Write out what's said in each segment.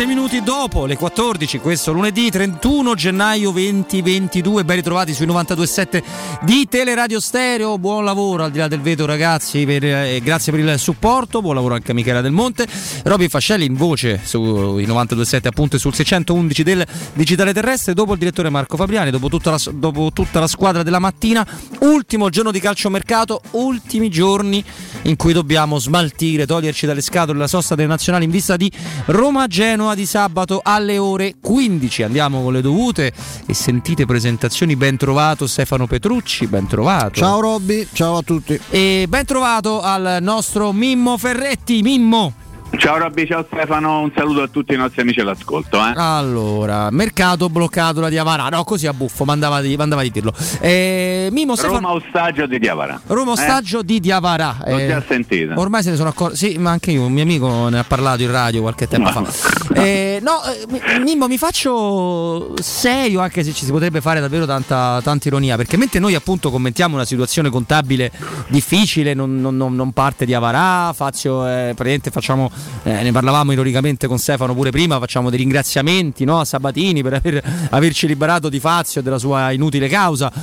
7 minuti dopo le 14, questo lunedì 31 gennaio 2022. Ben ritrovati sui 92.7 di Teleradio Stereo. Buon lavoro al di là del vetro, ragazzi, grazie per il supporto. Buon lavoro anche a Michela Del Monte, Robin Fascelli in voce sui 92.7, appunto sul 611 del digitale terrestre. Dopo il direttore Marco Fabriani, dopo tutta la squadra della mattina, ultimo giorno di calciomercato, ultimi giorni in cui dobbiamo smaltire, toglierci dalle scatole la sosta delle nazionali in vista di Roma-Genoa di sabato alle ore 15. Andiamo con le dovute e sentite presentazioni. Ben trovato Stefano Petrucci, ben trovato. Ciao Robby, ciao a tutti. E ben trovato al nostro Mimmo Ferretti. Mimmo. Ciao Robby, ciao Stefano, un saluto a tutti i nostri amici all'ascolto. Allora, mercato bloccato da Diavara, no, così a buffo, mandava di dirlo. Mimo, Roma ostaggio di Diavara. Roma ostaggio di Diavara. Non ti ha sentito? Ormai se ne sono accorti, sì, ma anche io, un mio amico ne ha parlato in radio qualche tempo fa. Mimmo, mi faccio serio, anche se ci si potrebbe fare davvero tanta ironia, perché mentre noi appunto commentiamo una situazione contabile difficile, non parte Diavara, Fazio, praticamente facciamo... ne parlavamo ironicamente con Stefano pure prima, facciamo dei ringraziamenti, no, a Sabatini per averci liberato di Fazio e della sua inutile causa.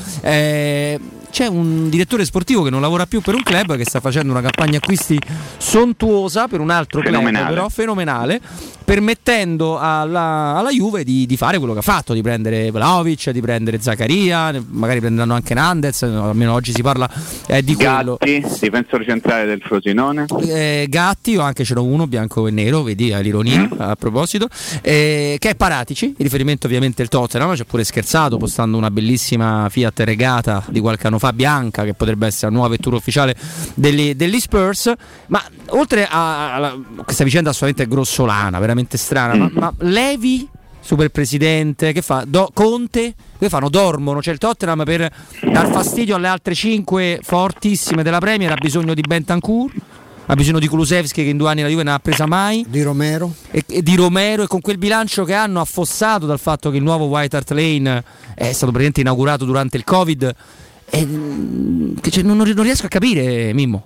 C'è un direttore sportivo che non lavora più per un club, che sta facendo una campagna acquisti sontuosa per un altro club, però fenomenale, permettendo alla Juve di fare quello che ha fatto, di prendere Vlahovic, di prendere Zaccaria, magari prenderanno anche Nandez, almeno oggi si parla di quello. Gatti, difensore centrale del Frosinone. Gatti, io anche ce n'ho uno bianco e nero, vedi l'ironia a proposito, che è Paratici, in riferimento ovviamente al Tottenham. Ci ha pure scherzato postando una bellissima Fiat Regata di qualche anno fa, bianca, che potrebbe essere la nuova vettura ufficiale degli Spurs. Ma oltre a questa vicenda assolutamente grossolana, veramente strana, ma Levi, super presidente, che fa? Conte, che fanno? Dormono, cioè il Tottenham, per dar fastidio alle altre 5 fortissime della Premier, ha bisogno di Bentancur, ha bisogno di Kulusevski, che in 2 anni la Juve non ha presa mai, di Romero e con quel bilancio che hanno, affossato dal fatto che il nuovo White Hart Lane è stato praticamente inaugurato durante il Covid, non riesco a capire, Mimmo.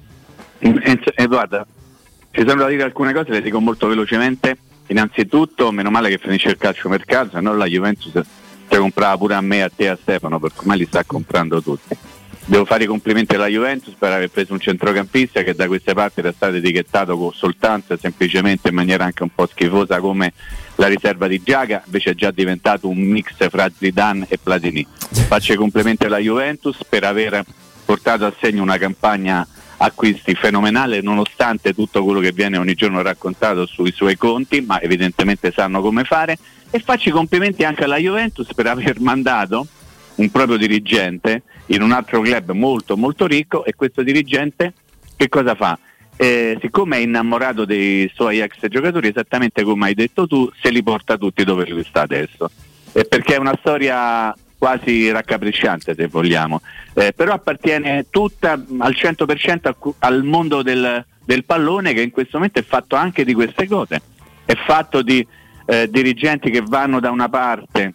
Guarda, ci sono da dire alcune cose, le dico molto velocemente. Innanzitutto, meno male che finisce il calciomercato, se no la Juventus si comprava pure a me, a te, a Stefano, perché ormai li sta comprando tutti. Devo fare i complimenti alla Juventus per aver preso un centrocampista che da queste parti era stato etichettato soltanto e semplicemente in maniera anche un po' schifosa come la riserva di Giaga, invece è già diventato un mix fra Zidane e Platini. Faccio i complimenti alla Juventus per aver portato a segno una campagna acquisti fenomenale, nonostante tutto quello che viene ogni giorno raccontato sui suoi conti, ma evidentemente sanno come fare. E faccio i complimenti anche alla Juventus per aver mandato un proprio dirigente in un altro club molto molto ricco, e questo dirigente che cosa fa? Siccome è innamorato dei suoi ex giocatori, esattamente come hai detto tu, se li porta tutti dove lui sta adesso, perché è una storia quasi raccapricciante, se vogliamo, però appartiene tutta al 100% al mondo del pallone, che in questo momento è fatto anche di queste cose, è fatto di dirigenti che vanno da una parte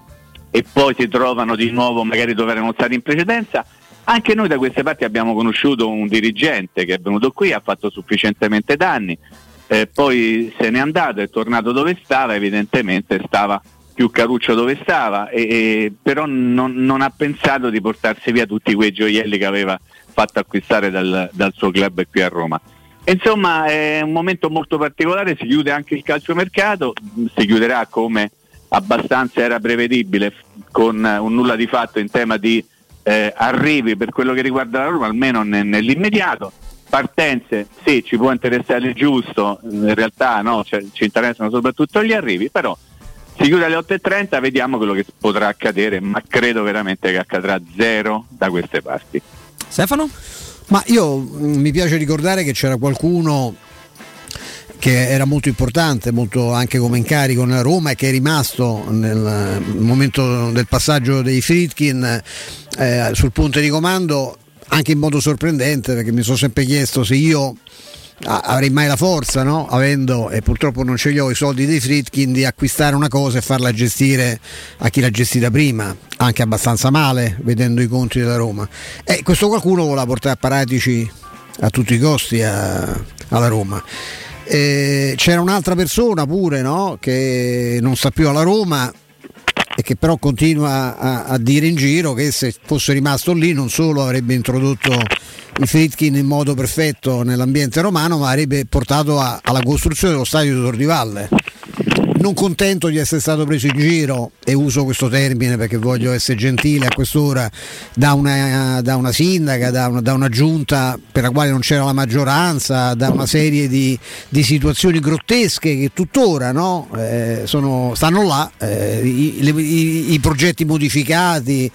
e poi si trovano di nuovo magari dove erano stati in precedenza. Anche noi da queste parti abbiamo conosciuto un dirigente che è venuto qui, ha fatto sufficientemente danni, poi se n'è andato, è tornato dove stava, evidentemente stava più caruccio dove stava, però non ha pensato di portarsi via tutti quei gioielli che aveva fatto acquistare dal suo club qui a Roma. Insomma, è un momento molto particolare, si chiude anche il calciomercato, si chiuderà come abbastanza era prevedibile, con un nulla di fatto in tema di arrivi per quello che riguarda la Roma, almeno nell'immediato. Partenze, sì, ci può interessare il giusto, in realtà no, ci interessano soprattutto gli arrivi, però si chiude alle 8:30, vediamo quello che potrà accadere, ma credo veramente che accadrà zero da queste parti. Stefano? Ma mi piace ricordare che c'era qualcuno che era molto importante, molto anche come incarico nella Roma, e che è rimasto nel momento del passaggio dei Friedkin sul punto di comando, anche in modo sorprendente, perché mi sono sempre chiesto se io avrei mai la forza, no? Avendo, e purtroppo non ce li ho, i soldi dei Friedkin, di acquistare una cosa e farla gestire a chi l'ha gestita prima, anche abbastanza male, vedendo i conti della Roma. E questo qualcuno voleva portare Paratici a tutti i costi alla Roma. C'era un'altra persona pure, no? Che non sta più alla Roma e che però continua a dire in giro che se fosse rimasto lì non solo avrebbe introdotto i Friedkin in modo perfetto nell'ambiente romano, ma avrebbe portato alla costruzione dello stadio di Tor di Valle. Non contento di essere stato preso in giro, e uso questo termine perché voglio essere gentile a quest'ora, da una sindaca, da una giunta per la quale non c'era la maggioranza, da una serie di situazioni grottesche che tuttora, no, stanno là, i progetti modificati,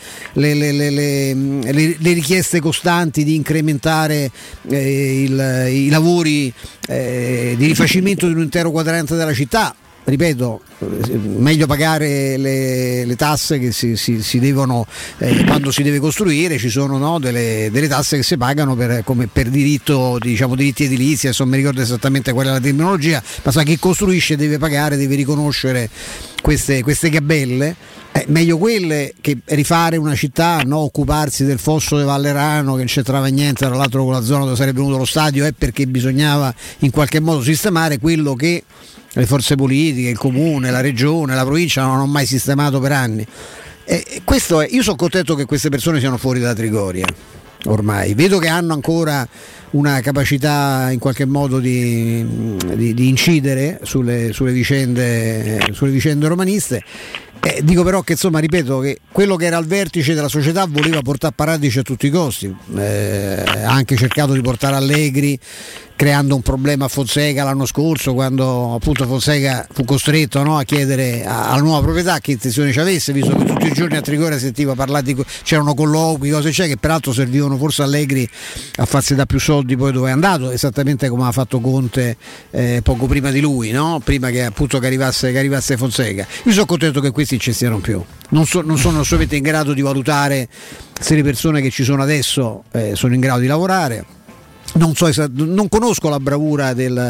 le richieste costanti di incrementare i lavori di rifacimento di un intero quadrante della città. Ripeto, meglio pagare le tasse che si devono quando si deve costruire. Ci sono, no, delle tasse che si pagano come per diritto, diciamo, diritti edilizi. Adesso non mi ricordo esattamente qual è la terminologia, ma sa, chi costruisce deve pagare, deve riconoscere queste gabelle. Meglio quelle che rifare una città, no? Occuparsi del fosso di Vallerano, che non c'entrava niente tra l'altro con la zona dove sarebbe venuto lo stadio, perché bisognava in qualche modo sistemare quello che le forze politiche, il comune, la regione, la provincia non hanno mai sistemato per anni. Io sono contento che queste persone siano fuori da Trigoria. Ormai vedo che hanno ancora una capacità in qualche modo di incidere sulle vicende romaniste. Dico però che, insomma, ripeto, che quello che era al vertice della società voleva portare Paratici a tutti i costi, ha anche cercato di portare Allegri, creando un problema a Fonseca l'anno scorso, quando appunto Fonseca fu costretto, no, a chiedere alla nuova proprietà che intenzione ci avesse, visto che tutti i giorni a Trigoria sentiva parlare c'erano colloqui, cose che peraltro servivano forse a Allegri a farsi da più soldi poi dove è andato, esattamente come ha fatto Conte poco prima di lui, no? Prima che appunto che arrivasse Fonseca. Io sono contento che questi ci siano più, non sono assolutamente in grado di valutare se le persone che ci sono adesso sono in grado di lavorare. Non conosco la bravura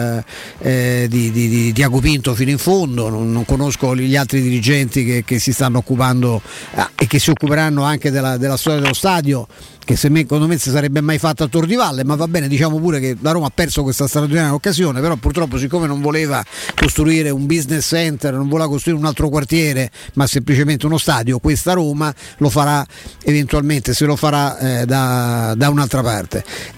di Tiago Pinto fino in fondo, non conosco gli altri dirigenti che si stanno occupando e che si occuperanno anche della storia dello stadio, che secondo me si sarebbe mai fatta a Tor di Valle, ma va bene, diciamo pure che la Roma ha perso questa straordinaria occasione, però purtroppo, siccome non voleva costruire un business center, non voleva costruire un altro quartiere, ma semplicemente uno stadio, questa Roma lo farà eventualmente, se lo farà da un'altra parte.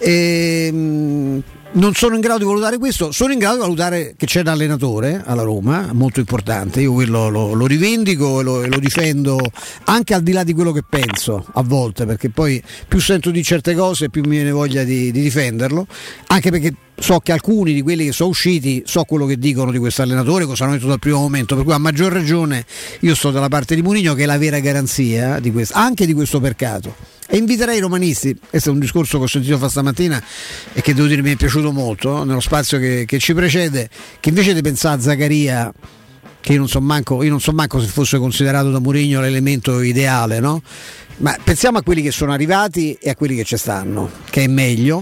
Non sono in grado di valutare questo, sono in grado di valutare che c'è un allenatore alla Roma molto importante. Io quello lo rivendico e lo difendo, anche al di là di quello che penso a volte, perché poi più sento di certe cose più mi viene voglia di difenderlo, anche perché so che alcuni di quelli che sono usciti, so quello che dicono di questo allenatore, cosa hanno detto dal primo momento, per cui a maggior ragione io sto dalla parte di Mourinho, che è la vera garanzia di questo, anche di questo mercato. E inviterei i romanisti, questo è un discorso che ho sentito fare stamattina e che devo dire mi è piaciuto molto, nello spazio che ci precede, che invece di pensare a Zaccaria, che io non so manco se fosse considerato da Mourinho l'elemento ideale, no? Ma pensiamo a quelli che sono arrivati e a quelli che ci stanno, che è meglio.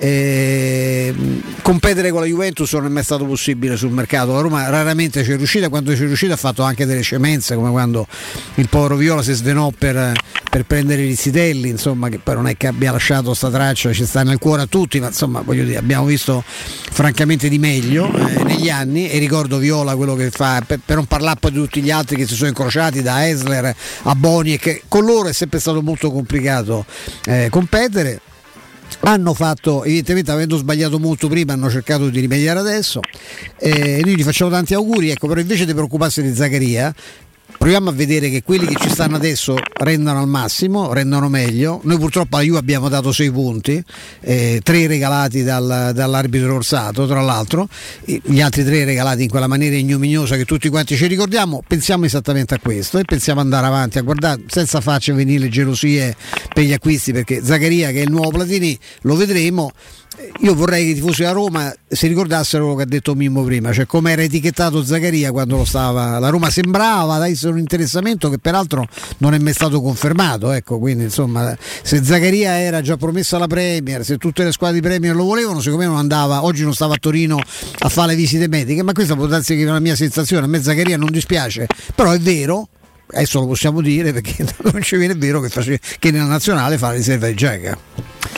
Competere con la Juventus non è mai stato possibile sul mercato. La Roma raramente ci è riuscita, quando ci è riuscita ha fatto anche delle scemenze, come quando il povero Viola si sdenò per prendere Rizzitelli, insomma, che poi non è che abbia lasciato sta traccia, ci sta nel cuore a tutti, ma insomma, voglio dire, abbiamo visto francamente di meglio negli anni, e ricordo Viola quello che fa, per non parlare poi di tutti gli altri che si sono incrociati, da Esler a Boni, e che con loro è sempre stato molto complicato competere. Hanno fatto, evidentemente, avendo sbagliato molto prima, hanno cercato di rimediare adesso, noi gli facciamo tanti auguri, ecco. Però invece di preoccuparsi di Zaccaria, proviamo a vedere che quelli che ci stanno adesso rendano al massimo, rendano meglio. Noi purtroppo alla Juve abbiamo dato 6 punti, 3 regalati dall'arbitro Orsato, tra l'altro, gli altri 3 regalati in quella maniera ignominiosa che tutti quanti ci ricordiamo. Pensiamo esattamente a questo e pensiamo ad andare avanti a guardare senza farci venire le gelosie per gli acquisti, perché Zaccaria, che è il nuovo Platini, lo vedremo. Io vorrei che i tifosi della Roma si ricordassero quello che ha detto Mimmo prima, cioè come era etichettato Zaccaria quando lo stava. La Roma sembrava da essere un interessamento che peraltro non è mai stato confermato, ecco. Quindi insomma, se Zaccaria era già promesso alla Premier, se tutte le squadre di Premier lo volevano, secondo me non andava, oggi non stava a Torino a fare le visite mediche. Ma questa può darsi che è una mia sensazione, a me Zaccaria non dispiace, però è vero, adesso lo possiamo dire perché non ci viene, è vero che nella nazionale fa la riserva di Giaga.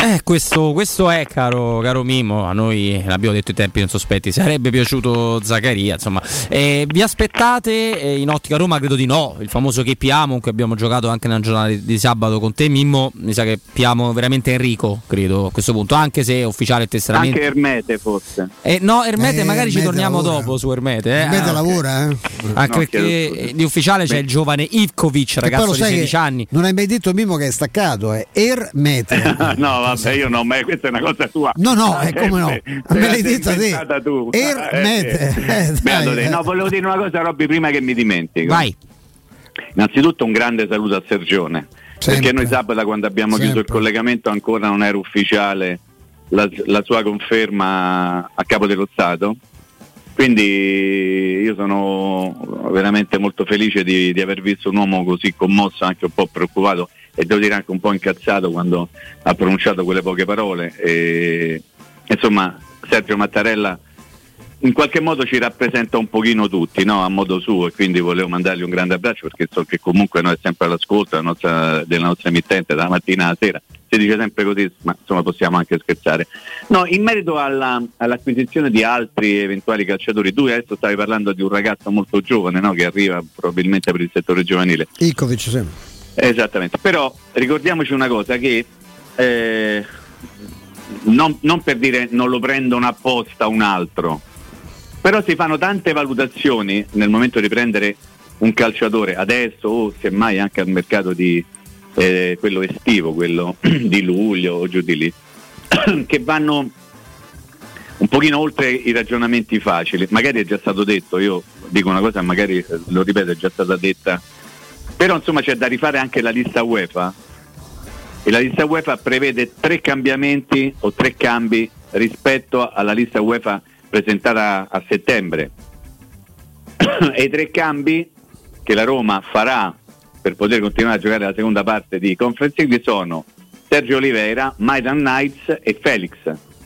Questo è, caro Mimmo, a noi l'abbiamo detto i tempi non sospetti, sarebbe piaciuto Zaccaria, insomma. Vi aspettate in Ottica Roma? Credo di no, il famoso che Piamo, che abbiamo giocato anche nella giornata di sabato con te, Mimmo, mi sa che Piamo veramente Enrico, credo a questo punto, anche se è ufficiale il tesseramento. Anche Ermete forse. No, Ermete magari ci torniamo lavora. Dopo su Ermete. Ermete lavora, Anche perché di ufficiale c'è il giovane Ivkovic, ragazzo di 16 anni. Non hai mai detto, Mimmo, che è staccato, è Ermete. No, vabbè, io no, ma questa è una cosa tua. No, è come no. Me l'hai detto a te. Tu. Ermete. No, volevo dire una cosa, Robby, prima che mi dimentico. Vai. Innanzitutto un grande saluto a Sergione. Sempre. Perché noi sabato, quando abbiamo chiuso il collegamento, ancora non era ufficiale la sua conferma a Capo dello Stato. Quindi io sono veramente molto felice di aver visto un uomo così commosso, anche un po' preoccupato e devo dire anche un po' incazzato quando ha pronunciato quelle poche parole. E, insomma, Sergio Mattarella in qualche modo ci rappresenta un pochino tutti, no? A modo suo, e quindi volevo mandargli un grande abbraccio, perché so che comunque noi è sempre all'ascolto della nostra emittente dalla mattina alla sera. Si dice sempre così, ma insomma possiamo anche scherzare. No, in merito all'acquisizione di altri eventuali calciatori, tu adesso stavi parlando di un ragazzo molto giovane, no? Che arriva probabilmente per il settore giovanile. Ivkovic, sì. Esattamente, però ricordiamoci una cosa, che non per dire non lo prendono apposta un altro, però si fanno tante valutazioni nel momento di prendere un calciatore adesso o semmai anche al mercato di quello estivo, quello di luglio o giù di lì, che vanno un pochino oltre i ragionamenti facili. Magari è già stato detto, io dico una cosa, magari lo ripeto, è già stata detta, però insomma c'è da rifare anche la lista UEFA, e la lista UEFA prevede 3 cambiamenti o 3 cambi rispetto alla lista UEFA presentata a settembre. E i 3 cambi che la Roma farà per poter continuare a giocare la seconda parte di Conference League sono Sergio Oliveira, Maitland Niles e Felix.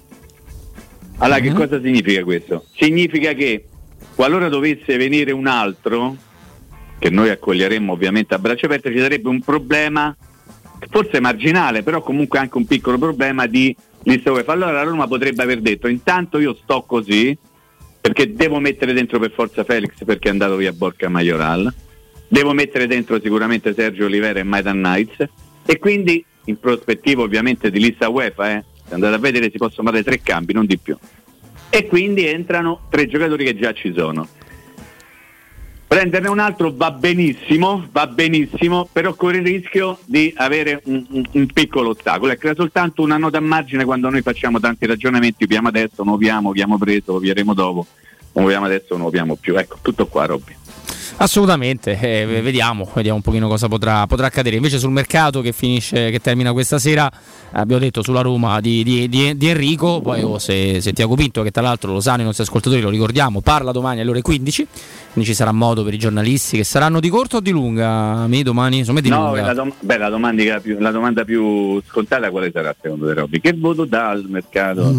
Allora, che cosa significa questo? Significa che qualora dovesse venire un altro, che noi accoglieremmo ovviamente a braccia aperte, ci sarebbe un problema forse marginale, però comunque anche un piccolo problema di lista UEFA. Allora la Roma potrebbe aver detto: intanto io sto così perché devo mettere dentro per forza Felix, perché è andato via Borca Majoral, devo mettere dentro sicuramente Sergio Oliveira e Maitland Niles, e quindi in prospettiva ovviamente di lista UEFA, se andate a vedere, si possono fare 3 cambi, non di più, e quindi entrano 3 giocatori che già ci sono. Prenderne un altro va benissimo, però corre il rischio di avere un piccolo ostacolo. Crea soltanto una nota a margine quando noi facciamo tanti ragionamenti: piamo adesso, non abbiamo preso, lo pieremo dopo, non abbiamo adesso, non abbiamo più. Ecco, tutto qua, Robby. Assolutamente, vediamo un pochino cosa potrà accadere. Invece sul mercato che termina questa sera, abbiamo detto sulla Roma di Enrico, poi se Tiago Pinto, che tra l'altro lo sanno i nostri ascoltatori, lo ricordiamo, parla domani alle ore 15, quindi ci sarà modo per i giornalisti, che saranno di corto o di lunga? Domani? Insomma, di lunga. La domanda più scontata quale sarà secondo te, Robby? Che voto dà al mercato?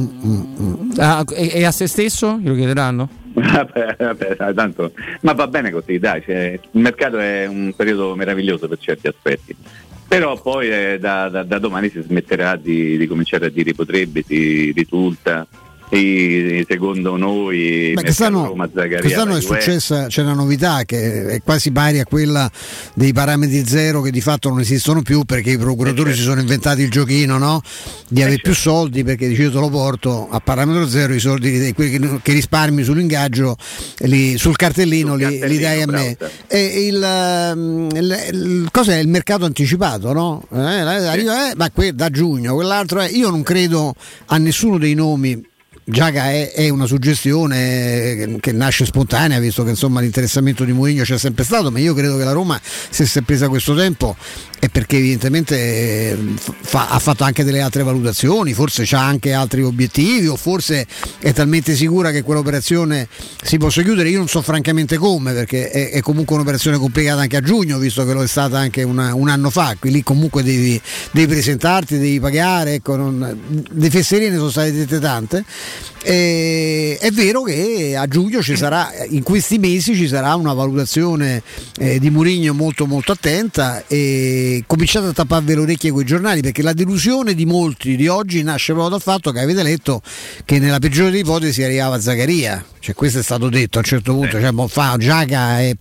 E a se stesso? Glielo chiederanno? Vabbè, tanto, ma va bene così, dai, il mercato è un periodo meraviglioso per certi aspetti, però poi da domani si smetterà di cominciare a dire potrebbe, di risulta, secondo noi. Quest'anno è successa, c'è una novità che è quasi pari a quella dei parametri zero, che di fatto non esistono più, perché i procuratori si sono inventati il giochino, no? Di avere più soldi, perché dice: io te lo porto a parametro zero, i soldi quelli che risparmi sull'ingaggio, sul cartellino li dai a me. E cos'è il mercato anticipato, no? Arriva ma da giugno, quell'altro io non credo a nessuno dei nomi. Giaga è una suggestione che nasce spontanea, visto che insomma l'interessamento di Mourinho c'è sempre stato, ma io credo che la Roma, se si è presa questo tempo, è perché evidentemente ha fatto anche delle altre valutazioni, forse c'ha anche altri obiettivi, o forse è talmente sicura che quell'operazione si possa chiudere. Io non so francamente come, perché è comunque un'operazione complicata anche a giugno, visto che lo è stata anche un anno fa. Qui lì comunque devi presentarti, devi pagare, ecco, le fesserine sono state dette tante. È vero che a giugno ci sarà, in questi mesi ci sarà una valutazione di Mourinho molto molto attenta, e cominciate a tapparvi le orecchie coi giornali, perché la delusione di molti di oggi nasce proprio dal fatto che avete letto che nella peggiore delle ipotesi arrivava Zaccaria, cioè questo è stato detto a un certo punto, cioè Giaga è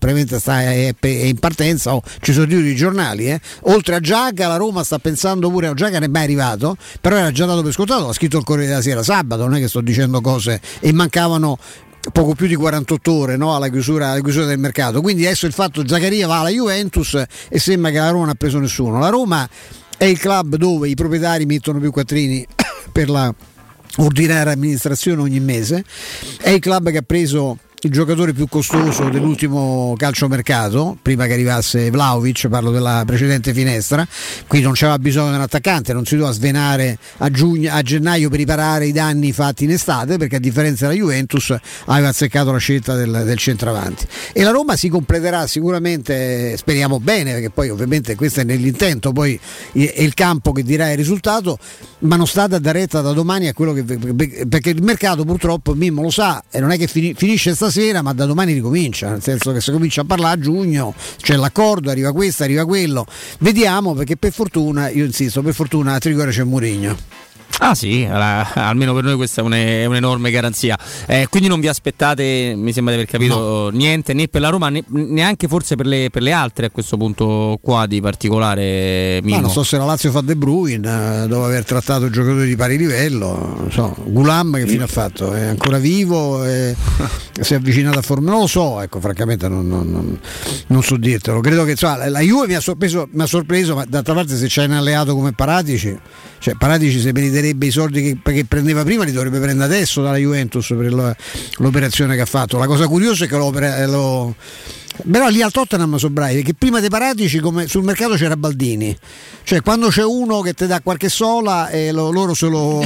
in partenza, ci sono i giornali, oltre a Giaga la Roma sta pensando pure, Giaga non è mai arrivato, però era già dato per scontato, l'ha scritto il Corriere della Sera sabato, non è che sto dicendo cose, e mancavano poco più di 48 ore, no, alla chiusura del mercato. Quindi adesso il fatto che Zaccaria va alla Juventus e sembra che la Roma non ha preso nessuno. La Roma è il club dove i proprietari mettono più quattrini per la ordinaria amministrazione ogni mese, è il club che ha preso il giocatore più costoso dell'ultimo calciomercato, prima che arrivasse Vlahovic, parlo della precedente finestra, qui non c'era bisogno di un attaccante, non si doveva svenare a gennaio per riparare i danni fatti in estate, perché a differenza della Juventus aveva azzeccato la scelta del centravanti. E la Roma si completerà sicuramente, speriamo bene, perché poi ovviamente questo è nell'intento, poi è il campo che dirà il risultato, ma non state a dare retta da domani a quello che, perché il mercato purtroppo Mimmo lo sa, e non è che finisce stasera, ma da domani ricomincia, nel senso che se comincia a parlare a giugno c'è l'accordo, arriva questo, arriva quello, vediamo, perché per fortuna, io insisto, per fortuna a Trigoria c'è Mourinho. Ah sì, almeno per noi questa è un'enorme garanzia, quindi non vi aspettate, mi sembra di aver capito, niente né per la Roma neanche forse per le altre a questo punto qua di particolare, Mimmo. Non so se la Lazio fa De Bruyne dopo aver trattato i giocatori di pari livello, non so, Gulam che fine ha fatto? È ancora vivo? Si è avvicinato a Formula, non lo so, ecco, francamente non so dirtelo. Credo che la Juve mi ha sorpreso, ma d'altra parte se c'è un alleato come Paratici, cioè Paratici se meriterebbe i soldi che prendeva prima, li dovrebbe prendere adesso dalla Juventus per l'operazione che ha fatto. La cosa curiosa è che però lì al Tottenham sono bravi, perché prima dei Paratici come sul mercato c'era Baldini, cioè quando c'è uno che ti dà qualche sola loro se lo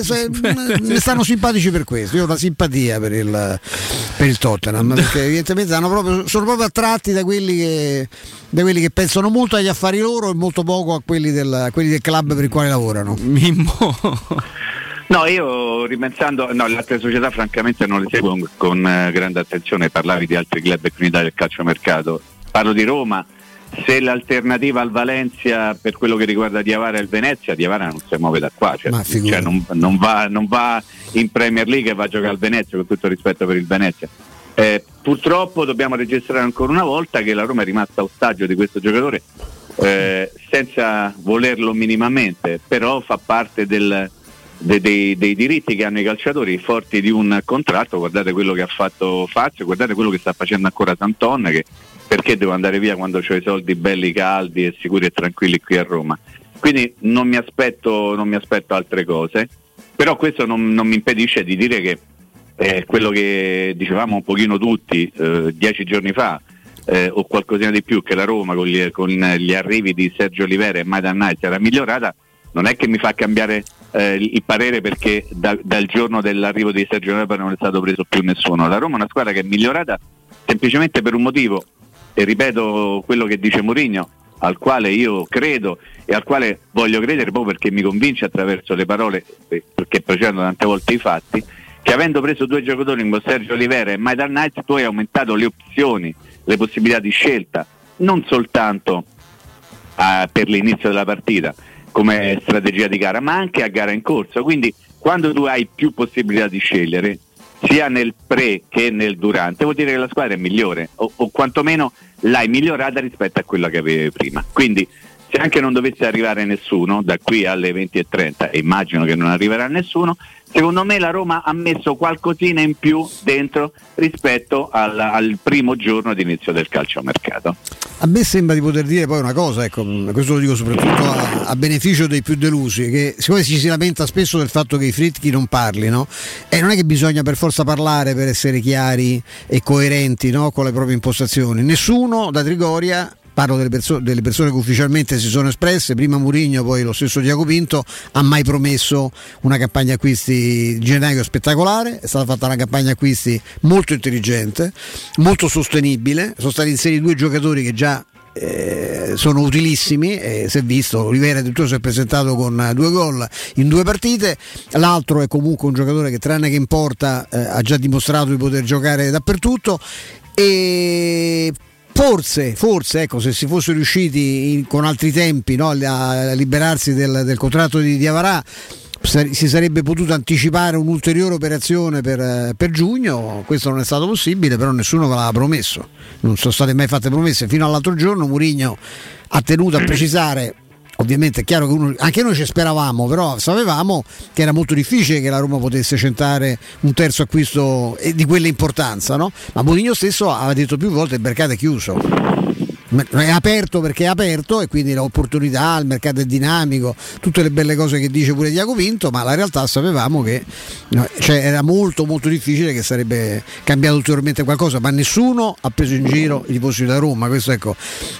ne stanno simpatici per questo. Io ho una simpatia per il Tottenham, perché evidentemente sono proprio attratti da quelli che pensano molto agli affari loro e molto poco a quelli del club per il quale lavorano. Mimmo. No, io ripensando, le altre società francamente non le seguo con grande attenzione. Parlavi di altri club qui in Italia del calciomercato, parlo di Roma. Se l'alternativa al Valencia per quello che riguarda Diawara e il Venezia, Diawara non si muove da qua, cioè non va in Premier League e va a giocare al Venezia, con tutto rispetto per il Venezia. Purtroppo dobbiamo registrare ancora una volta che la Roma è rimasta ostaggio di questo giocatore, senza volerlo minimamente, però fa parte dei diritti che hanno i calciatori forti di un contratto. Guardate quello che ha fatto Fazio, guardate quello che sta facendo ancora Santon, che perché devo andare via quando ho i soldi belli caldi e sicuri e tranquilli qui a Roma. Quindi non mi aspetto altre cose, però questo non mi impedisce di dire che quello che dicevamo un pochino tutti 10 giorni fa o qualcosina di più, che la Roma con gli arrivi di Sergio Olivera e Maitland Niles era migliorata, non è che mi fa cambiare il parere perché dal giorno dell'arrivo di Sergio Olivera non è stato preso più nessuno. La Roma è una squadra che è migliorata semplicemente per un motivo, e ripeto quello che dice Mourinho, al quale io credo e al quale voglio credere proprio perché mi convince attraverso le parole, perché precedono tante volte i fatti, che avendo preso 2 giocatori come Sergio Olivera e Maitland Niles tu hai aumentato le opzioni, le possibilità di scelta, non soltanto per l'inizio della partita come strategia di gara, ma anche a gara in corso. Quindi quando tu hai più possibilità di scegliere sia nel pre che nel durante, vuol dire che la squadra è migliore o quantomeno l'hai migliorata rispetto a quella che avevi prima. Quindi se anche non dovesse arrivare nessuno da qui alle 20:30, e immagino che non arriverà nessuno, secondo me la Roma ha messo qualcosina in più dentro rispetto al primo giorno di inizio del calciomercato. A me sembra di poter dire poi una cosa, ecco, questo lo dico soprattutto a beneficio dei più delusi, che siccome ci si lamenta spesso del fatto che i Friedkin non parlino, e non è che bisogna per forza parlare per essere chiari e coerenti, no, con le proprie impostazioni. Nessuno da Trigoria, parlo delle persone che ufficialmente si sono espresse, prima Mourinho, poi lo stesso Diaco Pinto, ha mai promesso una campagna acquisti di gennaio spettacolare. È stata fatta una campagna acquisti molto intelligente, molto sostenibile, sono stati inseriti 2 giocatori che già sono utilissimi, si è visto, Olivera addirittura si è presentato con 2 gol in 2 partite, l'altro è comunque un giocatore che tranne che in porta ha già dimostrato di poter giocare dappertutto, e forse ecco, se si fosse riusciti con altri tempi, no, a liberarsi del contratto di Diawara, si sarebbe potuto anticipare un'ulteriore operazione per giugno. Questo non è stato possibile, però nessuno ve l'aveva promesso, non sono state mai fatte promesse. Fino all'altro giorno Mourinho ha tenuto a precisare, ovviamente è chiaro che anche noi ci speravamo, però sapevamo che era molto difficile che la Roma potesse centrare un terzo acquisto di quell'importanza, no? Ma Mourinho stesso aveva detto più volte: il mercato è chiuso, è aperto perché è aperto, e quindi l'opportunità, il mercato è dinamico, tutte le belle cose che dice pure Diaco Pinto, ma la realtà sapevamo che era molto molto difficile che sarebbe cambiato ulteriormente qualcosa, ma nessuno ha preso in giro i tifosi della Roma. Questo, ecco,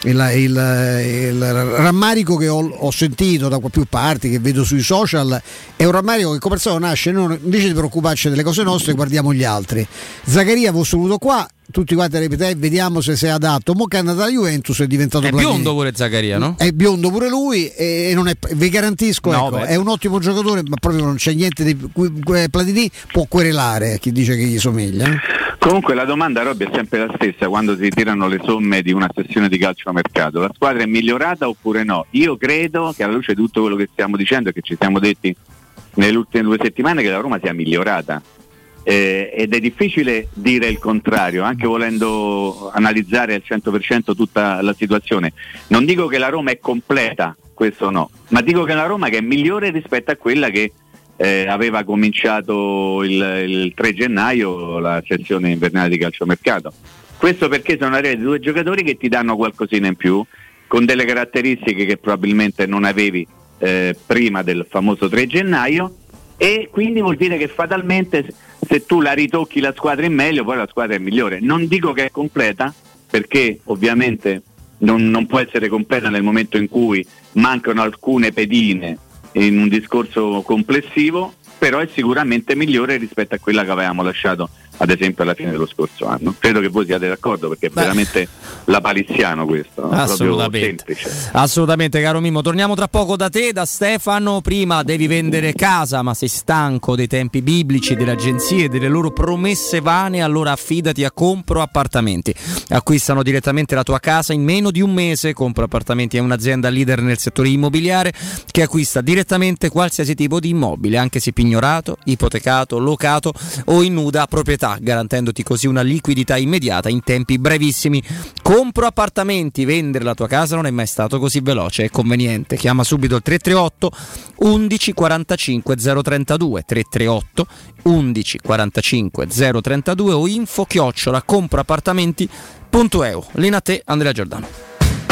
il rammarico che ho sentito da più parti, che vedo sui social, è un rammarico che come al solito nasce: noi invece di preoccuparci delle cose nostre guardiamo gli altri. Zaccaria fosse voluto qua, tutti quanti a ripetere vediamo se sei adatto. Mo che è andata alla Juventus è diventato biondo pure Zaccaria, no? È biondo pure lui, e non è, vi garantisco, no, ecco, è un ottimo giocatore, ma proprio non c'è niente di Platini può querelare chi dice che gli somiglia. Comunque la domanda, Robby, è sempre la stessa quando si tirano le somme di una sessione di calciomercato: la squadra è migliorata oppure no? Io credo che alla luce di tutto quello che stiamo dicendo e che ci siamo detti nelle ultime 2 settimane, che la Roma sia migliorata. Ed è difficile dire il contrario, anche volendo analizzare al 100% tutta la situazione. Non dico che la Roma è completa, questo no, ma dico che la Roma che è migliore rispetto a quella che aveva cominciato il 3 gennaio la sessione invernale di calciomercato. Questo perché sono arrivati 2 giocatori che ti danno qualcosina in più, con delle caratteristiche che probabilmente non avevi prima del famoso 3 gennaio, e quindi vuol dire che fatalmente, se tu la ritocchi la squadra in meglio, poi la squadra è migliore. Non dico che è completa, perché ovviamente non può essere completa nel momento in cui mancano alcune pedine in un discorso complessivo, però è sicuramente migliore rispetto a quella che avevamo lasciato ad esempio alla fine dello scorso anno. Credo che voi siate d'accordo, perché è veramente la paliziano questo, no? Assolutamente. Proprio semplice. Assolutamente, caro Mimmo. Torniamo tra poco da te, da Stefano. Prima devi vendere casa, ma sei stanco dei tempi biblici, delle agenzie, delle loro promesse vane, allora affidati a Compro Appartamenti. Acquistano direttamente la tua casa in meno di un mese. Compro Appartamenti è un'azienda leader nel settore immobiliare che acquista direttamente qualsiasi tipo di immobile, anche se pignorato, ipotecato, locato o in nuda proprietà, garantendoti così una liquidità immediata in tempi brevissimi. Compro Appartamenti, vendere la tua casa non è mai stato così veloce e conveniente. Chiama subito il 338 11 45 032 338 11 45 032 o info@comproappartamenti.eu. Linea a te, Andrea Giordano.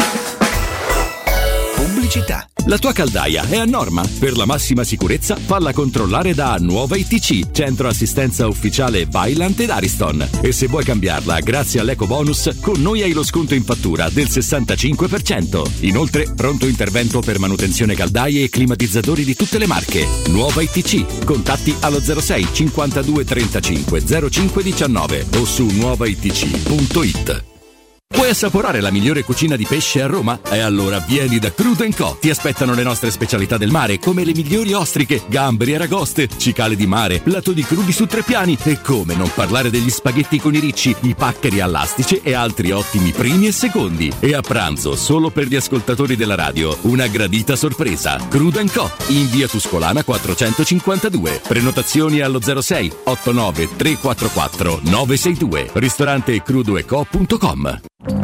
Pubblicità. La tua caldaia è a norma? Per la massima sicurezza falla controllare da Nuova ITC, centro assistenza ufficiale Vaillant ed Ariston. E se vuoi cambiarla grazie all'eco bonus, con noi hai lo sconto in fattura del 65%. Inoltre pronto intervento per manutenzione caldaie e climatizzatori di tutte le marche. Nuova ITC. Contatti allo 06 52 35 05 19 o su nuovaitc.it. Vuoi assaporare la migliore cucina di pesce a Roma? E allora vieni da Crudo & Co. Ti aspettano le nostre specialità del mare, come le migliori ostriche, gamberi e aragoste, cicale di mare, platoni crudi su 3 piani e come non parlare degli spaghetti con i ricci, i paccheri all'astice e altri ottimi primi e secondi. E a pranzo, solo per gli ascoltatori della radio, una gradita sorpresa. Crudo & Co. in via Tuscolana 452. Prenotazioni allo 06 89 344 962. Ristorante crudoeco.com.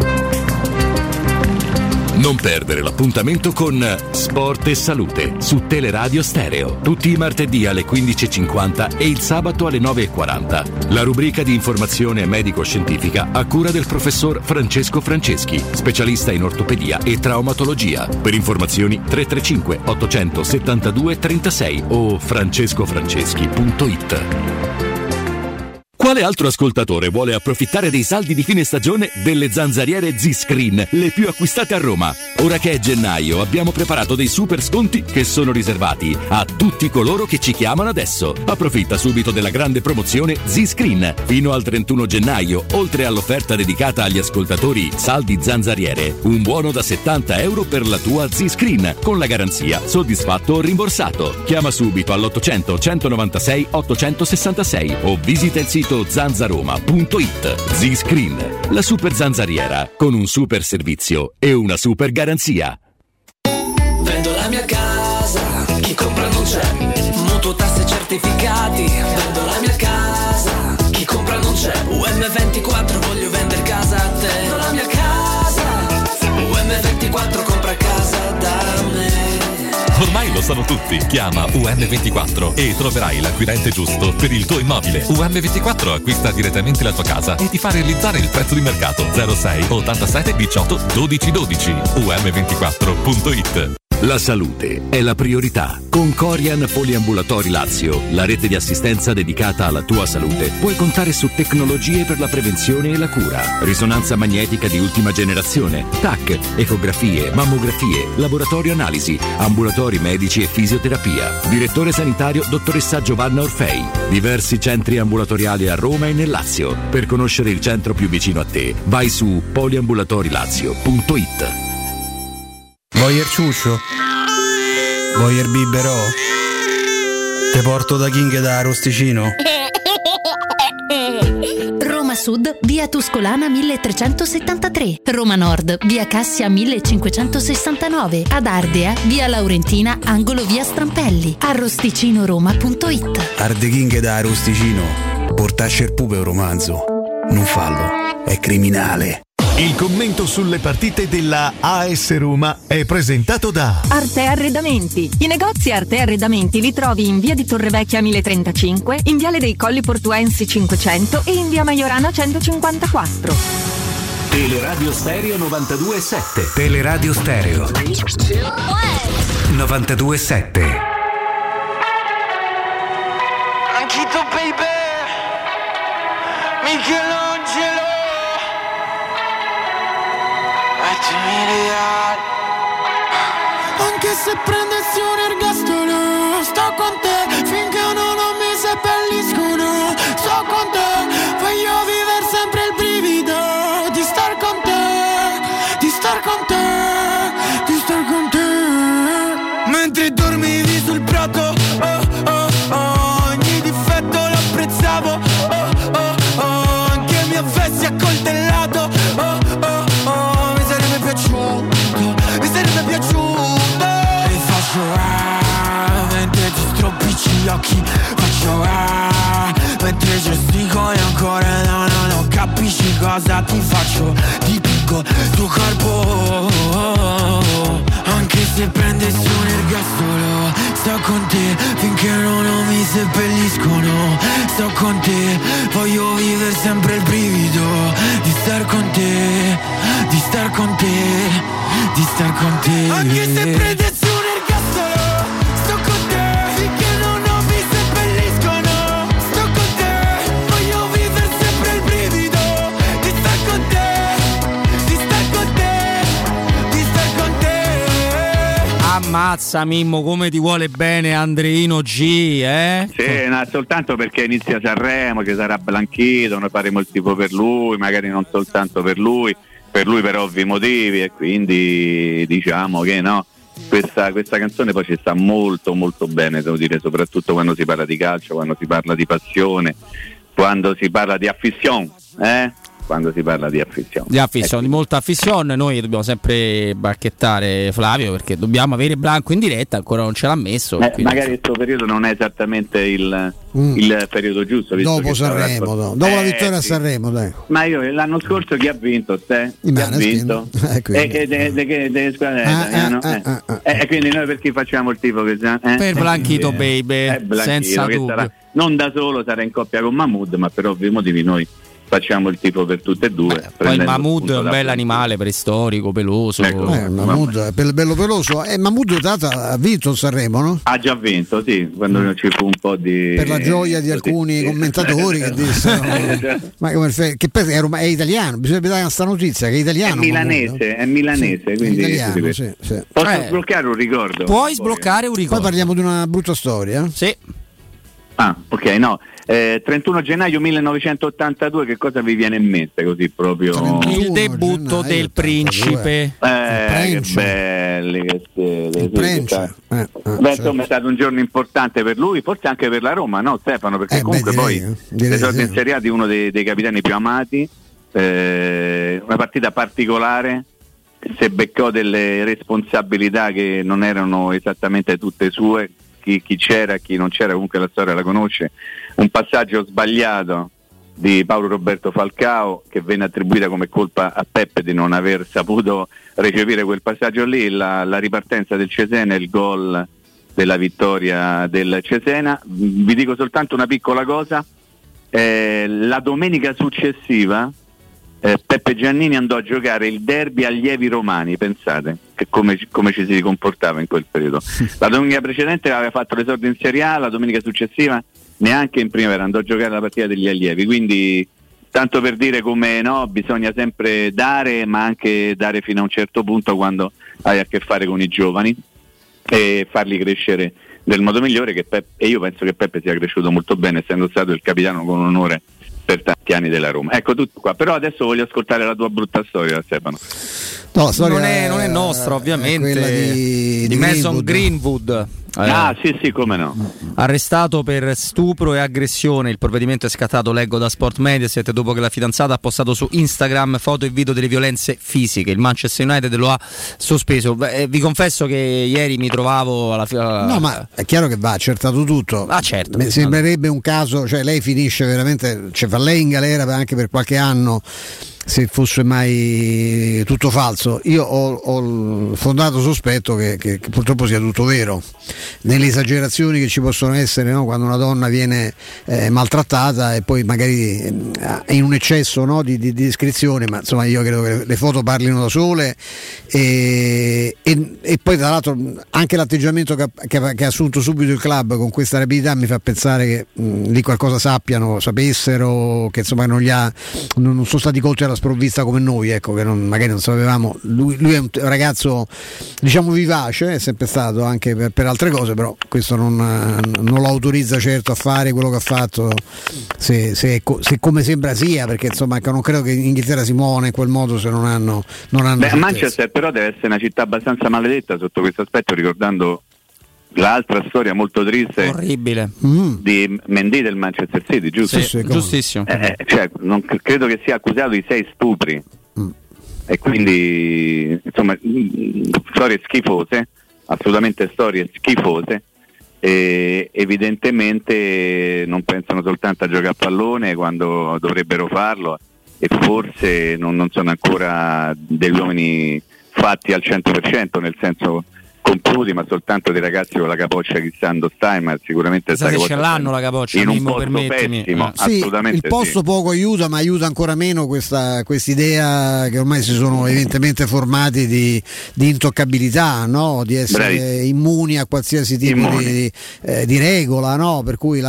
Non perdere l'appuntamento con Sport e Salute su Teleradio Stereo, tutti i martedì alle 15.50 e il sabato alle 9.40. La rubrica di informazione medico-scientifica a cura del professor Francesco Franceschi, specialista in ortopedia e traumatologia. Per informazioni 335 872 36 o francescofranceschi.it. Quale altro ascoltatore vuole approfittare dei saldi di fine stagione delle zanzariere Z-Screen, le più acquistate a Roma? Ora che è gennaio abbiamo preparato dei super sconti che sono riservati a tutti coloro che ci chiamano adesso. Approfitta subito della grande promozione Z-Screen. Fino al 31 gennaio, oltre all'offerta dedicata agli ascoltatori saldi zanzariere, un buono da €70 per la tua Z-Screen, con la garanzia soddisfatto o rimborsato. Chiama subito all'800 196 866 o visita il sito zanzaroma.it. Z-Screen, la super zanzariera con un super servizio e una super garanzia. Vendo la mia casa, chi compra non c'è. Mutuo, tasse, certificati. Vendo la mia casa, chi compra non c'è. UM24, voglio vendere casa a te. Vendo la mia casa, UM24, compra casa da me. Ormai lo sanno tutti. Chiama UM24 e troverai l'acquirente giusto per il tuo immobile. UM24 acquista direttamente la tua casa e ti fa realizzare il prezzo di mercato. 06 87 18 12 12. UM24.it. La salute è la priorità. Con Corian Poliambulatori Lazio, la rete di assistenza dedicata alla tua salute, puoi contare su tecnologie per la prevenzione e la cura. Risonanza magnetica di ultima generazione, TAC, ecografie, mammografie, laboratorio analisi, ambulatori medici e fisioterapia. Direttore sanitario dottoressa Giovanna Orfei. Diversi centri ambulatoriali a Roma e nel Lazio. Per conoscere il centro più vicino a te, vai su poliambulatorilazio.it. Voyer ciuscio? Voyer biberò? Te porto da King da Arosticino? Roma Sud, via Tuscolana 1373. Roma Nord, via Cassia 1569. Ad Ardea, via Laurentina, angolo via Strampelli. Arrosticinoroma.it. Arde King da Arosticino. Portasce il pupe un romanzo. Non fallo, è criminale. Il commento sulle partite della AS Roma è presentato da Arte Arredamenti. I negozi Arte Arredamenti li trovi in via di Torrevecchia 1035, in viale dei Colli Portuensi 500 e in via Maiorana 154. Teleradio Stereo 92.7. Teleradio Stereo 92.7. Anchito baby, Michelangelo. Anche se prendessi un ergastolo, sto con te finché non mi seppelliscono. Sto con te, voglio vivere sempre il brivido di star con te, di star con te, di star con te. Mentre dormivi sul prato, oh oh oh, ogni difetto lo apprezzavo, oh oh oh, anche mi avessi accoltellato, oh oh oh, mi sarebbe piaciuto. E faccio mentre ti stropicci gli occhi, faccio mentre gestico e ancora non capisci cosa ti faccio. Dipingo tuo corpo, anche se prendessi un ergastolo. Sto con te finché non mi seppelliscono. Sto con te, voglio vivere sempre il brivido di star con te, di star con te, di star con te. Anche se prendessi un ergastolo, sto con te finché non mi seppelliscono. Sto con te, voglio vivere sempre il brivido di star con te, di star con te, di star con te. Ammazza Mimmo, come ti vuole bene Andreino G, eh? Sì, no, soltanto perché inizia Sanremo, ci sarà Blanchito, noi faremo il tifo per lui, magari non soltanto per lui per ovvi motivi, e quindi diciamo che no, questa canzone poi ci sta molto molto bene, devo dire, soprattutto quando si parla di calcio, quando si parla di passione, quando si parla di affissione, quando si parla di affissione. Di molta affissione, noi dobbiamo sempre bacchettare Flavio perché dobbiamo avere Blanco in diretta, ancora non ce l'ha messo. Magari il suo periodo non è esattamente il periodo giusto. Dopo Sanremo, dopo la vittoria a Sanremo, dai. Ma io l'anno scorso chi ha vinto? Chi ha vinto? E quindi noi per chi facciamo il tifo? Per Blanchito Baby, Blanchito, senza dubbio. Non da solo, sarà in coppia con Mahmood, ma per ovvi motivi noi facciamo il tifo per tutte e due. Poi il Mahmood è un bel animale preistorico, peloso. Ecco. Il Mahmood è bello peloso. Mahmood Tata ha vinto Sanremo, no? Ha già vinto, sì, quando ci fu un po' di... Per la gioia di alcuni commentatori che dissero ma che è italiano, bisogna dare questa notizia che è italiano. È milanese, quindi italiano, sì. Posso sbloccare un ricordo? Puoi sbloccare un ricordo. Poi parliamo di una brutta storia. Sì. Ah, ok, no. 31 gennaio 1982, che cosa vi viene in mente così proprio? Il debutto del principe. Che belli che siete. Insomma, è stato un giorno importante per lui, forse anche per la Roma, no Stefano? Perché comunque direi in Serie A di uno dei capitani più amati, una partita particolare, se beccò delle responsabilità che non erano esattamente tutte sue. Chi c'era, chi non c'era, comunque la storia la conosce. Un passaggio sbagliato di Paolo Roberto Falcao, che venne attribuita come colpa a Peppe di non aver saputo recepire quel passaggio lì, la ripartenza del Cesena e il gol della vittoria del Cesena. Vi dico soltanto una piccola cosa, la domenica successiva Peppe Giannini andò a giocare il derby allievi romani, pensate che come ci si comportava in quel periodo. La domenica precedente aveva fatto l'esordio in Serie A, la domenica successiva neanche in primavera andò a giocare la partita degli allievi, quindi tanto per dire come no, bisogna sempre dare, ma anche dare fino a un certo punto quando hai a che fare con i giovani e farli crescere nel modo migliore, e io penso che Peppe sia cresciuto molto bene, essendo stato il capitano con onore per tanti anni della Roma. Ecco tutto qua, però adesso voglio ascoltare la tua brutta storia, Stefano. No, la storia non è nostra, ovviamente, di Mason Greenwood. Sì, come no. Arrestato per stupro e aggressione. Il provvedimento è scattato, leggo da Sport Mediaset, dopo che la fidanzata ha postato su Instagram foto e video delle violenze fisiche. Il Manchester United lo ha sospeso. Vi confesso che ieri mi trovavo No, ma è chiaro che va accertato tutto. Certo. Mi sembrerebbe un caso, cioè lei finisce veramente, va lei in galera anche per qualche anno, se fosse mai tutto falso. Io ho il fondato sospetto che purtroppo sia tutto vero, nelle esagerazioni che ci possono essere, no? Quando una donna viene maltrattata e poi magari è in un eccesso, no? di descrizione, ma insomma io credo che le foto parlino da sole e poi tra l'altro anche l'atteggiamento che ha assunto subito il club con questa rapidità mi fa pensare che lì qualcosa sapessero, che insomma non sono stati colti alla sprovvista come noi, ecco, che magari non sapevamo. Lui è un ragazzo, diciamo, vivace, è sempre stato anche per altre cose, però questo non lo autorizza certo a fare quello che ha fatto, se come sembra sia, perché insomma non credo che in Inghilterra si muovano in quel modo se non hanno Manchester però deve essere una città abbastanza maledetta sotto questo aspetto, ricordando l'altra storia molto triste, orribile, di Mendy del Manchester City, giusto? Sì, giustissimo. Cioè, non credo che sia accusato di 6 stupri e quindi insomma storie schifose, assolutamente storie schifose, e evidentemente non pensano soltanto a giocare a pallone quando dovrebbero farlo, e forse non sono ancora degli uomini fatti al 100%, nel senso compiuti, ma soltanto dei ragazzi con la capoccia che stanno Steinmeier, sicuramente se ce l'hanno la capoccia in un Mimmo, posto permettimi. pessimo, sì, assolutamente il posto poco aiuta, ma aiuta ancora meno questa idea che ormai si sono evidentemente formati di intoccabilità, no? Di essere immuni a qualsiasi tipo di regola, no? Per cui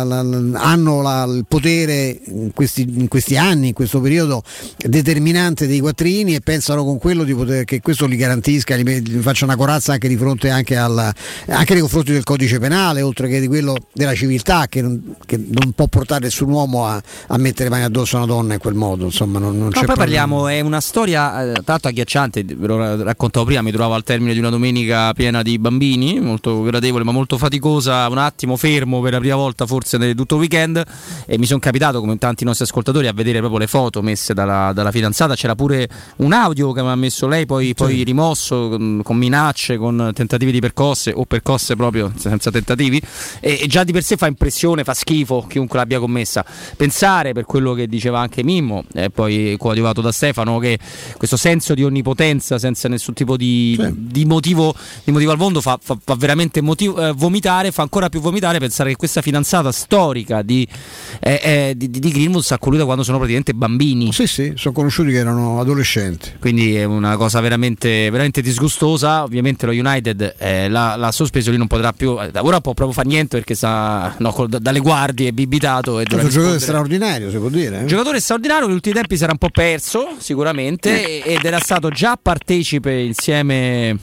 hanno il potere in questi anni, in questo periodo determinante dei quattrini, e pensano con quello di poter, che questo li garantisca, gli faccia una corazza anche di fronte anche nei confronti del codice penale, oltre che di quello della civiltà, che non può portare nessun uomo a mettere mani addosso a una donna in quel modo, insomma non c'è poi parliamo, è una storia tanto agghiacciante, ve lo raccontavo prima, mi trovavo al termine di una domenica piena di bambini, molto gradevole ma molto faticosa, un attimo fermo per la prima volta forse di tutto il weekend, e mi sono capitato, come tanti nostri ascoltatori, a vedere proprio le foto messe dalla fidanzata. C'era pure un audio che mi ha messo lei, poi rimosso con minacce, con con tentativi di percosse o percosse proprio senza tentativi, e già di per sé fa impressione, fa schifo chiunque l'abbia commessa. Pensare, per quello che diceva anche Mimmo, poi coadiuvato da Stefano, che questo senso di onnipotenza senza nessun tipo di motivo al mondo fa veramente vomitare, fa ancora più vomitare pensare che questa fidanzata storica di Greenwood sta con lui da quando sono praticamente bambini. Sì, sono conosciuti che erano adolescenti. Quindi è una cosa veramente, veramente disgustosa. Ovviamente lo United l'ha sospeso, lì non potrà più, ora può proprio fare niente perché sta dalle guardie, è bibitato. È un giocatore straordinario, si può dire. Un giocatore straordinario, negli ultimi tempi si era un po' perso sicuramente, ed era stato già partecipe insieme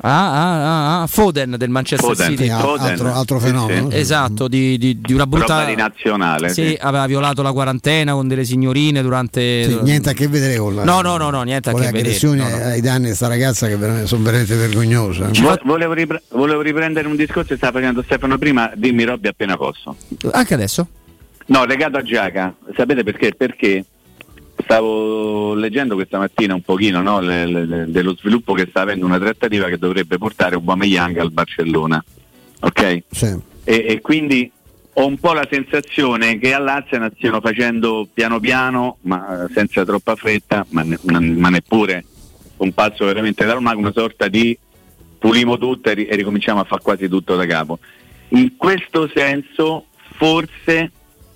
a Foden del Manchester City, altro fenomeno. Esatto, di una brutta di nazionale. Sì, aveva violato la quarantena con delle signorine durante. Niente a che vedere con No, niente a che vedere. Le aggressioni ai danni di questa ragazza che sono veramente vergognose. Volevo riprendere un discorso che stava facendo Stefano prima. Dimmi, Robby, appena posso. Anche adesso? No, legato a Giaca. Sapete perché? Perché stavo leggendo questa mattina un pochino, no, dello sviluppo che sta avendo una trattativa che dovrebbe portare Aubameyang al Barcellona, ok? Sì. E quindi ho un po' la sensazione che all'Arsenal stiano facendo piano piano, ma senza troppa fretta, ma neppure un passo veramente da Roma, una sorta di pulimo tutto e ricominciamo a fare quasi tutto da capo. In questo senso forse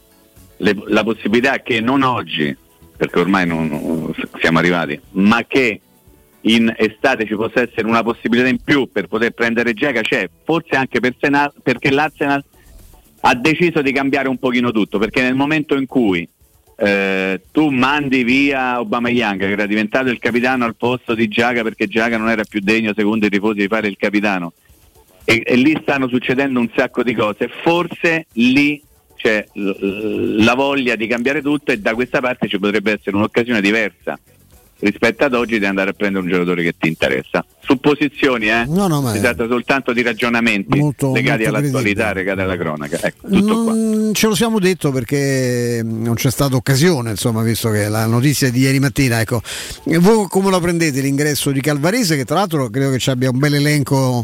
la possibilità che non oggi, perché ormai non siamo arrivati, ma che in estate ci possa essere una possibilità in più per poter prendere Giaca c'è, forse anche perché l'Arsenal ha deciso di cambiare un pochino tutto, perché nel momento in cui tu mandi via Aubameyang, che era diventato il capitano al posto di Giaca perché Giaca non era più degno secondo i tifosi di fare il capitano, e lì stanno succedendo un sacco di cose, forse lì c'è la voglia di cambiare tutto, e da questa parte ci potrebbe essere un'occasione diversa rispetto ad oggi di andare a prendere un giocatore che ti interessa. Supposizioni, ma si tratta soltanto di ragionamenti legati all'attualità, legati alla cronaca. Ecco, tutto qua. Ce lo siamo detto perché non c'è stata occasione, insomma, visto che la notizia di ieri mattina, ecco. Voi come lo prendete l'ingresso di Calvarese, che tra l'altro credo che ci abbia un bel elenco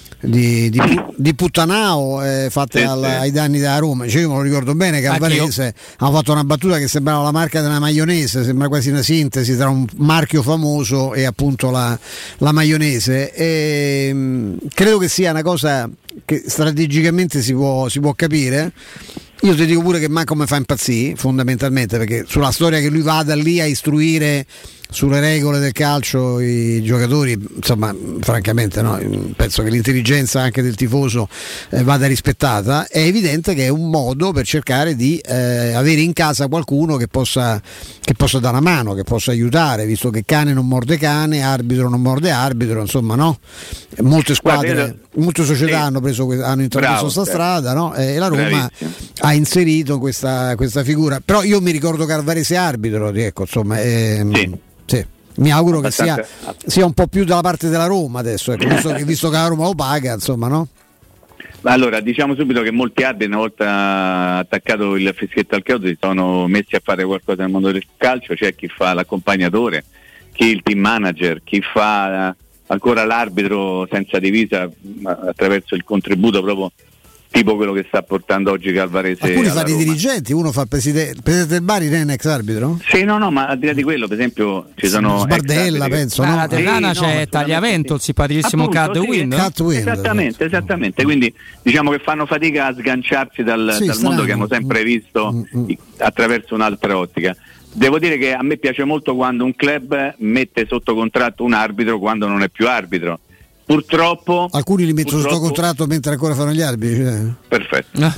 di puttanao fatte ai danni della Roma? Io me lo ricordo bene, Calvarese ha fatto una battuta che sembrava la marca della maionese, sembra quasi una sintesi tra un marchio famoso e appunto la maionese, e credo che sia una cosa che strategicamente si può capire. Io ti dico pure che manco mi fa impazzire fondamentalmente, perché sulla storia che lui vada lì a istruire sulle regole del calcio i giocatori, insomma, francamente no, penso che l'intelligenza anche del tifoso vada rispettata. È evidente che è un modo per cercare di avere in casa qualcuno che possa dare una mano, che possa aiutare, visto che cane non morde cane, arbitro non morde arbitro, insomma, no? Molte squadre, molte società hanno intrapreso questa strada, no? E la Roma ha inserito questa figura. Però io mi ricordo Calvarese arbitro, ecco, insomma, sì. Mi auguro che sia un po' più dalla parte della Roma adesso, ecco, visto che la Roma lo paga, insomma, no? Allora, diciamo subito che molti arbitri, una volta attaccato il fischietto al chiodo, si sono messi a fare qualcosa nel mondo del calcio. C'è chi fa l'accompagnatore, chi il team manager, chi fa ancora l'arbitro senza divisa attraverso il contributo proprio tipo quello che sta portando oggi Calvarese. Alcuni fanno i dirigenti, uno fa il presidente del Bari, non è ex arbitro? Sì, no, ma al di là di quello, per esempio, ci sono Sbardella, penso, no? La Terrana c'è Tagliavento, il simpaticissimo Catwind. Esattamente, quindi diciamo che fanno fatica a sganciarsi dal mondo che hanno sempre visto attraverso un'altra ottica. Devo dire che a me piace molto quando un club mette sotto contratto un arbitro quando non è più arbitro. Purtroppo alcuni li mettono sotto contratto mentre ancora fanno gli arbitri. Perfetto.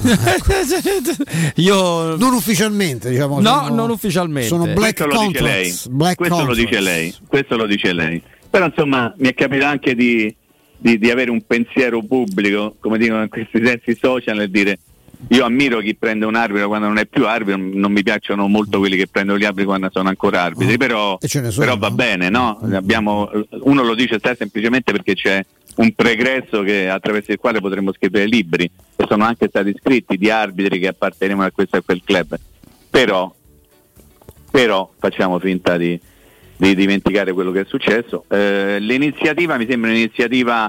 Io non ufficialmente, diciamo. No, non ufficialmente. Sono black contracts. Questo lo dice lei. Però insomma mi è capitato anche di avere un pensiero pubblico, come dicono in questi sensi social, e dire: io ammiro chi prende un arbitro quando non è più arbitro, non mi piacciono molto quelli che prendono gli arbitri quando sono ancora arbitri, però va bene, no? Uno lo dice semplicemente perché c'è un pregresso attraverso il quale potremmo scrivere libri, e sono anche stati scritti di arbitri che appartenevano a questo e a quel club, però facciamo finta di dimenticare quello che è successo. L'iniziativa mi sembra un'iniziativa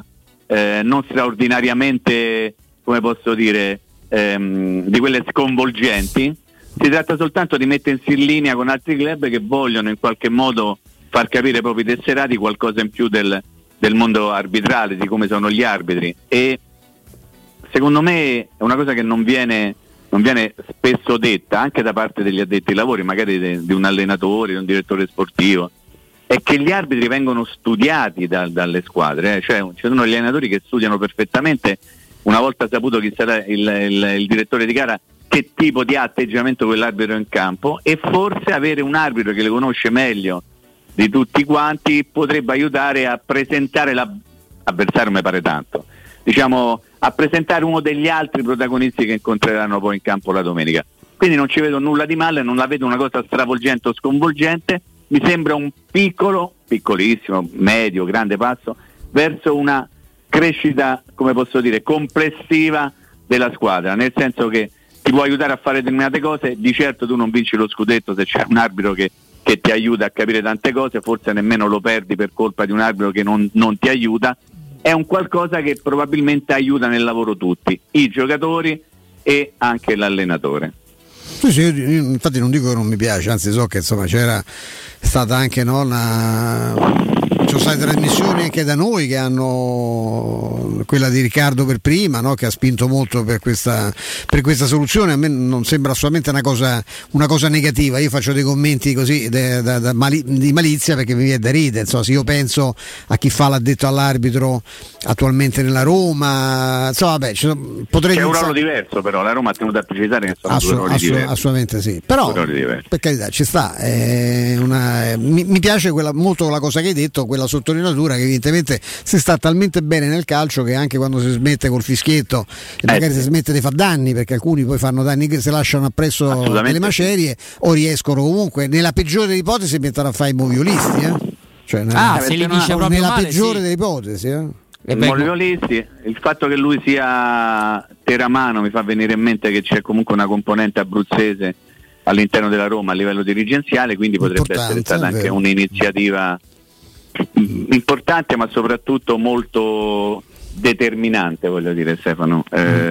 non straordinariamente, come posso dire, di quelle sconvolgenti. Si tratta soltanto di mettersi in linea con altri club che vogliono in qualche modo far capire ai propri tesserati qualcosa in più del mondo arbitrale, di come sono gli arbitri, e secondo me è una cosa che non viene spesso detta anche da parte degli addetti ai lavori, magari di un allenatore, di un direttore sportivo, è che gli arbitri vengono studiati dalle squadre, cioè ci sono gli allenatori che studiano perfettamente, una volta saputo chi sarà il direttore di gara, che tipo di atteggiamento quell'arbitro in campo, e forse avere un arbitro che le conosce meglio di tutti quanti potrebbe aiutare a presentare l'avversario, mi pare tanto, diciamo, a presentare uno degli altri protagonisti che incontreranno poi in campo la domenica. Quindi non ci vedo nulla di male, non la vedo una cosa stravolgente o sconvolgente, mi sembra un piccolissimo, medio, grande passo verso una crescita, come posso dire, complessiva della squadra, nel senso che ti può aiutare a fare determinate cose. Di certo tu non vinci lo scudetto se c'è un arbitro che ti aiuta a capire tante cose, forse nemmeno lo perdi per colpa di un arbitro che non ti aiuta. È un qualcosa che probabilmente aiuta nel lavoro tutti, i giocatori e anche l'allenatore. Sì, io infatti non dico che non mi piace, anzi so che insomma c'era stata anche ci sono state trasmissioni anche da noi che hanno, quella di Riccardo per prima, no? Che ha spinto molto per questa soluzione. A me non sembra assolutamente una cosa negativa. Io faccio dei commenti così di malizia perché mi viene da ridere. Insomma, se io penso a chi fa l'addetto all'arbitro attualmente nella Roma, insomma, vabbè, potrei c'è un ruolo diverso, però la Roma ha tenuto a precisare che sono due ruoli diversi. Assolutamente sì, però per carità ci sta. Mi piace molto la cosa che hai detto, quella sottolineatura che evidentemente si sta talmente bene nel calcio che anche quando si smette col fischietto e magari si smette di far danni, perché alcuni poi fanno danni che si lasciano appresso delle macerie, o riescono comunque nella peggiore delle ipotesi a mettere a fare i moviolisti, cioè se li dice proprio nella male, peggiore sì, delle ipotesi, Moviolisti. Il fatto che lui sia teramano mi fa venire in mente che c'è comunque una componente abruzzese all'interno della Roma a livello dirigenziale, quindi potrebbe essere stata anche un'iniziativa importante, ma soprattutto molto determinante, voglio dire, Stefano,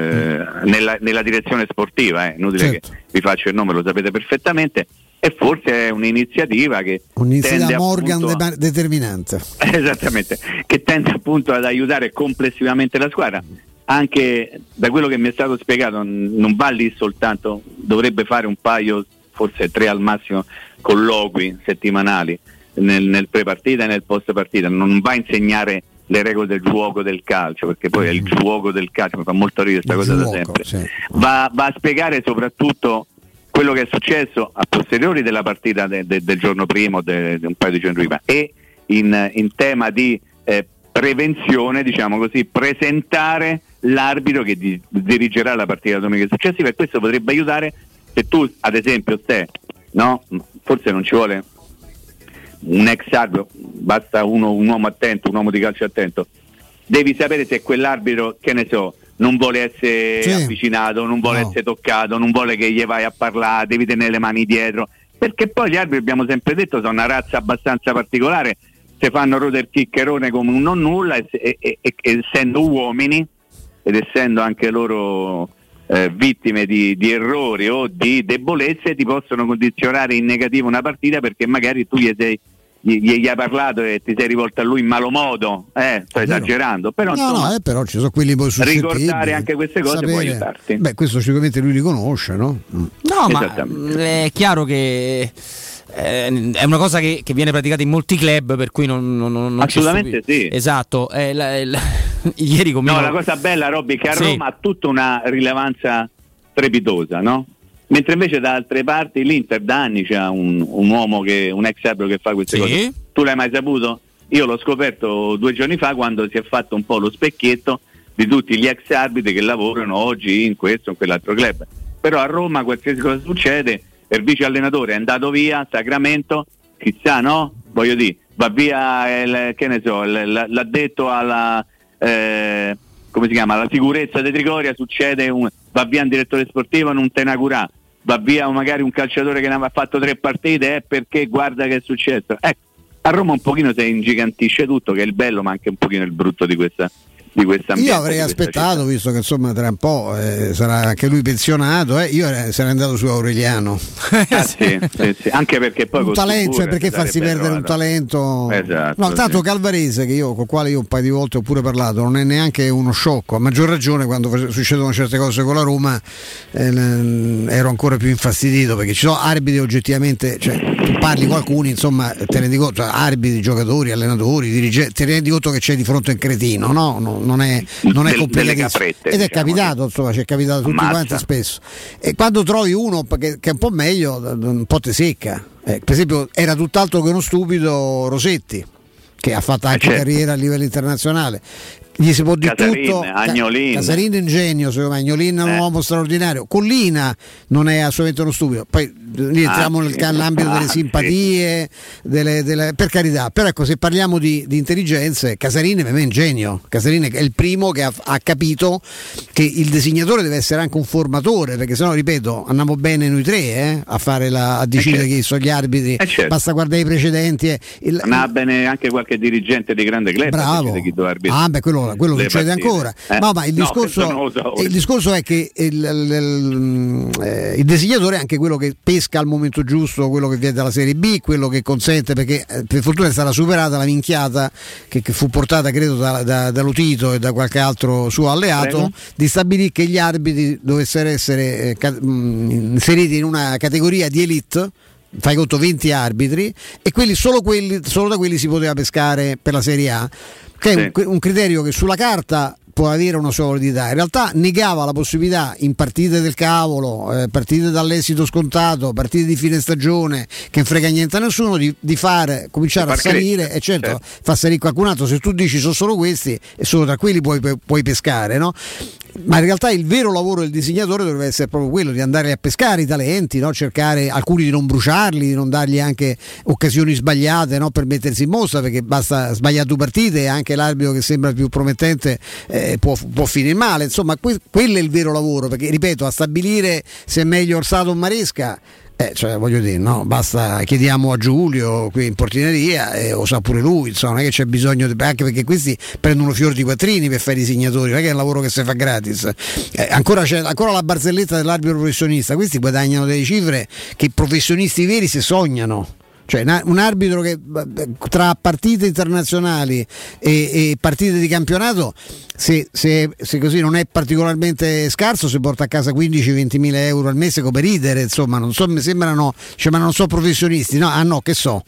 nella direzione sportiva, inutile che vi faccio il nome, lo sapete perfettamente, e forse è un'iniziativa che tende Morgan determinante, esattamente, che tende appunto ad aiutare complessivamente la squadra. Anche da quello che mi è stato spiegato non va lì soltanto, dovrebbe fare un paio, forse 3 al massimo, colloqui settimanali nel pre-partita e nel post-partita. Non va a insegnare le regole del gioco del calcio, perché poi è il gioco del calcio, mi fa molto ridere questa cosa da sempre, sì. Va a spiegare soprattutto quello che è successo a posteriori della partita del giorno prima o di un paio di giorni prima, e in tema di prevenzione, diciamo così, presentare l'arbitro che dirigerà la partita domenica successiva, e questo potrebbe aiutare se tu, ad esempio, forse non ci vuole un ex arbitro, basta un uomo attento, un uomo di calcio attento, devi sapere se quell'arbitro, che ne so, non vuole essere avvicinato, non vuole essere toccato, non vuole che gli vai a parlare, devi tenere le mani dietro, perché poi gli arbitri, abbiamo sempre detto, sono una razza abbastanza particolare, se fanno rodere chiccherone come un non nulla, e essendo uomini ed essendo anche loro vittime di errori o di debolezze, ti possono condizionare in negativo una partita, perché magari tu gli hai parlato e ti sei rivolto a lui in malo modo, sto esagerando, però però ci sono quelli poi suscettibili. Ricordare anche queste cose può aiutarti. Questo sicuramente lui li conosce, no? No, ma è chiaro che è una cosa che viene praticata in molti club, per cui non assolutamente sì. Esatto. Ieri la cosa bella, Robby, che a Roma ha tutta una rilevanza strepitosa, no? Mentre invece da altre parti l'Inter da anni c'ha un uomo un ex arbitro che fa queste cose. Tu l'hai mai saputo? Io l'ho scoperto 2 giorni fa, quando si è fatto un po' lo specchietto di tutti gli ex arbitri che lavorano oggi in questo o in quell'altro club. Però a Roma qualsiasi cosa succede, il vice allenatore è andato via, Sacramento, chissà, no? Voglio dire, va via che ne so, l'addetto alla come si chiama, la sicurezza di Trigoria, succede va via un direttore sportivo, non te ne curà, va via magari un calciatore che ne aveva fatto 3 partite, perché guarda che è successo. A Roma un pochino si ingigantisce tutto, che è il bello ma anche un pochino il brutto di questa di questa ambiente. Io avrei aspettato, visto che insomma tra un po' sarà anche lui pensionato, io sarei andato su Aureliano. Sì. Anche perché poi un talento, cioè perché farsi perdere un talento? Esatto, no, tanto Calvarese, con il quale io un paio di volte ho pure parlato, non è neanche uno sciocco, a maggior ragione quando succedono certe cose con la Roma ero ancora più infastidito, perché ci sono arbitri oggettivamente, cioè tu parli con alcuni, insomma te rendi conto, arbitri, giocatori, allenatori, dirigenti, ti rendi conto che c'è di fronte un cretino, no? Non è complicatissimo, ed è capitato, insomma, ci è capitato tutti quanti spesso, e quando trovi uno che è un po' meglio, un po' te secca. Per esempio era tutt'altro che uno stupido Rossetti, che ha fatto anche carriera a livello internazionale. Gli si può dire tutto. Casarin è un genio, secondo me. Agnolin è un uomo straordinario. Collina non è assolutamente uno stupido. Poi lì entriamo nell'ambito delle simpatie, per carità. Però ecco, se parliamo di intelligenze, Casarin per me è un genio. Casarin è il primo che ha capito che il designatore deve essere anche un formatore, perché sennò, ripeto, andiamo bene noi tre a fare a decidere chi sono gli arbitri. Basta guardare i precedenti. Ma bene anche qualche dirigente di grande club. Bravo. Chi deve quello succede ancora. Ma il discorso è che il designatore è anche quello che pesca al momento giusto, quello che viene dalla Serie B, quello che consente, perché per fortuna è stata superata la minchiata che fu portata credo da Lotito e da qualche altro suo alleato, di stabilire che gli arbitri dovessero essere inseriti in una categoria di elite. Fai conto 20 arbitri, e solo da quelli si poteva pescare per la Serie A, che è un criterio che sulla carta può avere una sua validità, in realtà negava la possibilità in partite del cavolo, partite dall'esito scontato, partite di fine stagione che non frega niente a nessuno, di cominciare a salire, e certo fa salire qualcun altro. Se tu dici sono solo questi e solo tra quelli puoi pescare, no? Ma in realtà il vero lavoro del disegnatore dovrebbe essere proprio quello di andare a pescare i talenti, no? Cercare alcuni di non bruciarli, di non dargli anche occasioni sbagliate, no? Per mettersi in mostra, perché basta sbagliare 2 partite e anche l'arbitro che sembra più promettente può finire male. Insomma, quello è il vero lavoro, perché ripeto, a stabilire se è meglio Orsato o Maresca, cioè voglio dire, no, basta, chiediamo a Giulio qui in portineria e lo sa pure lui, insomma, non è che c'è bisogno anche perché questi prendono fior di quattrini per fare i segnatori, non è che è un lavoro che si fa gratis. Ancora c'è la barzelletta dell'arbitro professionista, questi guadagnano delle cifre che i professionisti veri si sognano. Cioè un arbitro che tra partite internazionali e partite di campionato, se così non è particolarmente scarso, si porta a casa 15-20 mila euro al mese come ridere, insomma, non so, mi sembrano, ma non so professionisti, che so,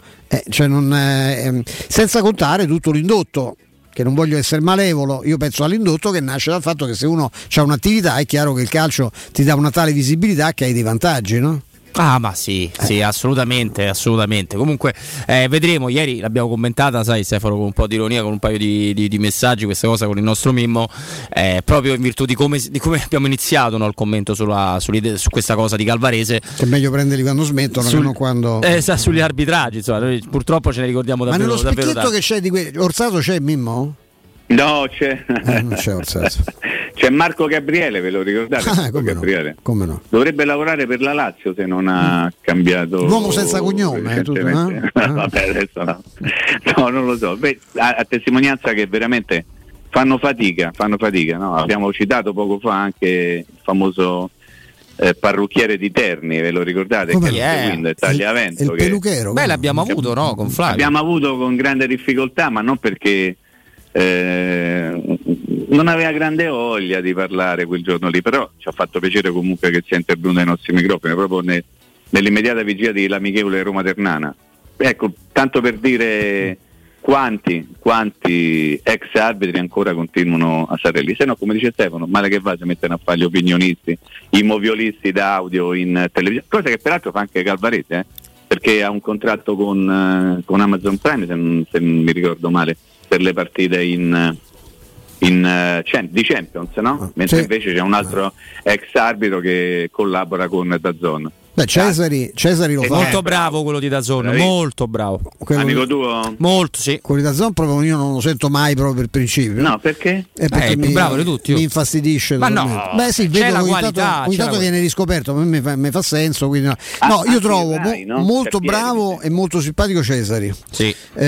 senza contare tutto l'indotto, che non voglio essere malevolo, io penso all'indotto che nasce dal fatto che se uno ha un'attività è chiaro che il calcio ti dà una tale visibilità che hai dei vantaggi, no? Ah, ma sì, assolutamente. Comunque vedremo. Ieri l'abbiamo commentata, sai, Stefano, con un po' di ironia, con un paio di messaggi, questa cosa con il nostro Mimmo, proprio in virtù di come abbiamo iniziato, no, il commento su questa cosa di Calvarese. Che è meglio prenderli quando smettono, che non quando. Sugli arbitraggi, insomma, noi purtroppo ce ne ricordiamo davvero. Ma nello specchietto che c'è di Orsato c'è Mimmo? No, c'è. Non c'è Orsato. C'è Marco Gabriele, ve lo ricordate? Come no? Dovrebbe lavorare per la Lazio se non ha cambiato. L'uomo senza cognome, Vabbè, adesso no, non lo so. Beh, a testimonianza che veramente fanno fatica, no? Abbiamo citato poco fa anche il famoso parrucchiere di Terni, ve lo ricordate? Il Tagliavento. Il peluchero. Beh, l'abbiamo avuto, no? Con Flavio. Abbiamo avuto con grande difficoltà, ma non perché non aveva grande voglia di parlare quel giorno lì, però ci ha fatto piacere comunque che sia intervenuto ai nostri microfoni proprio nell'immediata vigilia dell'amichevole Roma Ternana. Ecco, tanto per dire quanti ex arbitri ancora continuano a stare lì, se no, come dice Stefano, male che va si mettono a fare gli opinionisti, i moviolisti d'audio in televisione, cosa che peraltro fa anche Calvarese, perché ha un contratto con Amazon Prime, se non mi ricordo male, per le partite di Champions, no? Mentre invece c'è un altro ex arbitro che collabora con DAZN. Beh, Cesari lo fa. Molto bravo quello di DAZN, molto bravo. Amico tuo? Molto, sì. Quello di DAZN proprio io non lo sento mai proprio per principio. No, perché? Perché è più bravo di tutti. Mi infastidisce. Ma no, beh sì, c'è vedo la ogni qualità. tanto viene riscoperto, a me mi fa senso. Quindi no, io trovo molto bravo e molto simpatico Cesari. Sì.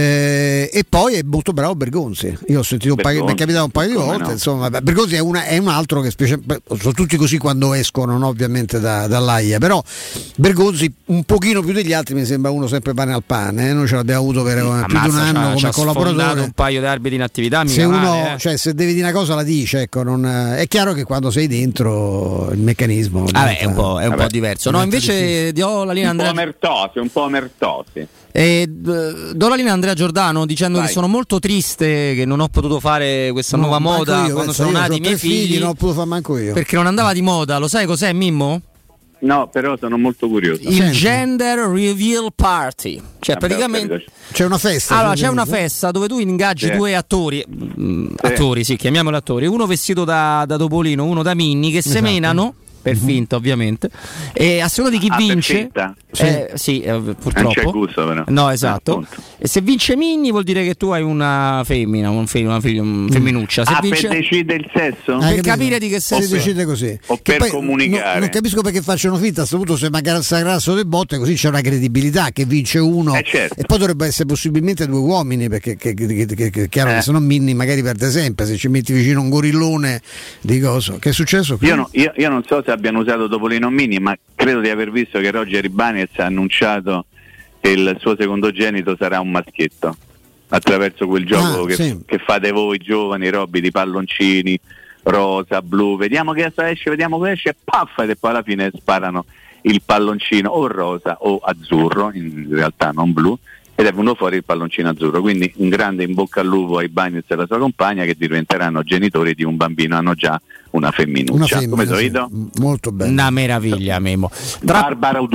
E poi è molto bravo Bergonzi. Io ho sentito mi è capitato un paio di volte. No? Insomma, Bergonzi è un altro che sono tutti così quando escono, no? Ovviamente dall'AIA, però Bergonzi un pochino più degli altri mi sembra uno sempre pane al pane, noi ce l'abbiamo avuto per più di un anno come collaboratore, un paio di arbitri in attività, se uno cioè, se devi dire una cosa la dice, ecco, è chiaro che quando sei dentro il meccanismo è un po' diverso. No, invece do la linea Andrea un po' mertosi. Do la linea a Andrea Giordano dicendo che sono molto triste che non ho potuto fare questa nuova moda quando sono nati i miei figli, non ho potuto fare manco io perché non andava di moda. Lo sai cos'è, Mimmo? No, però sono molto curioso. Il Gender Reveal Party, cioè praticamente c'è una festa. Allora c'è una festa dove tu ingaggi due attori, chiamiamoli attori, uno vestito da Topolino, uno da Minnie, che semenano per finta ovviamente, e a seconda di chi vince purtroppo non c'è gusto, però. No, esatto, e se vince Minnie vuol dire che tu hai una femmina, una femminuccia. Se vince, per decide il sesso, per capire di che sesso si decide così, o che per poi comunicare. Non capisco perché facciano finta, a questo punto se magari sagrasso del botte, così c'è una credibilità che vince uno, certo. E poi dovrebbe essere possibilmente due uomini, perché che chiaro che se no Minnie magari perde sempre, se ci metti vicino un gorillone di cosa. Che è successo qui? Io non so se abbiano usato Topolino Mini, ma credo di aver visto che Roger Ibanez ha annunciato che il suo secondogenito sarà un maschietto attraverso quel gioco che fate voi giovani, Robby, di palloncini rosa, blu, vediamo che esce, e paf, e poi alla fine sparano il palloncino o rosa o azzurro, in realtà non blu, ed è venuto fuori il palloncino azzurro. Quindi un grande in bocca al lupo ai Bagnez e alla sua compagna, che diventeranno genitori di un bambino, hanno già una femminuccia. Come solito, molto bello, una meraviglia. Memo Barbaro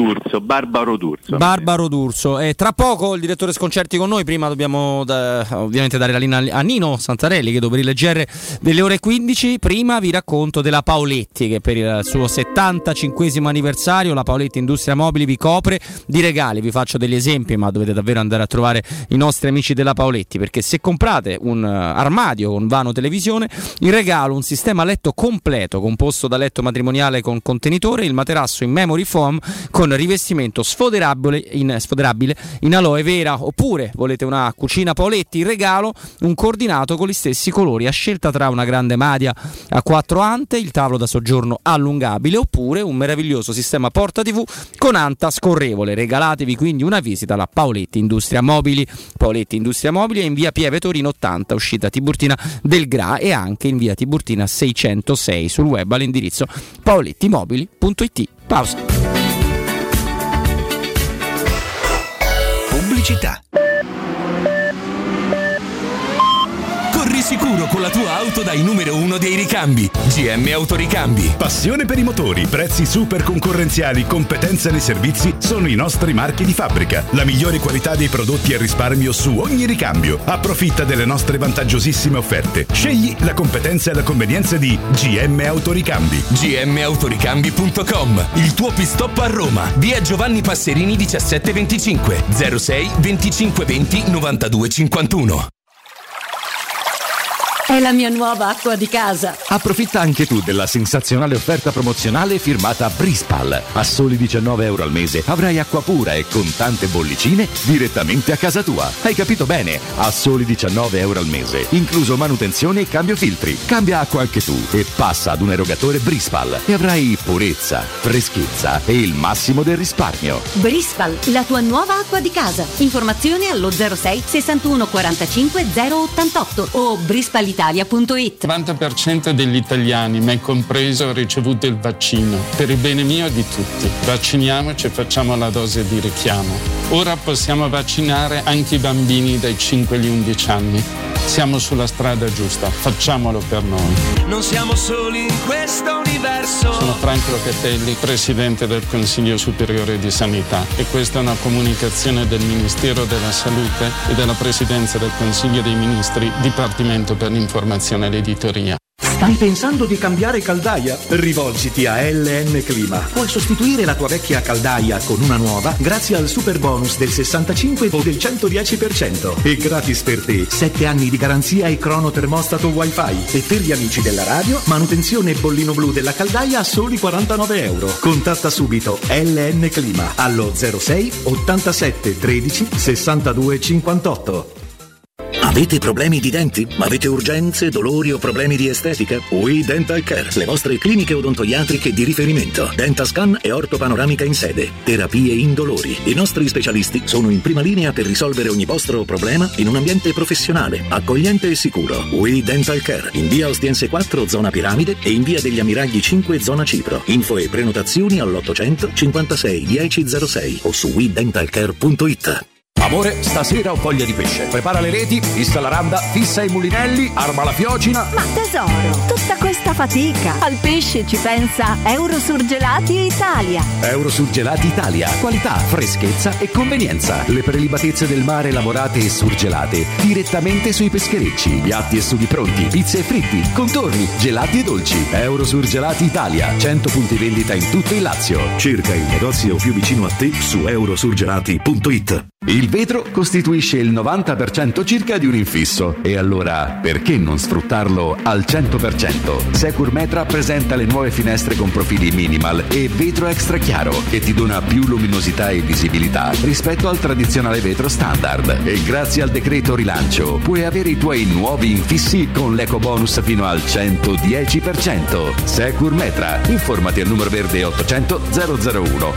D'Urso. E tra poco il direttore Sconcerti con noi. Prima dobbiamo ovviamente dare la linea a Nino Santarelli, che dopo il GR delle ore 15. Prima vi racconto della Paoletti, che per il suo 75esimo anniversario la Paoletti Industria Mobili vi copre di regali. Vi faccio degli esempi, ma dovete davvero andare a trovare i nostri amici della Paoletti, perché se comprate un armadio con vano televisione, in regalo un sistema letto completo composto da letto matrimoniale con contenitore, il materasso in memory foam con rivestimento sfoderabile in aloe vera. Oppure volete una cucina Paoletti, in regalo un coordinato con gli stessi colori a scelta tra una grande madia a 4 ante, il tavolo da soggiorno allungabile, oppure un meraviglioso sistema porta TV con anta scorrevole. Regalatevi quindi una visita alla Paoletti Industria Mobili. Paoletti Industria Mobili è in via Pieve Torino 80, uscita Tiburtina del Gra, e anche in via Tiburtina 606 sul web all'indirizzo paolettimobili.it. Pausa. Pubblicità. Corri sicuro con la tua auto dai numero 1 dei ricambi. GM Autoricambi. Passione per i motori, prezzi super concorrenziali, competenza nei servizi sono i nostri marchi di fabbrica. La migliore qualità dei prodotti e risparmio su ogni ricambio. Approfitta delle nostre vantaggiosissime offerte. Scegli la competenza e la convenienza di GM Autoricambi. gmautoricambi.com. Il tuo pit-stop a Roma. Via Giovanni Passerini 1725 06 25 20 92 51. È la mia nuova acqua di casa. Approfitta anche tu della sensazionale offerta promozionale firmata Brispal. A soli €19 al mese avrai acqua pura e con tante bollicine direttamente a casa tua. Hai capito bene? A soli €19 al mese, incluso manutenzione e cambio filtri. Cambia acqua anche tu e passa ad un erogatore Brispal e avrai purezza, freschezza e il massimo del risparmio. Brispal, la tua nuova acqua di casa. Informazioni allo 06 61 45 088 o brispalitalia.it. Il 90% degli italiani, me compreso, ha ricevuto il vaccino. Per il bene mio e di tutti. Vacciniamoci e facciamo la dose di richiamo. Ora possiamo vaccinare anche i bambini dai 5 agli 11 anni. Siamo sulla strada giusta, facciamolo per noi. Non siamo soli in questo universo. Sono Franco Locatelli, Presidente del Consiglio Superiore di Sanità, e questa è una comunicazione del Ministero della Salute e della Presidenza del Consiglio dei Ministri, Dipartimento per l'Informazione e l'Editoria. Stai pensando di cambiare caldaia? Rivolgiti a LN Clima. Puoi sostituire la tua vecchia caldaia con una nuova grazie al super bonus del 65 o del 110%. E gratis per te 7 anni di garanzia e cronotermostato wifi. E per gli amici della radio, manutenzione bollino blu della caldaia a soli €49. Contatta subito LN Clima allo 06 87 13 62 58. Avete problemi di denti? Avete urgenze, dolori o problemi di estetica? We Dental Care, le vostre cliniche odontoiatriche di riferimento. Dentascan e ortopanoramica in sede. Terapie indolori. I nostri specialisti sono in prima linea per risolvere ogni vostro problema in un ambiente professionale, accogliente e sicuro. We Dental Care, in via Ostiense 4, zona Piramide, e in via degli Ammiragli 5, zona Cipro. Info e prenotazioni all'800 56 1006 o su wedentalcare.it. Amore, stasera ho voglia di pesce. Prepara le reti, fissa la randa, fissa i mulinelli, arma la fiocina. Ma tesoro, tutta questa fatica. Al pesce ci pensa Eurosurgelati Italia. Eurosurgelati Italia. Qualità, freschezza e convenienza. Le prelibatezze del mare lavorate e surgelate direttamente sui pescherecci. Piatti e sughi pronti, pizze e fritti, contorni, gelati e dolci. Eurosurgelati Italia. 100 punti vendita in tutto il Lazio. Cerca il negozio più vicino a te su eurosurgelati.it. Il vetro costituisce il 90% circa di un infisso e allora perché non sfruttarlo al 100%? Securmetra presenta le nuove finestre con profili minimal e vetro extra chiaro che ti dona più luminosità e visibilità rispetto al tradizionale vetro standard. E grazie al decreto rilancio puoi avere i tuoi nuovi infissi con l'eco bonus fino al 110%. Securmetra, informati al numero verde 800 001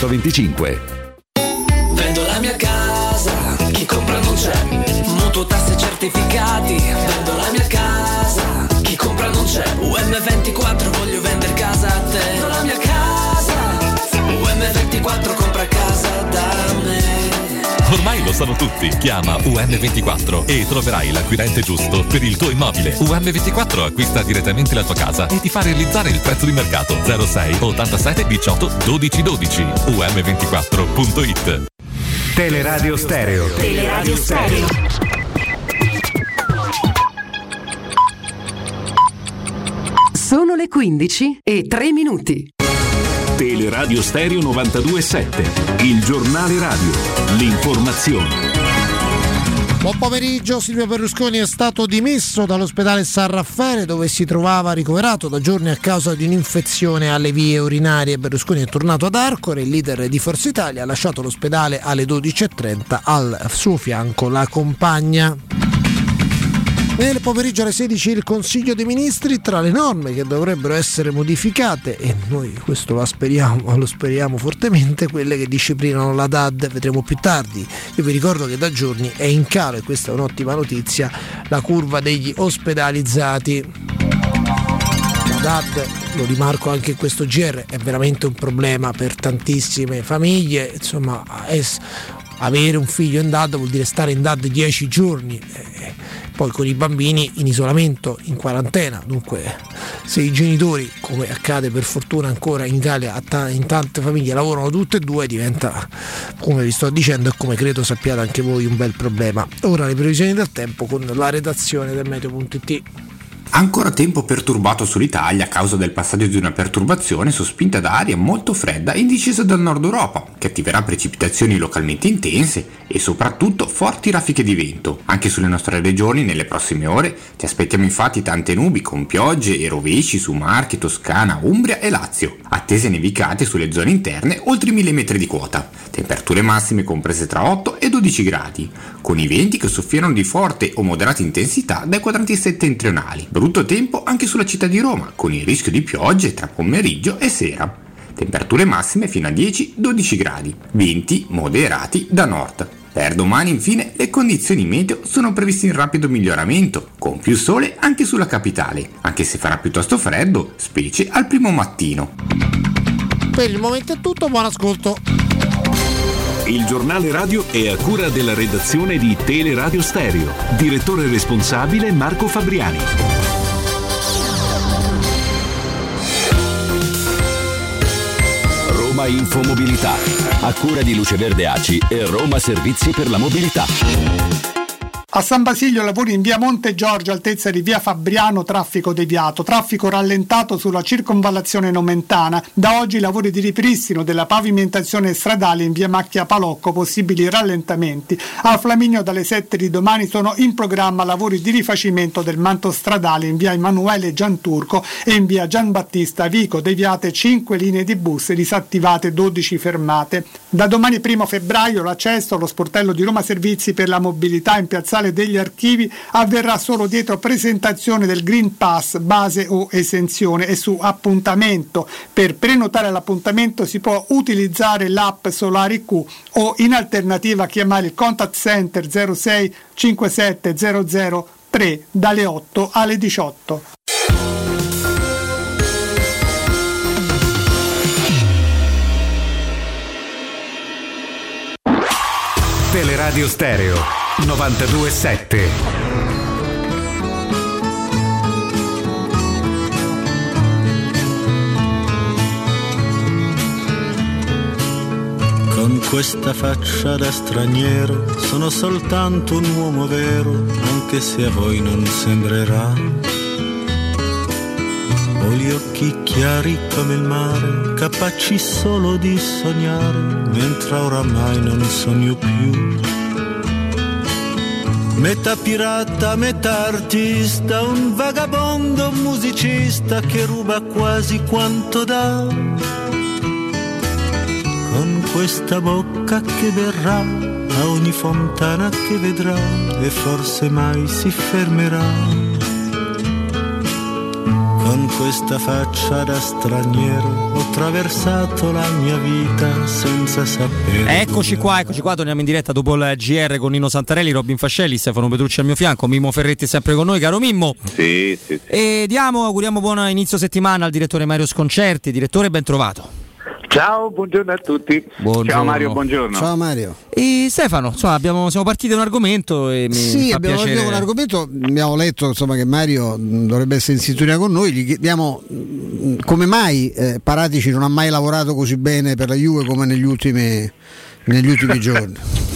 625. Vendo la mia casa, chi compra non c'è. Mutuo, tasse, certificati. Vendo la mia casa, chi compra non c'è. UM24, voglio vendere casa a te. Vendo la mia casa, UM24, compra casa da me. Ormai lo sanno tutti. Chiama UM24 e troverai l'acquirente giusto per il tuo immobile. UM24 acquista direttamente la tua casa e ti fa realizzare il prezzo di mercato. 06 87 18 12 12. UM24.it. Teleradio Stereo. Teleradio Stereo. Sono le 15:03. Teleradio Stereo 92.7, il giornale radio, l'informazione. Buon pomeriggio. Silvio Berlusconi è stato dimesso dall'ospedale San Raffaele, dove si trovava ricoverato da giorni a causa di un'infezione alle vie urinarie. Berlusconi è tornato ad Arcore. Il leader di Forza Italia ha lasciato l'ospedale alle 12.30, al suo fianco la compagna. Nel pomeriggio alle 16 il Consiglio dei Ministri, tra le norme che dovrebbero essere modificate, e noi questo lo speriamo fortemente, quelle che disciplinano la DAD, vedremo più tardi. Io vi ricordo che da giorni è in calo, e questa è un'ottima notizia, la curva degli ospedalizzati. La DAD, lo rimarco anche in questo GR, è veramente un problema per tantissime famiglie. Insomma, avere un figlio in DAD vuol dire stare in DAD 10 giorni, poi con i bambini in isolamento, in quarantena. Dunque, se i genitori, come accade per fortuna ancora in Italia in tante famiglie, lavorano tutte e due, diventa, come vi sto dicendo e come credo sappiate anche voi, un bel problema. Ora le previsioni del tempo con la redazione del Meteo.it. Ancora tempo perturbato sull'Italia a causa del passaggio di una perturbazione sospinta da aria molto fredda in discesa dal nord Europa, che attiverà precipitazioni localmente intense e soprattutto forti raffiche di vento. Anche sulle nostre regioni nelle prossime ore ci aspettiamo infatti tante nubi con piogge e rovesci su Marche, Toscana, Umbria e Lazio, attese nevicate sulle zone interne oltre 1000 metri di quota, temperature massime comprese tra 8 e 12 gradi, con i venti che soffieranno di forte o moderata intensità dai quadranti settentrionali. Brutto tempo anche sulla città di Roma, con il rischio di piogge tra pomeriggio e sera. Temperature massime fino a 10-12 gradi, venti moderati da nord. Per domani infine le condizioni meteo sono previste in rapido miglioramento, con più sole anche sulla capitale, anche se farà piuttosto freddo, specie al primo mattino. Per il momento è tutto, buon ascolto. Il giornale radio è a cura della redazione di Teleradio Stereo. Direttore responsabile Marco Fabriani. Roma Infomobilità, a cura di Luce Verde ACI e Roma Servizi per la Mobilità. A San Basilio lavori in via Monte Giorgio, altezza di via Fabriano, traffico deviato, traffico rallentato sulla circonvallazione nomentana. Da oggi lavori di ripristino della pavimentazione stradale in via Macchia Palocco, possibili rallentamenti. A Flaminio dalle 7 di domani sono in programma lavori di rifacimento del manto stradale in via Emanuele Gianturco e in via Gianbattista Vico, deviate 5 linee di bus e disattivate 12 fermate. Da domani 1 febbraio l'accesso allo sportello di Roma Servizi per la mobilità in piazzale degli Archivi avverrà solo dietro presentazione del Green Pass, base o esenzione, e su appuntamento. Per prenotare l'appuntamento si può utilizzare l'app Solari Q o in alternativa chiamare il contact center 06 57 00 3 dalle 8 alle 18. Teleradio Stereo 92.7. Con questa faccia da straniero sono soltanto un uomo vero, anche se a voi non sembrerà. Ho gli occhi chiari come il mare, capaci solo di sognare, mentre oramai non sogno più. Metà pirata, metà artista, un vagabondo musicista che ruba quasi quanto dà. Con questa bocca che berrà a ogni fontana che vedrà e forse mai si fermerà. Con questa faccia da straniero ho attraversato la mia vita senza sapere. Eccoci qua, torniamo in diretta dopo il GR con Nino Santarelli, Robin Fascelli, Stefano Petrucci al mio fianco, Mimmo Ferretti sempre con noi, caro Mimmo. Sì. E auguriamo buon inizio settimana al direttore Mario Sconcerti. Direttore, ben trovato. Ciao, buongiorno a tutti. Buongiorno. Ciao Mario, buongiorno. Ciao Mario. E Stefano, insomma, siamo partiti da un argomento e mi fa piacere. Partito da un argomento, abbiamo letto insomma che Mario dovrebbe essere in sintonia con noi, gli chiediamo come mai Paratici non ha mai lavorato così bene per la Juve come negli ultimi giorni.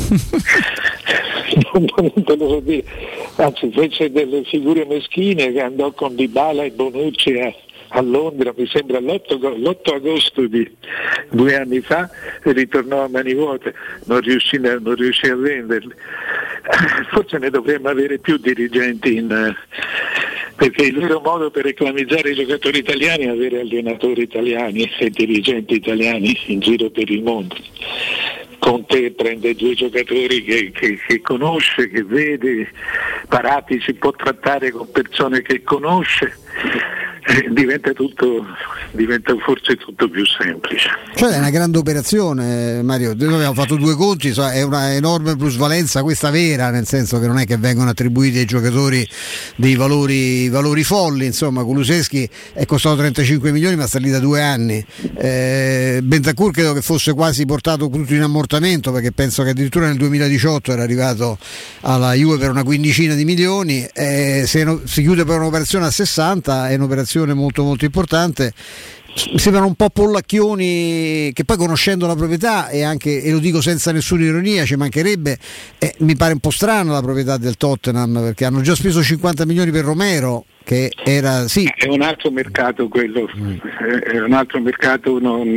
Non te lo so dire, anzi fece delle figure meschine che andò con Dybala e Bonucci a Londra, mi sembra l'8 agosto di 2 anni fa, e ritornò a mani vuote, non riuscì a venderli. Forse ne dovremmo avere più dirigenti perché il vero modo per reclamizzare i giocatori italiani è avere allenatori italiani e dirigenti italiani in giro per il mondo. Conte prende 2 giocatori che conosce, che vede, Paratici può trattare con persone che conosce, diventa forse tutto più semplice. Cioè è una grande operazione, Mario. Noi abbiamo fatto 2 conti, è una enorme plusvalenza, questa vera, nel senso che non è che vengono attribuiti ai giocatori dei valori folli. Insomma, Kulusevski è costato 35 milioni ma sta lì da 2 anni. Bentancur credo che fosse quasi portato tutto in ammortamento, perché penso che addirittura nel 2018 era arrivato alla Juve per una quindicina di milioni. Se si chiude per un'operazione a 60 è un'operazione molto molto importante. Mi sembrano un po' pollacchioni che poi, conoscendo la proprietà, e lo dico senza nessuna ironia, ci mancherebbe, mi pare un po' strana la proprietà del Tottenham, perché hanno già speso 50 milioni per Romero, che era è un altro mercato quello, è un altro mercato,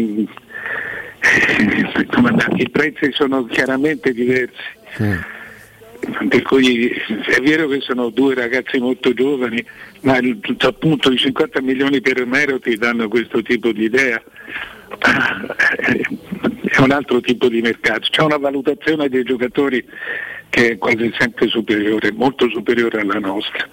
i prezzi sono chiaramente diversi. Per cui è vero che sono 2 ragazzi molto giovani, ma appunto i 50 milioni per Romero ti danno questo tipo di idea. È un altro tipo di mercato, c'è una valutazione dei giocatori che è quasi sempre superiore, molto superiore alla nostra.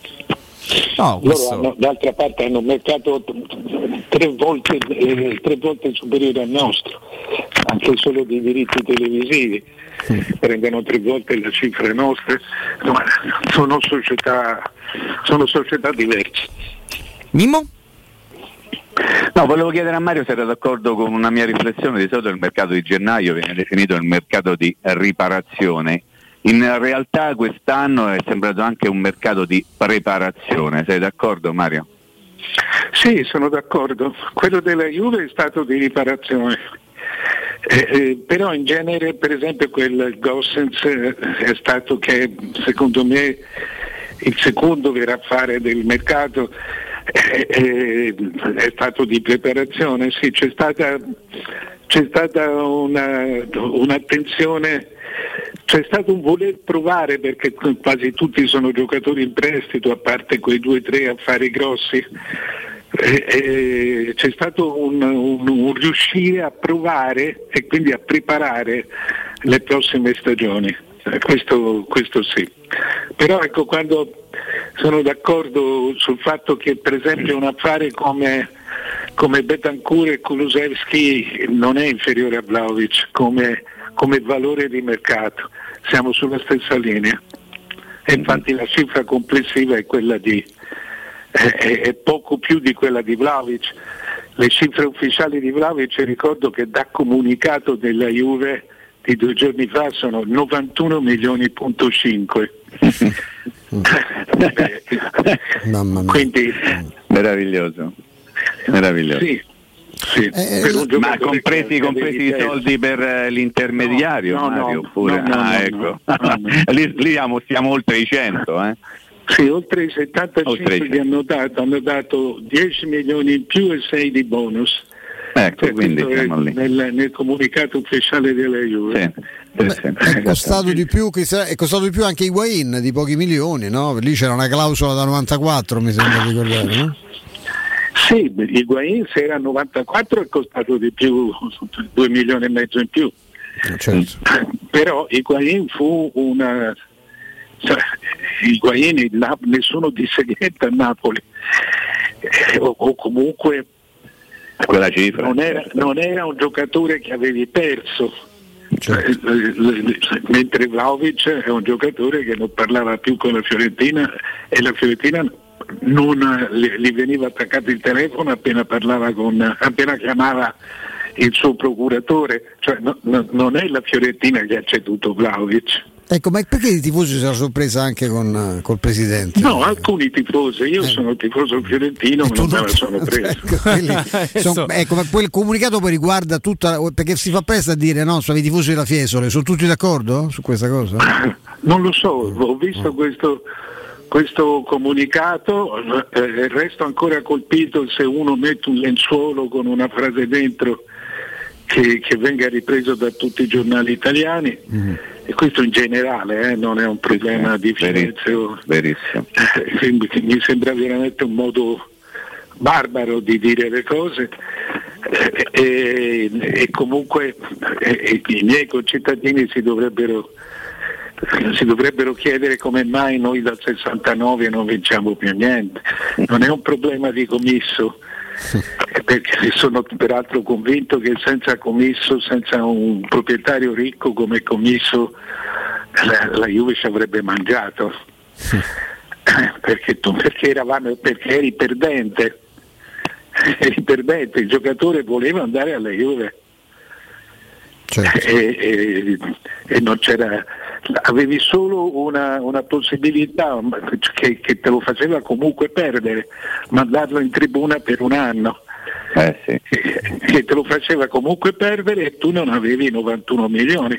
Loro d'altra parte hanno un mercato 3 volte superiore al nostro, anche solo di diritti televisivi. Prendono 3 volte le cifre nostre, sono società diverse. Mimmo? No, volevo chiedere a Mario se era d'accordo con una mia riflessione. Di solito il mercato di gennaio viene definito il mercato di riparazione. In realtà quest'anno è sembrato anche un mercato di preparazione. Sei d'accordo, Mario? Sì, sono d'accordo. Quello della Juve è stato di riparazione. Però in genere, per esempio, quel Gossens è stato, che secondo me il secondo vero affare del mercato, è stato di preparazione. Sì, c'è stata un'attenzione, c'è stato un voler provare, perché quasi tutti sono giocatori in prestito, a parte quei 2 o 3 affari grossi. C'è stato un riuscire a provare e quindi a preparare le prossime stagioni, questo sì. Però ecco, quando sono d'accordo sul fatto che per esempio un affare come Bentancur e Kulusevski non è inferiore a Vlahovic come valore di mercato, siamo sulla stessa linea, e infatti la cifra complessiva è quella è poco più di quella di Vlahovic. Le cifre ufficiali di Vlahovic, ricordo che da comunicato della Juve di 2 giorni fa, sono 91 milioni,5. Mamma mia. Quindi meraviglioso. Sì. Ma compresi i soldi per l'intermediario, Mario? Oppure? Ecco. Lì siamo oltre i 100, Sì, oltre i 75 che hanno dato 10 milioni in più e 6 di bonus. Ecco, quindi siamo lì. Nel comunicato ufficiale della Juve. È costato di più anche Higuain, di pochi milioni, no? Lì c'era una clausola da 94, mi sembra di ricordare, no? Sì, Higuain se era 94 è costato di più, 2 milioni e mezzo in più. Certo. Però Higuain fu Higuain, nessuno disse niente a Napoli, o comunque quella cifra non era un giocatore che avevi perso, mentre Vlahovic è un giocatore che non parlava più con la Fiorentina, e la Fiorentina non gli veniva attaccato il telefono appena chiamava il suo procuratore, cioè non è la Fiorentina che ha ceduto Vlahovic. Ecco, ma perché i tifosi si sono sorpresa anche col presidente? No, alcuni tifosi, io sono tifoso fiorentino, ma non me la sono preso. Ecco, ma quel comunicato poi riguarda tutta, perché si fa presto a dire, no, sono i tifosi della Fiesole, sono tutti d'accordo su questa cosa? Non lo so, ho visto questo comunicato, resto ancora colpito se uno mette un lenzuolo con una frase dentro che venga ripreso da tutti i giornali italiani, e questo in generale non è un problema di Firenze. Verissimo. Mi sembra veramente un modo barbaro di dire le cose, e comunque i miei concittadini si dovrebbero chiedere come mai noi dal 69 non vinciamo più niente. Non è un problema di Commisso, perché sono peraltro convinto che senza Commisso, senza un proprietario ricco come Commisso, la Juve ci avrebbe mangiato, perché eri perdente, il giocatore voleva andare alla Juve. Certo. E non c'era, avevi solo una possibilità che te lo faceva comunque perdere, mandarlo in tribuna per un anno, che te lo faceva comunque perdere, e tu non avevi 91 milioni.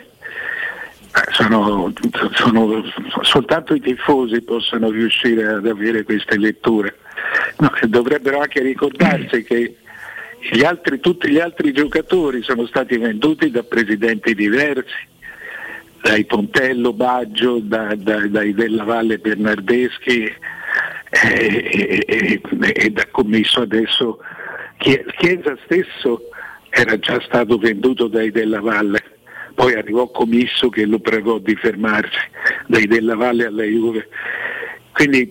Soltanto i tifosi possono riuscire ad avere queste letture. No, dovrebbero anche ricordarsi che tutti gli altri giocatori sono stati venduti da presidenti diversi, dai Pontello, Baggio, dai Della Valle Bernardeschi, e da Commisso adesso. Chiesa stesso era già stato venduto dai Della Valle, poi arrivò Commisso che lo pregò di fermarsi, dai Della Valle alla Juve. Quindi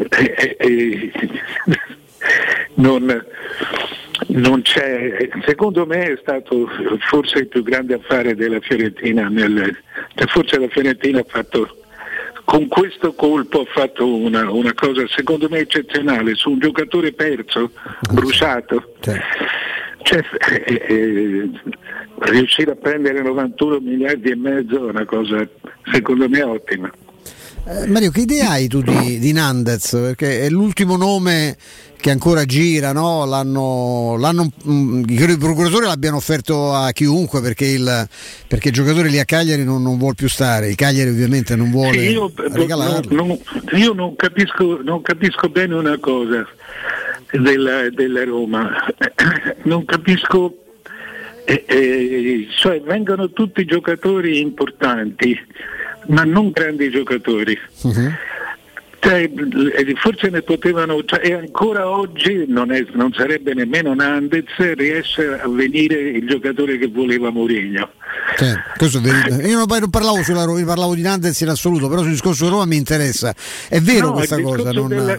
non c'è, secondo me è stato forse il più grande affare della Fiorentina, forse la Fiorentina ha fatto, con questo colpo ha fatto una cosa secondo me eccezionale su un giocatore perso, bruciato. Cioè, riuscire a prendere 91 miliardi e mezzo è una cosa secondo me ottima. Mario, che idea hai tu di Nandez? Perché è l'ultimo nome che ancora gira, no? Credo i procuratori l'abbiano offerto a chiunque perché il giocatore lì a Cagliari non vuole più stare. Il Cagliari ovviamente non vuole regalarlo. Io non capisco bene una cosa della Roma. Non capisco, cioè vengono tutti giocatori importanti, ma non grandi giocatori. Uh-huh. Cioè, forse ne potevano, e ancora oggi non sarebbe nemmeno Nandez, riesce a venire il giocatore che voleva Mourinho. Questo è vero. Io non parlavo sulla Roma, parlavo di Nandez in assoluto, però sul discorso Roma mi interessa. È vero questa cosa?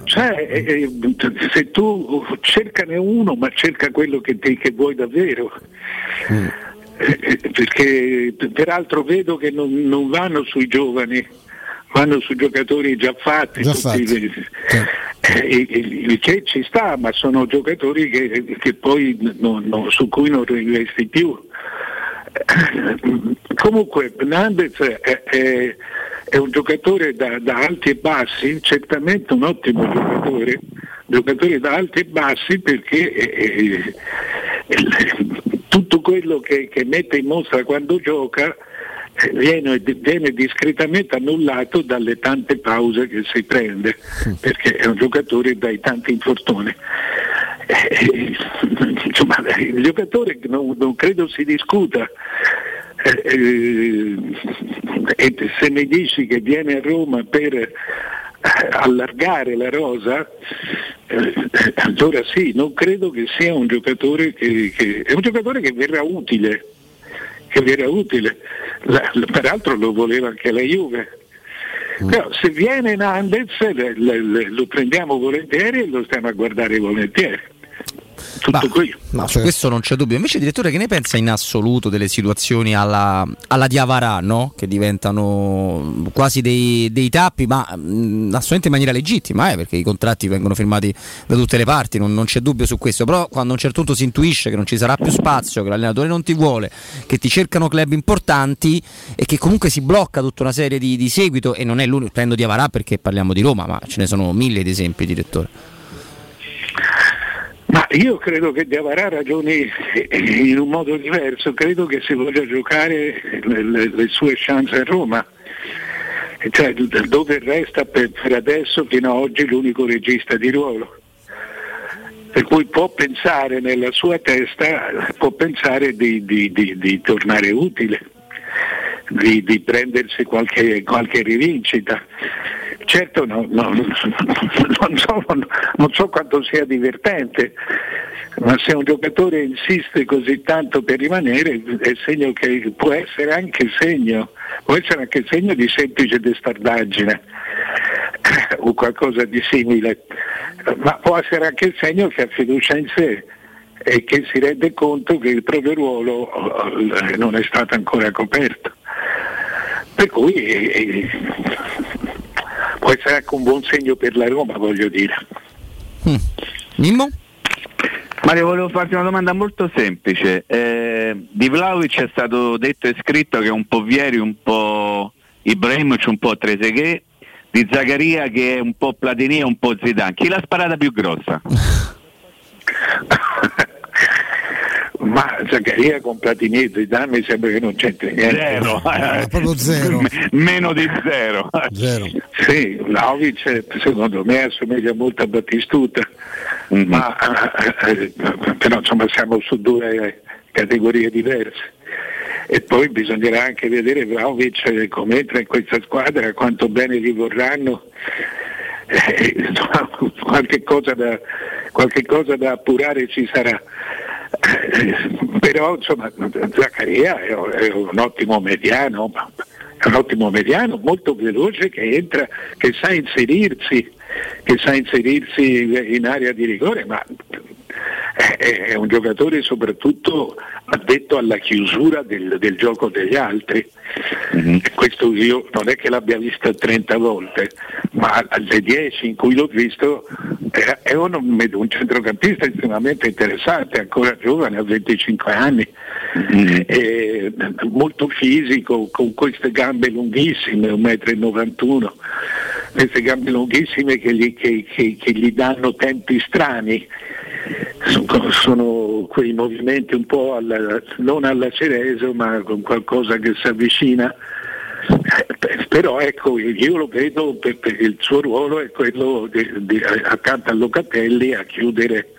Se tu cercane uno, ma cerca quello che vuoi davvero. Perché peraltro vedo che non vanno sui giovani, vanno su giocatori già fatti. Che ci sta, ma sono giocatori che poi su cui non reinvesti più. Comunque Nandez è un giocatore da alti e bassi, certamente un ottimo giocatore da alti e bassi, perché tutto quello che mette in mostra quando gioca viene discretamente annullato dalle tante pause che si prende, perché è un giocatore dai tanti infortuni. Insomma, il giocatore non credo si discuta. E se mi dici che viene a Roma per allargare la rosa, allora sì, non credo che sia un giocatore che è un giocatore che verrà utile. Peraltro lo voleva anche la Juve. Però se viene Nandez lo prendiamo volentieri e lo stiamo a guardare volentieri. Tutto qui. No, su questo non c'è dubbio. Invece, direttore, che ne pensa in assoluto delle situazioni alla Diawara, no? Che diventano quasi dei tappi, ma assolutamente in maniera legittima, perché i contratti vengono firmati da tutte le parti, non c'è dubbio su questo. Però quando a un certo punto si intuisce che non ci sarà più spazio, che l'allenatore non ti vuole, che ti cercano club importanti e che comunque si blocca tutta una serie di seguito, e non è l'unico, prendo Diawara perché parliamo di Roma, ma ce ne sono mille di esempi, direttore. Ma io credo che Diawara ragioni in un modo diverso, credo che si voglia giocare le sue chance a Roma, cioè dove resta per adesso fino ad oggi l'unico regista di ruolo, per cui può pensare nella sua testa, può pensare di tornare utile, di prendersi qualche rivincita. Certo non so quanto sia divertente, ma se un giocatore insiste così tanto per rimanere è segno che può essere anche segno di semplice testardaggine o qualcosa di simile, ma può essere anche il segno che ha fiducia in sé e che si rende conto che il proprio ruolo non è stato ancora coperto, per cui può essere anche un buon segno per la Roma, voglio dire. Mimmo? Mario, volevo farti una domanda molto semplice. Di Vlahovic è stato detto e scritto che è un po' Vieri, un po' Ibrahimovic, un po' Trezeguet, di Zaccaria che è un po' Platini e un po' Zidane. Chi l'ha sparata più grossa? Ma Zaccaria con Platini e Zidane mi sembra che non c'entri niente. Zero. Proprio zero. Meno di zero. Sì, Vlahovic secondo me assomiglia molto a Battistuta, ma però insomma siamo su due categorie diverse. E poi bisognerà anche vedere Vlahovic come entra in questa squadra, quanto bene gli vorranno. Qualche cosa da appurare ci sarà. Però insomma Zaccaria è un ottimo mediano, molto veloce, che entra, che sa inserirsi in area di rigore, ma è un giocatore soprattutto addetto alla chiusura del gioco degli altri. Questo io non è che l'abbia visto 30 volte, ma alle 10 in cui l'ho visto è un centrocampista estremamente interessante, ancora giovane, ha 25 anni, molto fisico, con queste gambe lunghissime, 1,91 m, queste gambe lunghissime che gli danno tempi strani. Sono quei movimenti un po' non alla Cerezo, ma con qualcosa che si avvicina. Però ecco, io lo vedo per il suo ruolo è quello accanto a Locatelli a chiudere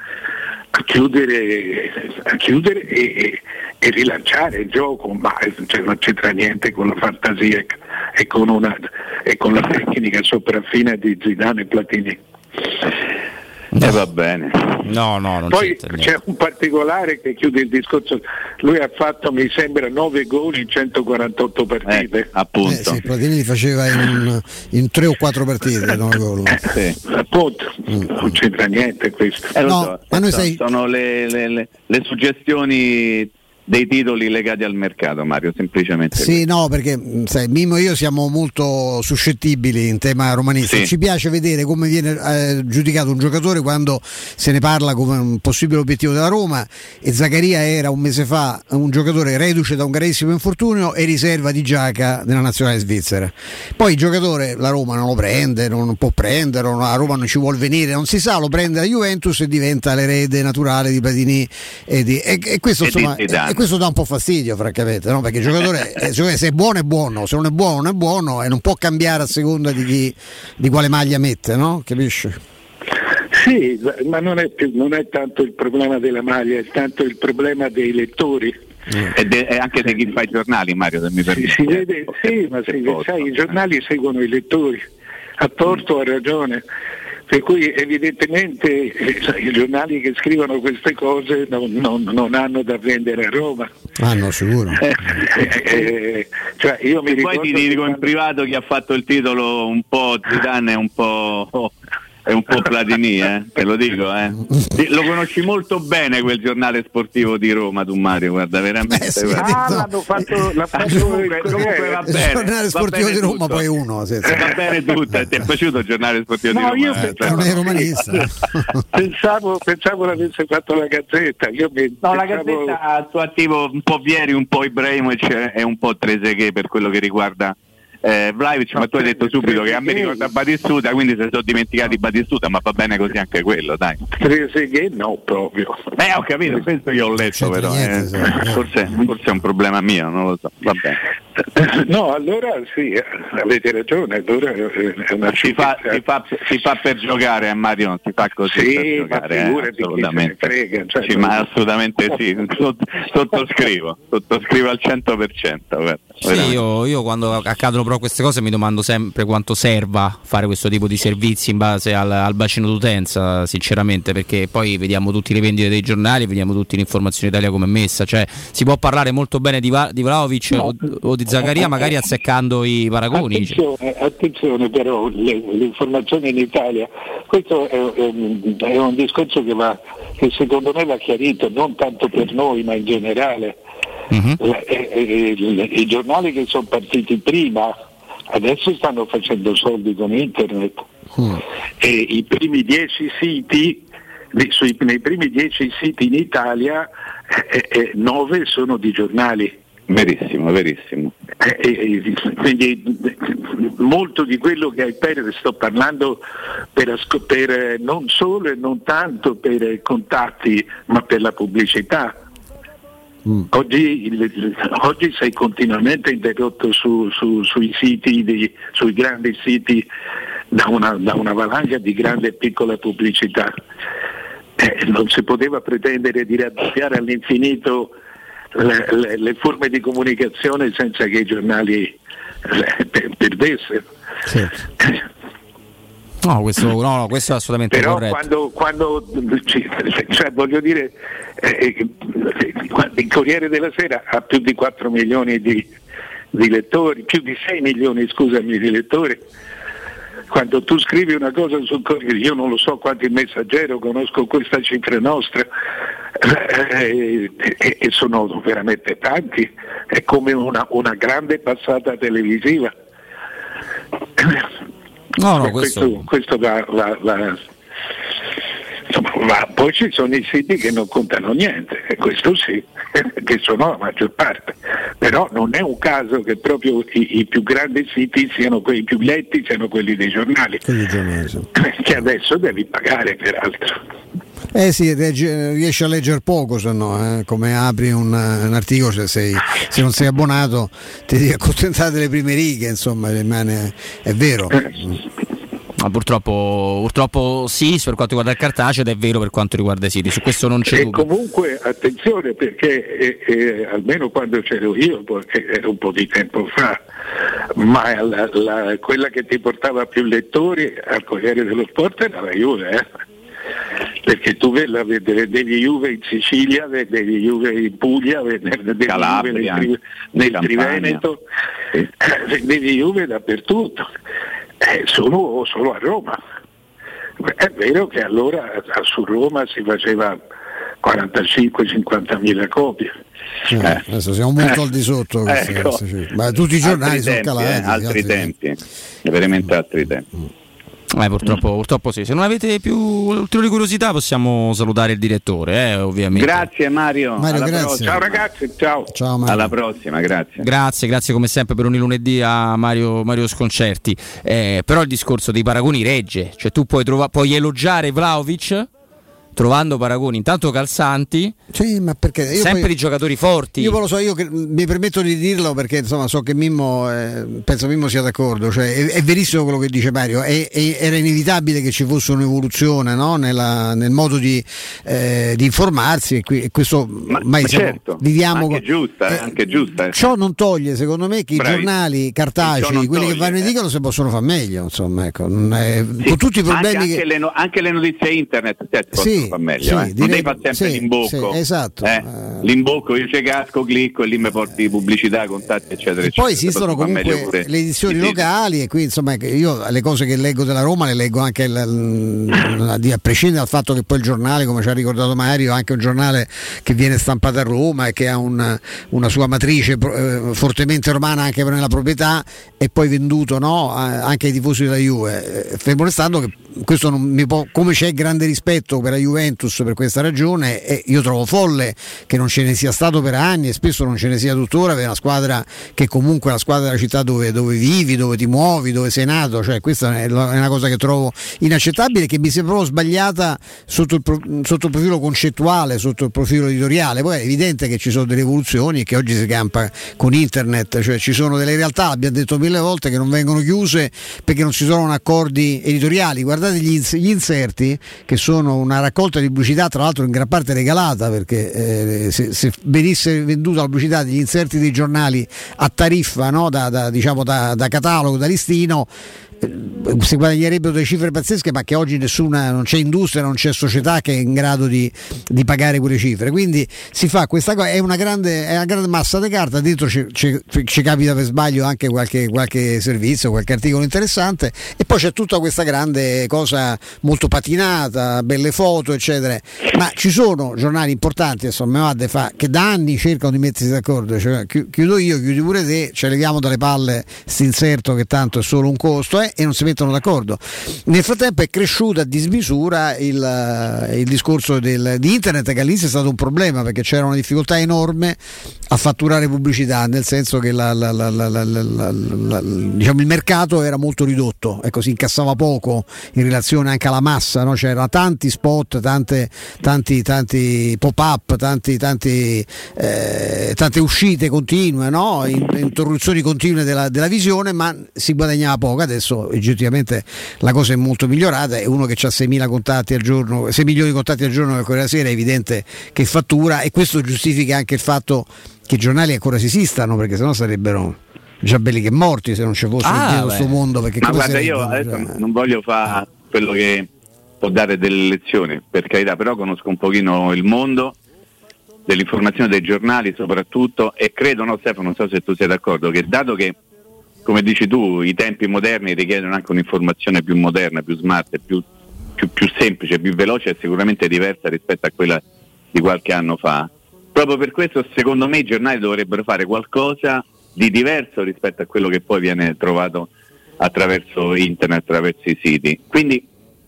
e rilanciare il gioco, ma non c'entra niente con la fantasia e con la tecnica sopraffina di Zidane e Platini. Va bene. No, non poi c'è un particolare che chiude il discorso. Lui ha fatto, mi sembra, 9 gol in 148 partite. Appunto. Sì, Platini li faceva in 3 o 4 partite, 9 gol. Appunto, non c'entra niente questo. Ma noi sono le suggestioni dei titoli legati al mercato, Mario, semplicemente. Sì, no, perché sai, Mimmo e io siamo molto suscettibili in tema romanista. Sì. Ci piace vedere come viene giudicato un giocatore quando se ne parla come un possibile obiettivo della Roma, e Zaccaria era un mese fa un giocatore reduce da un gravissimo infortunio e riserva di Giaca della nazionale svizzera. Poi il giocatore la Roma non lo prende, non può prendere, la Roma non ci vuol venire, non si sa, lo prende la Juventus e diventa l'erede naturale di Platini e questo insomma e questo dà un po' fastidio, francamente, no? Perché il giocatore se è buono, se non è buono non è buono, e non può cambiare a seconda di quale maglia mette, no? Capisci? Sì, ma non è tanto il problema della maglia, è tanto il problema dei lettori. E anche di chi fa i giornali, Mario, se mi permetti. Si vede, sì, ma sai, i giornali seguono i lettori, a torto o a ragione. Per cui evidentemente i giornali che scrivono queste cose non hanno da vendere a Roma. No, sicuro. Cioè io mi ricordo, poi ti dico in privato chi ha fatto il titolo un po' Zidane e un po' Platini, te lo dico, Lo conosci molto bene quel giornale sportivo di Roma, tu Mario, guarda, veramente. L'hanno fatto comunque va bene. Il giornale sportivo di Roma, poi uno. Sì. Va bene tutto, ti è piaciuto il giornale sportivo di Roma? Io non è romanista. pensavo l'avesse fatto la Gazzetta. La Gazzetta ha il suo attivo un po' Vieri, un po' Ibrahimovic e un po' Trezeguet per quello che riguarda Vlahovic, ma tu hai detto subito che a me ricorda Batistuta, quindi se sono dimenticati Batistuta, ma va bene così anche quello, dai. Trezeguet no, proprio. Ho capito, questo io ho letto, però forse è un problema mio, non lo so, va bene. No, allora sì, avete ragione, allora è una si fa per giocare, Mario, non si fa così per giocare, assolutamente. Frega, cioè, sì, ma assolutamente sì, sottoscrivo al 100%. Guarda, sì, io quando accadono però queste cose mi domando sempre quanto serva fare questo tipo di servizi in base al bacino d'utenza, sinceramente, perché poi vediamo tutte le vendite dei giornali, vediamo tutti l'Informazione Italia come è messa, cioè si può parlare molto bene di Vlahovic o di Zaccaria, magari azzeccando i paragoni. Attenzione però, l'informazione in Italia, questo è un discorso che secondo me va chiarito, non tanto per noi ma in generale. I giornali che sono partiti prima adesso stanno facendo soldi con internet e i primi 10 siti nei primi 10 siti in Italia 9 sono di giornali. Verissimo. Quindi molto di quello che hai perso, sto parlando per non solo e non tanto per contatti ma per la pubblicità. Oggi sei continuamente interrotto sui siti, sui grandi siti da una valanga di grande e piccola pubblicità. Non si poteva pretendere di raddoppiare all'infinito le forme di comunicazione senza che i giornali perdessero. Sì. No, questo è assolutamente però corretto. quando cioè voglio dire, il Corriere della Sera ha più di 4 milioni di lettori, più di 6 milioni, scusami, di lettori. Quando tu scrivi una cosa sul Corriere, io non lo so quanti il Messaggero, conosco questa cifra nostra, e sono veramente tanti, è come una grande passata televisiva. No, questo va Ma poi ci sono i siti che non contano niente, e questo sì, che sono la maggior parte, però non è un caso che proprio i più grandi siti siano quelli più letti, siano quelli dei giornali, che adesso devi pagare peraltro. Sì, riesci a leggere poco, se no, come apri un articolo, se non sei abbonato ti devi accontentare delle prime righe, insomma, rimane, è vero. Ma purtroppo sì, per quanto riguarda il cartaceo, ed è vero per quanto riguarda i siti, su questo non c'è dubbio. E comunque attenzione, perché almeno quando c'ero io, perché era un po' di tempo fa, ma quella che ti portava più lettori al Corriere dello Sport era la Juve, perché tu vedevi Juve in Sicilia, vedevi Juve in Puglia, vedevi Calabria, Juve nel Triveneto, vedevi Juve dappertutto, solo a Roma. È vero che allora su Roma si faceva 45-50 mila copie. Adesso siamo molto al di sotto, ecco. Ma tutti i giornali sono calati. Altri tempi, veramente altri tempi. Purtroppo sì. Se non avete più ulteriori curiosità possiamo salutare il direttore, ovviamente. Grazie Mario grazie. Ciao ragazzi, ciao Mario. Alla prossima, grazie. Grazie come sempre per ogni lunedì a Mario Sconcerti. Però il discorso dei paragoni regge, cioè tu puoi elogiare Vlahovic trovando paragoni intanto calzanti, sì, ma perché sempre di giocatori forti. Io lo so, io che mi permetto di dirlo perché insomma so che Mimmo penso Mimmo sia d'accordo, cioè è verissimo quello che dice Mario, era inevitabile che ci fosse un'evoluzione, no? Nel modo di informarsi, e questo ma certo, viviamo anche giusta. Ciò non toglie secondo me che i giornali cartacei, quelli che vanno in edicola, se possono far meglio, insomma, ecco, con tutti i problemi anche le notizie internet fa meglio, non devi fare sempre l'imbocco, esatto. L'imbocco, io ci casco, clicco e lì mi porti pubblicità, contatti eccetera, poi esistono comunque le edizioni locali, e qui insomma io le cose che leggo della Roma le leggo anche a prescindere dal fatto che poi il giornale, come ci ha ricordato Mario, è anche un giornale che viene stampato a Roma e che ha una sua matrice fortemente romana anche nella proprietà, e poi venduto, no, anche ai tifosi della Juve, fermo restando che questo non mi può, come c'è grande rispetto per la Juventus per questa ragione, e io trovo folle che non ce ne sia stato per anni e spesso non ce ne sia tuttora per una squadra che comunque è la squadra della città dove vivi, dove ti muovi, dove sei nato, cioè questa è una cosa che trovo inaccettabile, che mi sembra proprio sbagliata sotto il profilo concettuale, sotto il profilo editoriale. Poi è evidente che ci sono delle evoluzioni, che oggi si campa con internet, cioè ci sono delle realtà, l'abbiamo detto 1000 volte, che non vengono chiuse perché non ci sono accordi editoriali. Guardate gli inserti, che sono una raccolta di pubblicità, tra l'altro in gran parte regalata, perché se venisse venduta la pubblicità degli inserti dei giornali a tariffa, no? da catalogo, da listino, si guadagnerebbero delle cifre pazzesche, ma che oggi non c'è industria, non c'è società che è in grado di pagare quelle cifre. Quindi si fa questa cosa, è una grande massa di carta, dentro ci capita per sbaglio anche qualche servizio, qualche articolo interessante, e poi c'è tutta questa grande cosa molto patinata, belle foto eccetera. Ma ci sono giornali importanti, insomma, che da anni cercano di mettersi d'accordo, cioè, chiudo io, chiudi pure te, ci leviamo dalle palle st'inserto che tanto è solo un costo, e non si mettono d'accordo. Nel frattempo è cresciuto a dismisura il discorso di internet, che all'inizio è stato un problema perché c'era una difficoltà enorme a fatturare pubblicità, nel senso che diciamo, il mercato era molto ridotto, ecco, si incassava poco in relazione anche alla massa, no? C'era tanti spot, tanti pop-up, tante uscite continue, no? Interruzioni continue della visione, ma si guadagnava poco. Adesso oggettivamente la cosa è molto migliorata, e uno che ha 6.000 contatti al giorno, 6 milioni di contatti al giorno per Corriere della Sera, è evidente che fattura, e questo giustifica anche il fatto che i giornali ancora si esistano, perché sennò sarebbero già belli che morti se non ci fosse questo mondo. Perché ma guarda, io adesso non voglio fare quello che può dare delle lezioni, per carità, però conosco un pochino il mondo dell'informazione, dei giornali soprattutto, e credo, no Stefano, non so se tu sei d'accordo, che dato che, come dici tu, i tempi moderni richiedono anche un'informazione più moderna, più smart, più semplice, più veloce, e sicuramente diversa rispetto a quella di qualche anno fa. Proprio per questo secondo me i giornali dovrebbero fare qualcosa di diverso rispetto a quello che poi viene trovato attraverso internet, attraverso i siti. Quindi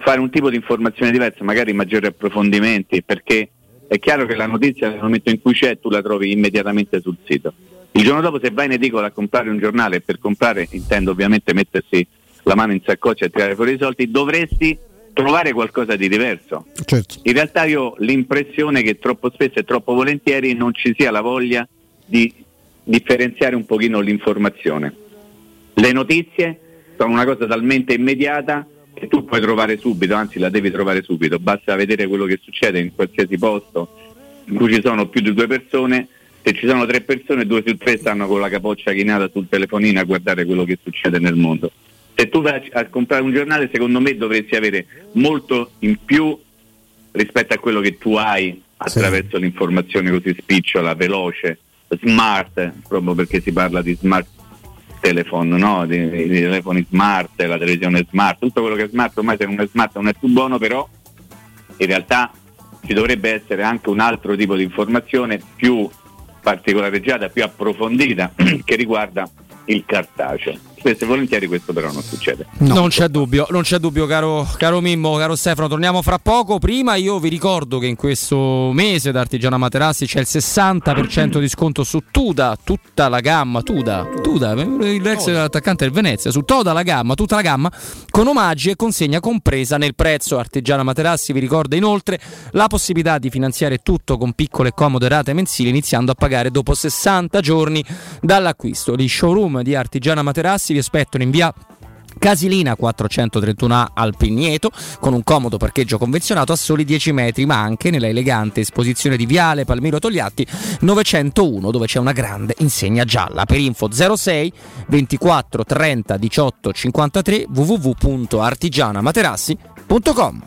fare un tipo di informazione diversa, magari maggiori approfondimenti, perché è chiaro che la notizia nel momento in cui c'è tu la trovi immediatamente sul sito. Il giorno dopo, se vai in edicola a comprare un giornale, per comprare intendo ovviamente mettersi la mano in saccoccia e tirare fuori i soldi, dovresti trovare qualcosa di diverso. Certo. In realtà io ho l'impressione che troppo spesso e troppo volentieri non ci sia la voglia di differenziare un pochino l'informazione. Le notizie sono una cosa talmente immediata che tu puoi trovare subito, anzi la devi trovare subito, basta vedere quello che succede in qualsiasi posto in cui ci sono più di 2 persone. Se ci sono 3 persone, 2 su 3 stanno con la capoccia chinata sul telefonino a guardare quello che succede nel mondo. Se tu vai a comprare un giornale, secondo me dovresti avere molto in più rispetto a quello che tu hai attraverso l'informazione così spicciola, veloce, smart, proprio perché si parla di smart telephone, no? Di telefoni smart, la televisione smart, tutto quello che è smart, ormai se non è smart non è più buono, però in realtà ci dovrebbe essere anche un altro tipo di informazione più particolareggiata, più approfondita che riguarda il cartaceo. Spesso e volentieri questo però non succede. No. Non c'è dubbio, caro Mimmo, caro Stefano, torniamo fra poco. Prima io vi ricordo che in questo mese da Artigiana Materassi c'è il 60% di sconto su Tuda, tutta la gamma, Tuda, l'ex attaccante del Venezia, su tutta la gamma, con omaggi e consegna compresa nel prezzo. Artigiana Materassi vi ricorda inoltre la possibilità di finanziare tutto con piccole e comode rate mensili, iniziando a pagare dopo 60 giorni dall'acquisto. Gli showroom di Artigiana Materassi vi aspettano in via Casilina 431A al Pigneto, con un comodo parcheggio convenzionato a soli 10 metri, ma anche nella elegante esposizione di Viale Palmiro Togliatti 901, dove c'è una grande insegna gialla. Per info 06 24 30 18 53 www.artigianamaterassi.com.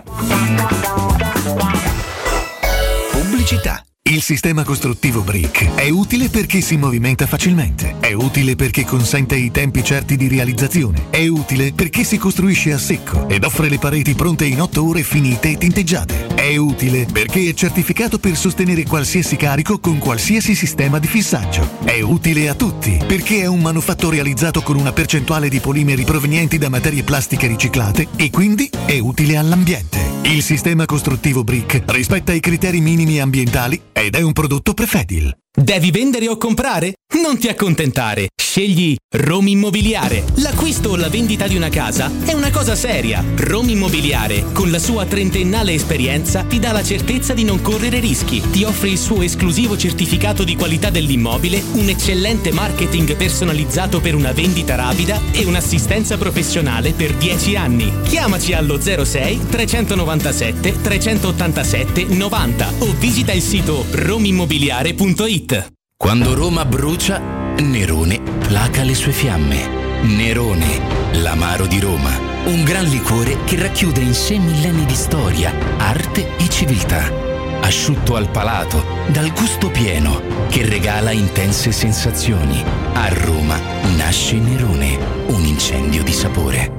Pubblicità. Il sistema costruttivo Brick è utile perché si movimenta facilmente, è utile perché consente i tempi certi di realizzazione, è utile perché si costruisce a secco ed offre le pareti pronte in 8 ore finite e tinteggiate, è utile perché è certificato per sostenere qualsiasi carico con qualsiasi sistema di fissaggio, è utile a tutti perché è un manufatto realizzato con una percentuale di polimeri provenienti da materie plastiche riciclate e quindi è utile all'ambiente. Il sistema costruttivo Brick rispetta i criteri minimi ambientali ed è un prodotto Prefedil. Devi vendere o comprare? Non ti accontentare. Scegli Roma Immobiliare. L'acquisto o la vendita di una casa è una cosa seria. Roma Immobiliare, con la sua 30ennale esperienza, ti dà la certezza di non correre rischi. Ti offre il suo esclusivo certificato di qualità dell'immobile, un eccellente marketing personalizzato per una vendita rapida e un'assistenza professionale per 10 anni. Chiamaci allo 06 397 387 90 o visita il sito romimmobiliare.it. Quando Roma brucia, Nerone placa le sue fiamme. Nerone, l'amaro di Roma. Un gran liquore che racchiude in sé millenni di storia, arte e civiltà. Asciutto al palato, dal gusto pieno, che regala intense sensazioni. A Roma nasce Nerone, un incendio di sapore.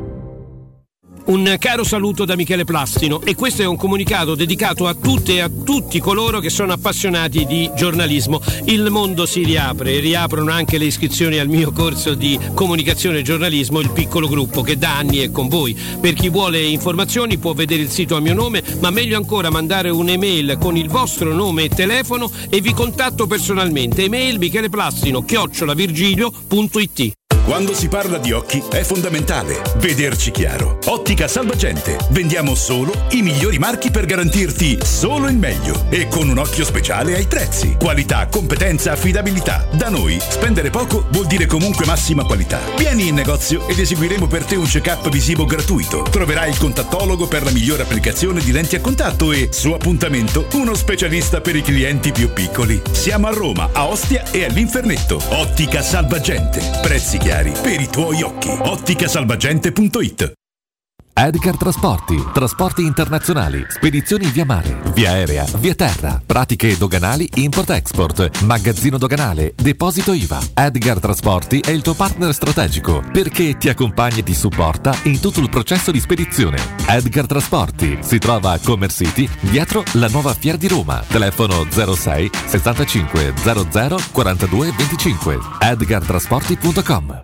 Un caro saluto da Michele Plastino, e questo è un comunicato dedicato a tutte e a tutti coloro che sono appassionati di giornalismo. Il mondo si riapre, riaprono anche le iscrizioni al mio corso di comunicazione e giornalismo, il piccolo gruppo, che da anni è con voi. Per chi vuole informazioni può vedere il sito a mio nome, ma meglio ancora mandare un'email con il vostro nome e telefono e vi contatto personalmente. Email micheleplastino@virgilio.it. Quando si parla di occhi è fondamentale vederci chiaro. Ottica Salvagente. Vendiamo solo i migliori marchi per garantirti solo il meglio e con un occhio speciale ai prezzi. Qualità, competenza, affidabilità. Da noi spendere poco vuol dire comunque massima qualità. Vieni in negozio ed eseguiremo per te un check-up visivo gratuito. Troverai il contattologo per la migliore applicazione di lenti a contatto e, su appuntamento, uno specialista per i clienti più piccoli. Siamo a Roma, a Ostia e all'Infernetto. Ottica Salvagente. Prezzi chiari per i tuoi occhi. Otticasalvagente.it. Edgar trasporti internazionali, spedizioni via mare, via aerea, via terra, pratiche doganali import-export, magazzino doganale, deposito IVA. Edgar Trasporti è il tuo partner strategico perché ti accompagna e ti supporta in tutto il processo di spedizione. Edgar Trasporti si trova a Commerce City, dietro la nuova Fiera di Roma. Telefono 06 65 00 42 25. edgartrasporti.com.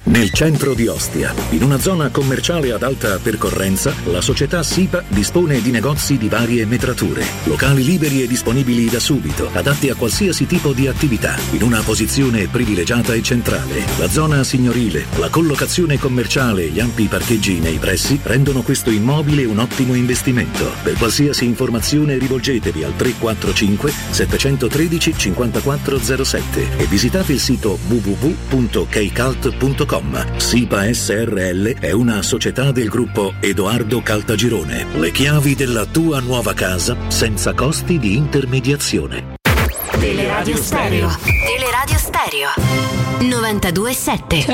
Nel centro di Ostia, in una zona commerciale ad alta percorrenza, la società SIPA dispone di negozi di varie metrature, locali liberi e disponibili da subito, adatti a qualsiasi tipo di attività, in una posizione privilegiata e centrale. La zona signorile, la collocazione commerciale e gli ampi parcheggi nei pressi rendono questo immobile un ottimo investimento. Per qualsiasi informazione rivolgetevi al 345 713 5407 e visitate il sito www.keicalt.com. SIPA SRL è una società del gruppo Edoardo Caltagirone. Le chiavi della tua nuova casa senza costi di intermediazione. Teleradio Stereo. Teleradio Stereo. 92.7.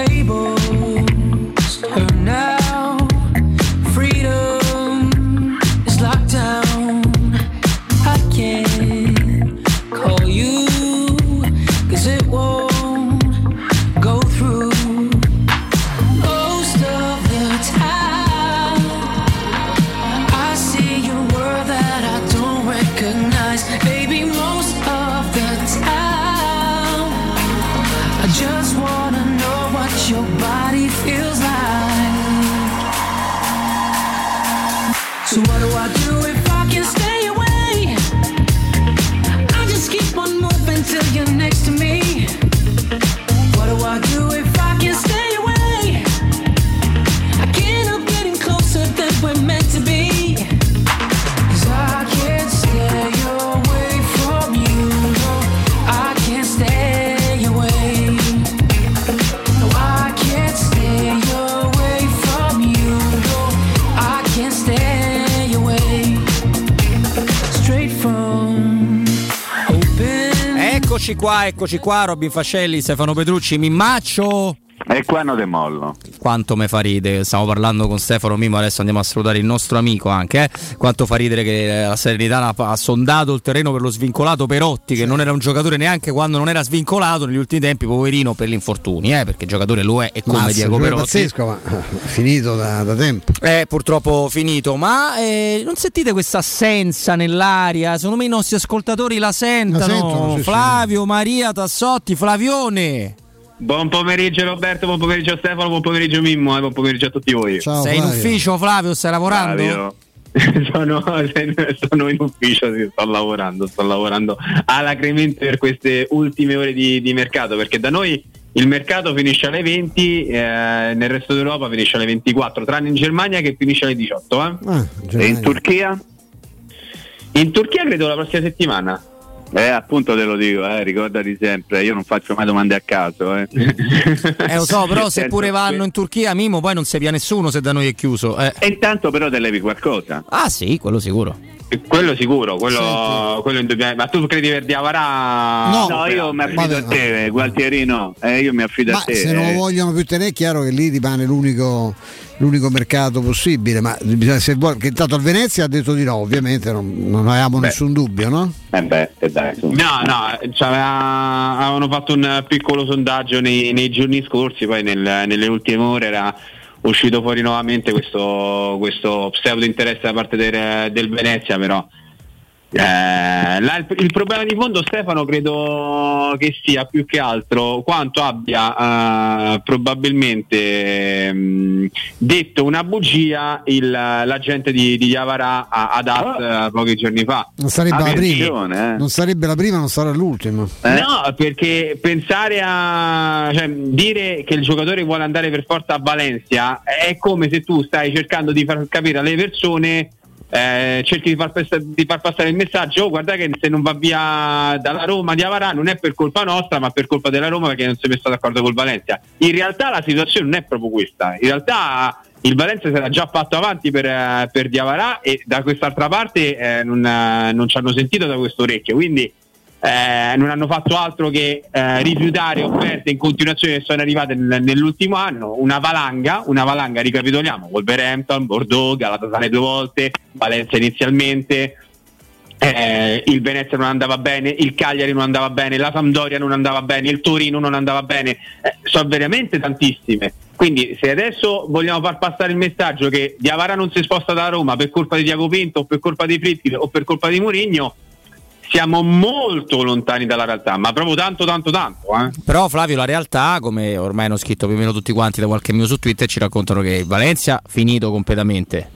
Freedom is locked down. I can't call you 'cause it won't go through. Most of the time I see your world that I don't recognize. Baby, most of the time I just wanna know what your body feels like. So what do I do if I can stay away? I just keep on moving till you're next to me. What do I do if I can stay away? I can't help getting closer than we're meant to be. 'Cause I can't stay away from you. No, I can't stay away. No, I can't stay away from you. No, I can't stay away. Straight from open. Eccoci qua, Robin Fascelli, Stefano Petrucci, Mimmaccio. E qua non te mollo. Quanto me fa ridere, stiamo parlando con Stefano Mimmo, adesso andiamo a salutare il nostro amico anche, Quanto fa ridere che la Salernitana ha sondato il terreno per lo svincolato Perotti, che non era un giocatore neanche quando non era svincolato negli ultimi tempi, poverino, per gli infortuni, perché giocatore lo è, e come Diego Perotti. Pazzesco, ma finito da tempo. Purtroppo finito, ma non sentite questa assenza nell'aria? Secondo me i nostri ascoltatori la sentono. Sì, Flavio, Maria, Tassotti, Flavione. Buon pomeriggio Roberto, buon pomeriggio Stefano, buon pomeriggio Mimmo e buon pomeriggio a tutti voi. Ciao, sei Flavio. in ufficio, Flavio? Stai lavorando? Sono in ufficio, sì, sto lavorando alacremente per queste ultime ore di mercato, perché da noi il mercato finisce alle 20, nel resto d'Europa finisce alle 24, tranne in Germania che finisce alle 18. E in Turchia? In Turchia credo la prossima settimana. Appunto te lo dico, ricordati sempre, io non faccio mai domande a caso. Lo so, però se pure vanno in Turchia, Mimo, poi non sapia nessuno se da noi è chiuso. E intanto però te levi qualcosa. Ah sì, quello sicuro. Quello indubbiamente. Ma tu credi per Diawara? No, io mi affido a te, Gualtieri no. Io mi affido a te. Se non lo vogliono più tenere, è chiaro che lì rimane l'unico mercato possibile, ma se vuole, che intanto al Venezia ha detto di no, ovviamente non avevamo nessun dubbio, no? Dai, avevano fatto un piccolo sondaggio nei giorni scorsi, poi nelle ultime ore era uscito fuori nuovamente questo pseudo interesse da parte del Venezia, però il problema di fondo, Stefano, credo che sia più che altro quanto abbia probabilmente detto una bugia l'agente di Diawara ad AS pochi giorni fa. Non sarebbe la prima, non sarebbe la prima, non sarà l'ultima. No, perché pensare dire che il giocatore vuole andare per forza a Valencia è come se tu stai cercando di far capire alle persone, cerchi di far passare il messaggio: guarda che se non va via dalla Roma Diawara non è per colpa nostra, ma per colpa della Roma, perché non si è messo d'accordo col Valencia. In realtà la situazione non è proprio questa. In realtà il Valencia si era già fatto avanti per Diawara, e da quest'altra parte non ci hanno sentito da questo orecchio, quindi non hanno fatto altro che rifiutare offerte in continuazione che sono arrivate nell'ultimo anno, una valanga, ricapitoliamo: Wolverhampton, Bordeaux, Galatasaray 2 volte, Valencia inizialmente, il Venezia non andava bene, il Cagliari non andava bene, la Sampdoria non andava bene, il Torino non andava bene, sono veramente tantissime. Quindi se adesso vogliamo far passare il messaggio che Diawara non si sposta da Roma per colpa di Diago Pinto o per colpa di Fritti o per colpa di Mourinho, siamo molto lontani dalla realtà, ma proprio tanto. Però Flavio, la realtà, come ormai hanno scritto più o meno tutti quanti da qualche minuto su Twitter, ci raccontano che il Valencia finito completamente,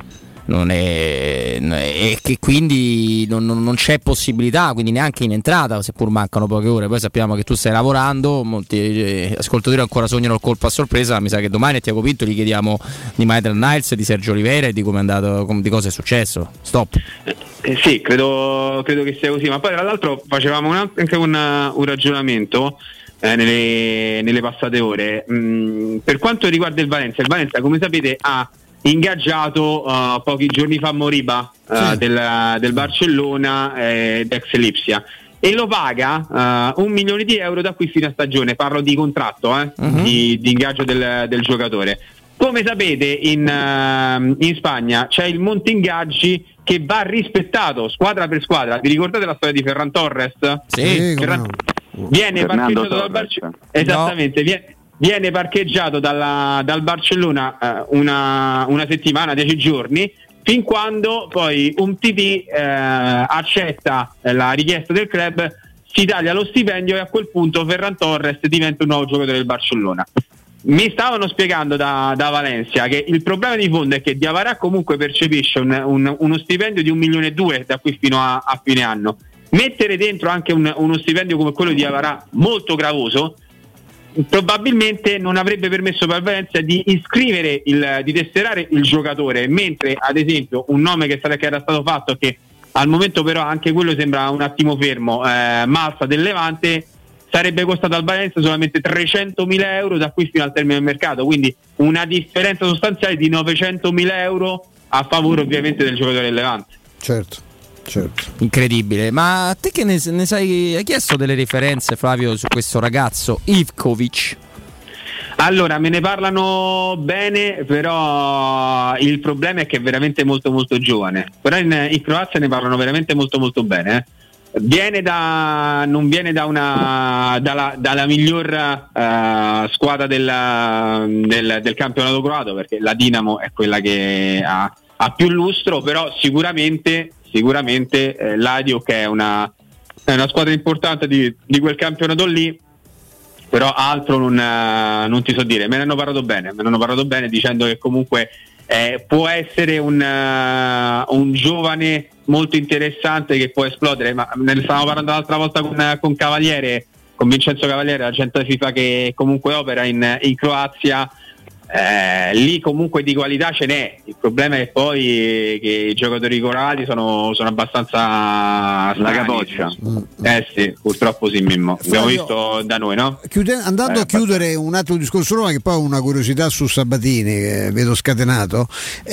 e che quindi non c'è possibilità, quindi neanche in entrata, seppur mancano poche ore. Poi sappiamo che tu stai lavorando, molti ascoltatori ancora sognano il colpo a sorpresa. Mi sa che domani a Tiago Pinto gli chiediamo di Maitland Niles, di Sergio Oliveira e di come è andato, di cosa è successo. Stop. Sì, credo che sia così, ma poi tra l'altro facevamo anche un ragionamento nelle passate ore per quanto riguarda il Valencia, come sapete ha ingaggiato pochi giorni fa Moriba del Barcellona d'ex Lipsia, e lo paga 1 milione di euro da qui fino a stagione. Parlo di contratto di ingaggio del giocatore. Come sapete in Spagna c'è il monte ingaggi che va rispettato squadra per squadra. Vi ricordate la storia di Ferran Torres? Sì. Viene parcheggiato dal Barcellona. Esattamente, viene parcheggiato dal Barcellona una settimana, 10 giorni, fin quando poi un TT accetta la richiesta del club, si taglia lo stipendio e a quel punto Ferran Torres diventa un nuovo giocatore del Barcellona. Mi stavano spiegando da Valencia che il problema di fondo è che Diawara comunque percepisce uno stipendio di 1,2 milioni da qui fino a fine anno. Mettere dentro anche uno stipendio come quello di Diawara molto gravoso probabilmente non avrebbe permesso per Valencia di iscrivere di tesserare il giocatore, mentre ad esempio un nome che era stato fatto, che al momento però anche quello sembra un attimo fermo, Malsa del Levante, sarebbe costato al Valencia solamente 300.000 euro da qui fino al termine del mercato, quindi una differenza sostanziale di 900.000 euro a favore ovviamente del giocatore del Levante. Certo. Incredibile. Ma a te che ne sai, hai chiesto delle referenze, Flavio, su questo ragazzo Ivkovic? Allora, me ne parlano bene, però il problema è che è veramente molto molto giovane. Però in Croazia ne parlano veramente molto molto bene. Non viene dalla miglior squadra del campionato croato, perché la Dinamo è quella che ha più lustro, però sicuramente l'Hajduk è una squadra importante di quel campionato lì, però altro non ti so dire. Me ne hanno parlato bene dicendo che comunque può essere un giovane molto interessante che può esplodere, ma ne stavamo parlando l'altra volta con Cavaliere, con Vincenzo Cavaliere, l'agente FIFA che comunque opera in Croazia. Lì comunque di qualità ce n'è, il problema è poi che i giocatori corali sono abbastanza la capoccia. Sì, purtroppo sì, Mimmo. Abbiamo visto da noi, no? Andando a chiudere un altro discorso Roma, che poi ho una curiosità su Sabatini che vedo scatenato,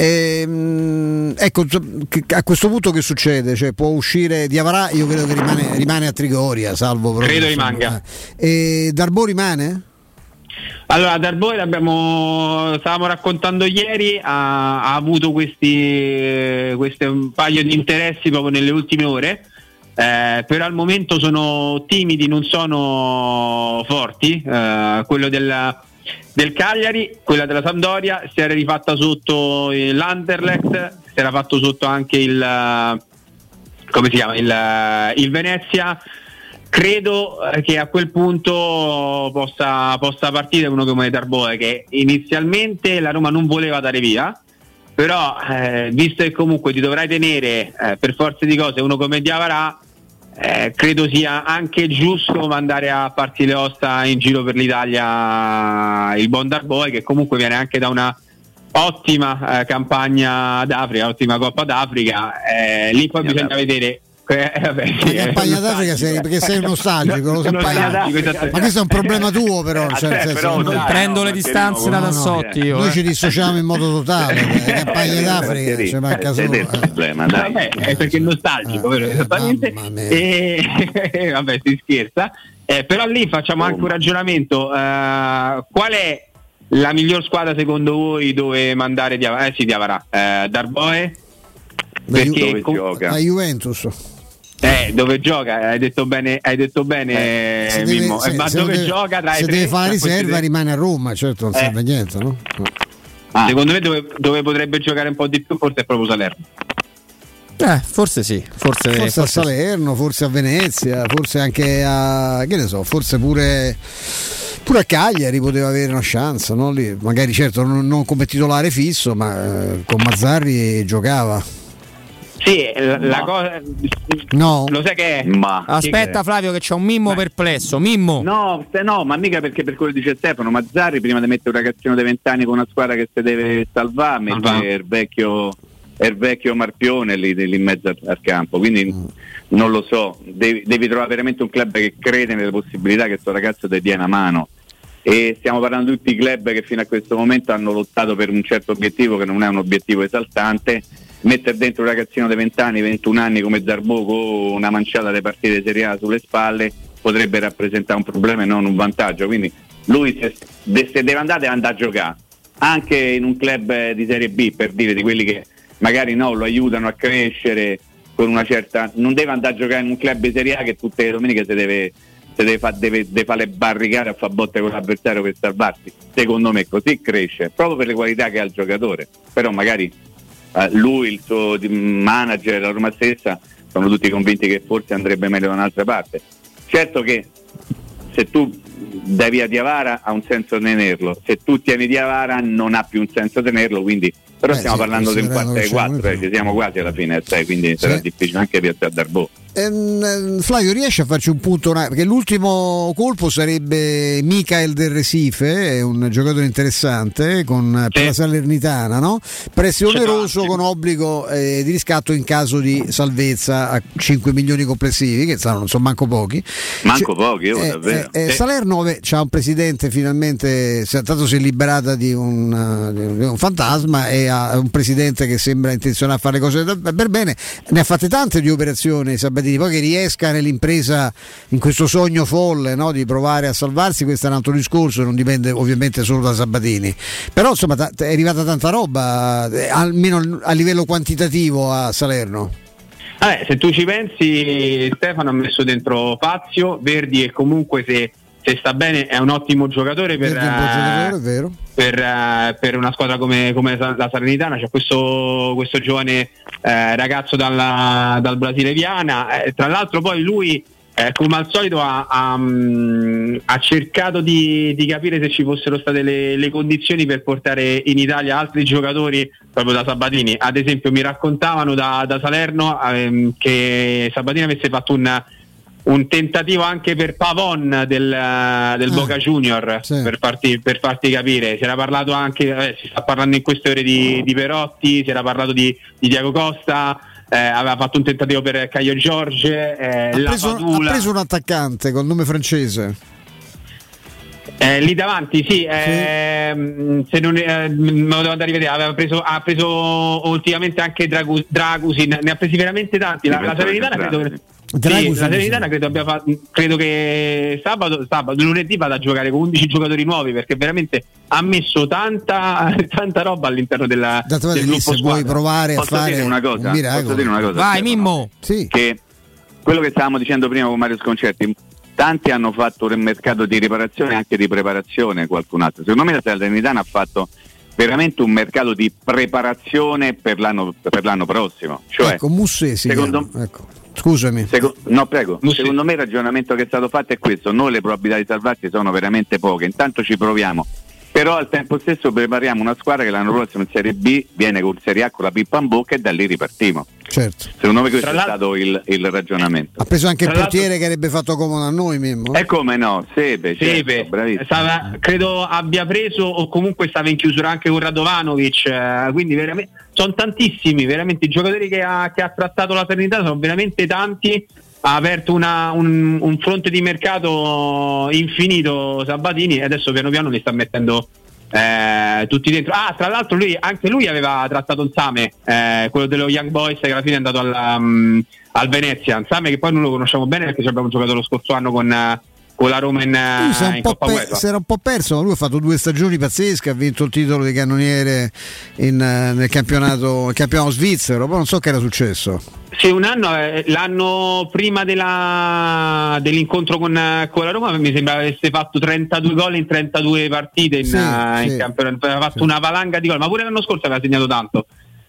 ecco, a questo punto che succede? Cioè, può uscire Diawara? Io credo che rimane a Trigoria, salvo proprio, credo rimanga. E Darboe rimane? Allora, Darboe stavamo raccontando ieri, ha avuto questi un paio di interessi proprio nelle ultime ore, però al momento sono timidi, non sono forti. Quello del Cagliari, quella della Sampdoria, si era rifatta sotto l'Anderlecht, si era fatto sotto anche il Venezia. Credo che a quel punto possa partire uno come Darboe, che inizialmente la Roma non voleva dare via, però visto che comunque ti dovrai tenere per forza di cose uno come Diawara, credo sia anche giusto mandare a parti le ossa in giro per l'Italia il buon Darboe, che comunque viene anche da una ottima campagna d'Africa, ottima Coppa d'Africa. Lì poi bisogna vedere. Campagna d'Africa perché sei nostalgico, lo sappiamo. Ma questo è un problema tuo, però, prendo le distanze da Tassotti. Noi ci dissociamo in modo totale. Campagna d'Africa ci manca solo. È perché è nostalgico, esattamente. Vabbè, si scherza. Però lì facciamo anche un ragionamento. Qual è la miglior squadra secondo voi dove mandare Diawara? Darboe? Perché gioca? La Juventus. Dove gioca? Hai detto bene Mimmo. Ma dove gioca tra i tre? Se deve fare riserva rimane a Roma, certo, non serve niente, no? Secondo me dove potrebbe giocare un po' di più forse è proprio Salerno. Forse sì, forse a Salerno, forse a Venezia, forse anche a, che ne so, forse pure a Cagliari poteva avere una chance, no? Lì, magari certo non come titolare fisso, ma con Mazzarri giocava. Sì, la cosa. No. Lo sai che è? Ma aspetta, Flavio, che c'è un Mimmo perplesso. Mimmo. No, ma mica, perché per quello dice Stefano, Mazzarri prima di mettere un ragazzino di 20 anni con una squadra che si deve salvare, mette il vecchio Marpione lì in mezzo al campo, quindi non lo so, devi trovare veramente un club che crede nelle possibilità che questo ragazzo ti dia una mano. E stiamo parlando di tutti i club che fino a questo momento hanno lottato per un certo obiettivo che non è un obiettivo esaltante. Mettere dentro un ragazzino di 20 anni, 21 anni come Zarbò con una manciata di partite Serie A sulle spalle potrebbe rappresentare un problema e non un vantaggio, quindi lui se deve andare a giocare anche in un club di Serie B, per dire, di quelli che magari lo aiutano a crescere con una certa, non deve andare a giocare in un club di Serie A che tutte le domeniche deve fare le barricate a fare botte con l'avversario per salvarsi. Secondo me così cresce, proprio per le qualità che ha il giocatore. Però magari lui, il suo manager, la Roma stessa sono tutti convinti che forse andrebbe meglio da un'altra parte. Certo che se tu dai via Diawara ha un senso tenerlo, se tu tieni Diawara non ha più un senso tenerlo, quindi però stiamo parlando di un 4-4, ci siamo quasi alla fine, quindi sarà difficile anche piazzare Darboe. Flavio, riesci a farci un punto? Perché l'ultimo colpo sarebbe Michael del Recife, è un giocatore interessante per la Salernitana, no? Prestito oneroso con obbligo di riscatto in caso di salvezza a 5 milioni complessivi, che non sono manco pochi. Davvero. Salerno c'ha un presidente, finalmente tanto si è liberata di un fantasma e ha un presidente che sembra intenzionato a fare le cose per bene. Ne ha fatte tante di operazioni Sabatini, poi che riesca nell'impresa, in questo sogno folle, no, di provare a salvarsi, questo è un altro discorso, non dipende ovviamente solo da Sabatini, però insomma è arrivata tanta roba, almeno a livello quantitativo, a Salerno. Se tu ci pensi, Stefano ha messo dentro Fazio, Verdi, e comunque se sta bene è un ottimo giocatore per una squadra come la Salernitana. C'è questo giovane ragazzo dal Brasile Viana, tra l'altro poi lui come al solito ha cercato di capire se ci fossero state le condizioni per portare in Italia altri giocatori proprio da Sabatini. Ad esempio mi raccontavano da Salerno che Sabatini avesse fatto un tentativo anche per Pavon del Boca Junior, per farti capire. Si era parlato anche, si sta parlando in queste ore di Perotti, si era parlato di Diego Costa, aveva fatto un tentativo per Caio Giorge, ha preso un attaccante col nome francese. Lì davanti, se non me lo devo andare a rivedere, ha preso ultimamente anche Dragusin, ne ha presi veramente tanti. La Salernitana credo che sabato lunedì vada a giocare con 11 giocatori nuovi, perché veramente ha messo tanta roba all'interno del gruppo se vuoi provare a fare un miracolo. Posso dire una cosa? Vai Mimmo. Sì. Che quello che stavamo dicendo prima con Mario Sconcerti, tanti hanno fatto un mercato di riparazione e anche di preparazione, qualcun altro. Secondo me la Salernitana ha fatto veramente un mercato di preparazione per l'anno prossimo. Cioè, Mussesi, scusami. No, prego. Secondo me il ragionamento che è stato fatto è questo: noi le probabilità di salvarci sono veramente poche, intanto ci proviamo, però al tempo stesso prepariamo una squadra che l'anno prossimo in Serie B viene con Serie A con la pippa in bocca e da lì ripartiamo. Certo. Secondo me questo è stato il ragionamento. Ha preso anche il portiere che avrebbe fatto comodo a noi, Mimmo. E come no, Sepe. Credo abbia preso, o comunque stava in chiusura anche con Radovanovic, quindi veramente sono tantissimi, veramente i giocatori che ha trattato la Salernitana sono veramente tanti. Ha aperto un fronte di mercato infinito Sabatini, e adesso piano piano li sta mettendo tutti dentro. Tra l'altro anche lui aveva trattato un Same, quello dello Young Boys, che alla fine è andato al Venezia, un Same che poi non lo conosciamo bene perché ci abbiamo giocato lo scorso anno con la Roma in Coppa UEFA. Si era un po' perso, ma lui ha fatto 2 stagioni pazzesche, ha vinto il titolo di cannoniere nel campionato svizzero, poi non so che era successo. Sì, un anno, l'anno prima dell'incontro con la Roma, mi sembra avesse fatto 32 gol in 32 partite in campionato, aveva fatto una valanga di gol, ma pure l'anno scorso aveva segnato tanto.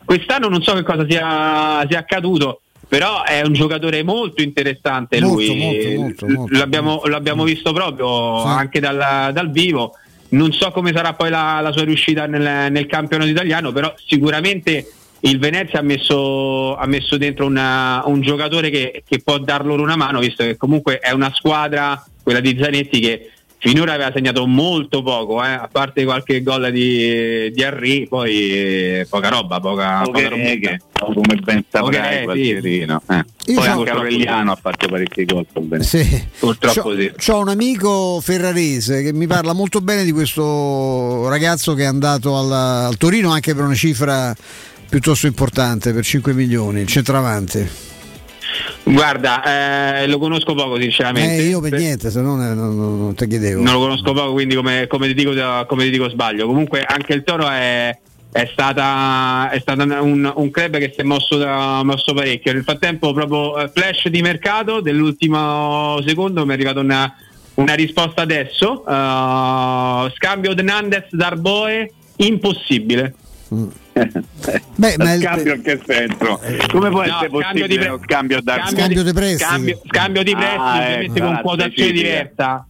Quest'anno non so che cosa sia accaduto, però è un giocatore molto interessante lui. Molto. L'abbiamo visto proprio anche dal vivo. Non so come sarà poi la sua riuscita nel campionato italiano, però sicuramente il Venezia ha messo dentro un giocatore che può dar loro una mano, visto che comunque è una squadra, quella di Zanetti, che finora aveva segnato molto poco, a parte qualche gol di Henry, poi poca roba, poca roba. Come ben saprai, Gualtierino. Poi anche Aureliano ha fatto parecchi gol. Sì. Purtroppo sì. C'ho un amico ferrarese che mi parla molto bene di questo ragazzo che è andato al Torino anche per una cifra piuttosto importante, per 5 milioni, il centravanti. Guarda, lo conosco poco sinceramente. Io per niente, se no non te chiedevo. Non lo conosco poco, quindi come ti dico sbaglio. Comunque anche il Toro è stata un club che si è mosso parecchio. Nel frattempo, proprio flash di mercato dell'ultimo secondo, mi è arrivata una risposta adesso. Scambio Hernandez Darboe, impossibile. Beh, ma scambio in che senso? Come può essere possibile uno scambio di prestiti? Scambio di prestiti, con quotazione diversa,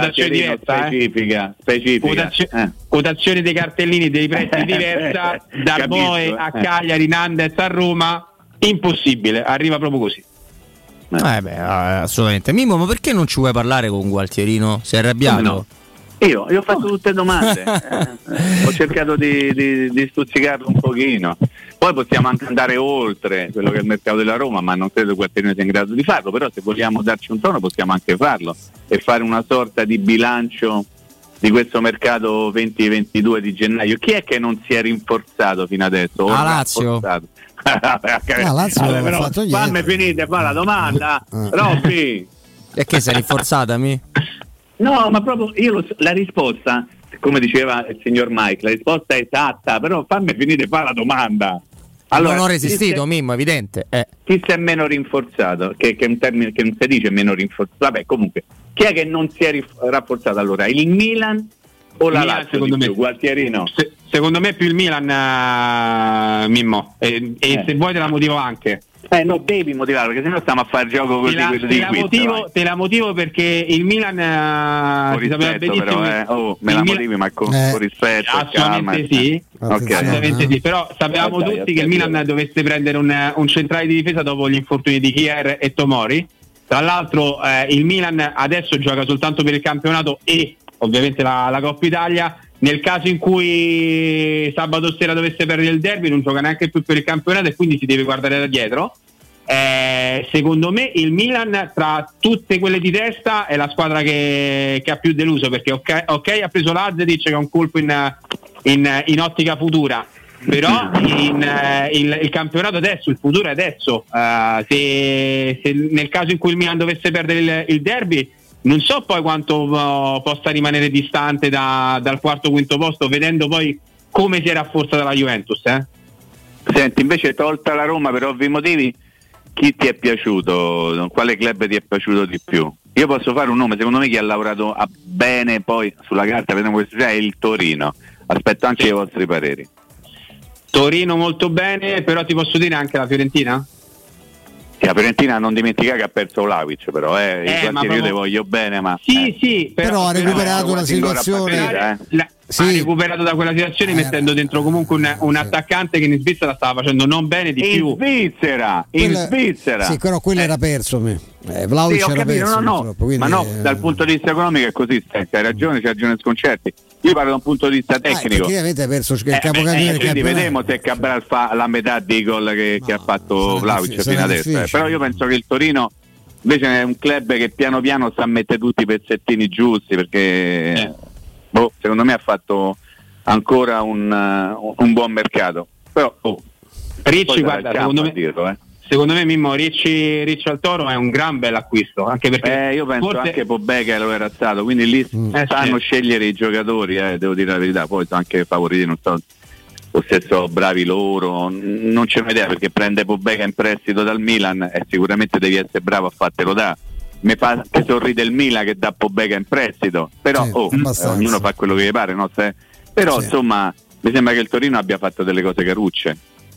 specifica. Quotazione dei cartellini dei prestiti diversa, Darboe a Cagliari, Hernandez a Roma, impossibile, arriva proprio così. Assolutamente. Mimmo, ma perché non ci vuoi parlare con Gualtierino? Sei arrabbiato? No? Io ho fatto tutte domande, ho cercato di stuzzicarlo un pochino, poi possiamo anche andare oltre quello che è il mercato della Roma, ma non credo che Gualtierino sia in grado di farlo, però se vogliamo darci un tono possiamo anche farlo e fare una sorta di bilancio di questo mercato 2022 di gennaio. Chi è che non si è rinforzato fino adesso? Lazio. Lazio però fammi finire, fa la domanda, Robby. E che sei rinforzata, mi? No, ma proprio la risposta, come diceva il signor Mike, la risposta è esatta, però fammi finire, fa la domanda. Allora, non ho resistito, Mimmo, evidente. Chi si è meno rinforzato, che è un termine che non si dice meno rinforzato, vabbè, comunque, chi è che non si è rafforzato allora? Il Milan o la Lazio, secondo me? Gualtierino? Secondo me più il Milan, Mimmo, e se vuoi te la motivo anche. No, devi motivare, perché sennò stiamo a fare gioco così. Te la motivo perché il Milan con rispetto, però, me la motivi, ma con rispetto. Assolutamente sì. Assolutamente sì. Però sapevamo tutti che il Milan dovesse prendere un centrale di difesa dopo gli infortuni di Kier e Tomori. Tra l'altro il Milan adesso gioca soltanto per il campionato e ovviamente la Coppa Italia. Nel caso in cui sabato sera dovesse perdere il derby non gioca neanche più per il campionato e quindi si deve guardare da dietro. Secondo me il Milan tra tutte quelle di testa è la squadra che ha più deluso, perché ok ha preso Lazetic che è un colpo in ottica futura, però il campionato adesso, il futuro è adesso. Se nel caso in cui il Milan dovesse perdere il derby, non so poi quanto possa rimanere distante dal quarto quinto posto, vedendo poi come si è rafforzata la Juventus. Senti, invece tolta la Roma per ovvi motivi, chi ti è piaciuto? Quale club ti è piaciuto di più? Io posso fare un nome, secondo me chi ha lavorato bene poi sulla carta, vediamo questo è il Torino. Aspetto anche i vostri pareri. Torino molto bene, però ti posso dire anche la Fiorentina? La Fiorentina non dimentica che ha perso Vlahovic, però io te voglio bene, ma sì, però ha recuperato la situazione. Ha recuperato da quella situazione mettendo dentro comunque un attaccante che in Svizzera stava facendo non bene di più. In Svizzera. Sì, però quello era perso. Vlahovic era perso. Ma no, dal punto di vista economico è così, hai ragione, c'è ragione Sconcerti. Io parlo da un punto di vista tecnico. Effettivamente hai perso il capocannoniere. Quindi vedremo se Cabral fa la metà dei gol che ha fatto Vlahovic fino adesso. Però io penso che il Torino invece è un club che piano piano sta a mettere tutti i pezzettini giusti, perché secondo me ha fatto ancora un buon mercato. Però Ricci, guarda, secondo me Mimmo Ricci al Toro è un gran bel acquisto, anche perché io penso anche Pobega lo era stato, quindi lì sanno scegliere i giocatori, devo dire la verità, poi sono anche favoriti, non so o se sono bravi loro, non c'è un'idea, perché prende Pobega in prestito dal Milan e sicuramente devi essere bravo a fartelo da. Mi fa che sorride il Milan che dà Pobega in prestito, però ognuno fa quello che gli pare, no? Però insomma mi sembra che il Torino abbia fatto delle cose carucce.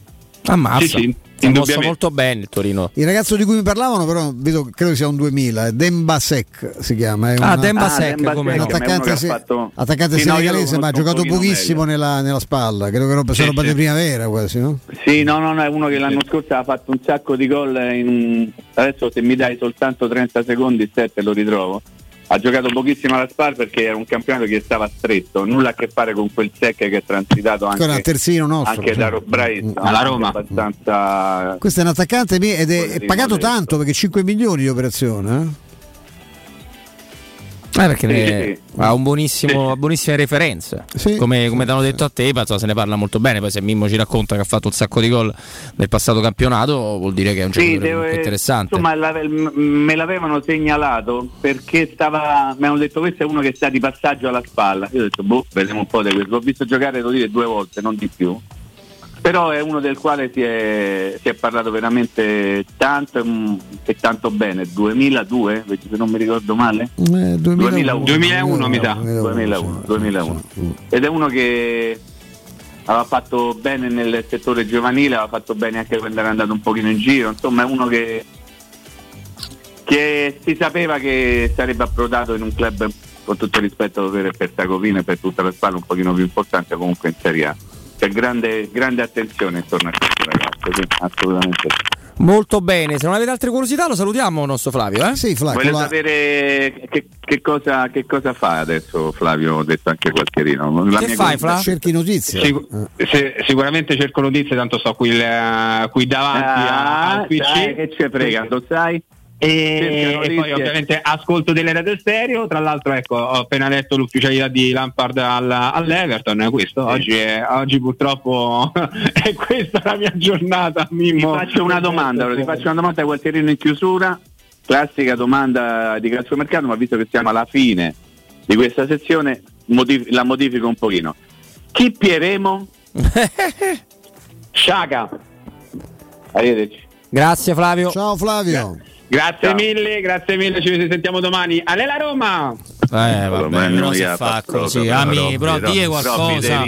Ammazza. Sì, si è mosso molto bene il Torino. Il ragazzo di cui mi parlavano, però vedo, credo sia un 2000, Dembasek si chiama. Dembasek, come un attaccante, attaccante senegalese, ma ha giocato pochissimo nella spalla. Credo che non sia roba di primavera quasi, no? Sì, no, è uno che l'anno scorso ha fatto un sacco di gol. Adesso se mi dai soltanto 30 secondi, te lo ritrovo. Ha giocato pochissimo alla Spal perché era un campionato che stava stretto, nulla a che fare con quel Secche che è transitato anche, terzino nostro, anche da bravissimo, alla Roma. Abbastanza... Questo è un attaccante ed è pagato tanto perché 5 milioni di operazione. Perché ha buonissime referenze, come ti hanno detto a te, se ne parla molto bene. Poi se Mimmo ci racconta che ha fatto un sacco di gol nel passato campionato, vuol dire che è un giocatore interessante. Insomma, me l'avevano segnalato perché mi hanno detto questo è uno che sta di passaggio alla spalla. Io ho detto vediamo un po' di questo. L'ho visto giocare, devo dire, 2 volte, non di più. Però è uno del quale si è parlato veramente tanto e tanto bene. 2002, se non mi ricordo male. 2001 mi sa. 2001. Ed è uno che aveva fatto bene nel settore giovanile, aveva fatto bene anche quando era andato un pochino in giro. Insomma, è uno che si sapeva che sarebbe approdato in un club, con tutto il rispetto per Tacovino e per tutta la spalla, un pochino più importante, comunque in Serie A. C'è grande attenzione intorno a questo ragazzo, sì, assolutamente. Molto bene, se non avete altre curiosità lo salutiamo nostro Flavio, Sì, Flavio. Voglio sapere che cosa fa adesso Flavio, ho detto anche Gualtierino. Che fai Flavio? Cerchi notizie? Sicuramente cerco notizie, tanto sto qui davanti al PC. Che ci frega, lo sai? E poi ovviamente ascolto delle radio stereo. Tra l'altro ho appena letto l'ufficialità di Lampard all'Everton. Questo oggi purtroppo è questa la mia giornata. Mimmo. Ti faccio una domanda Gualtierino in chiusura, classica domanda di calciomercato, ma visto che siamo alla fine di questa sezione la modifico un pochino. Chi pieremo? Sciaga. Arrivederci. Grazie Flavio. Ciao Flavio. Grazie mille, ci sentiamo domani. Alla Roma! Vabbè, non si fa così, però dire qualcosa.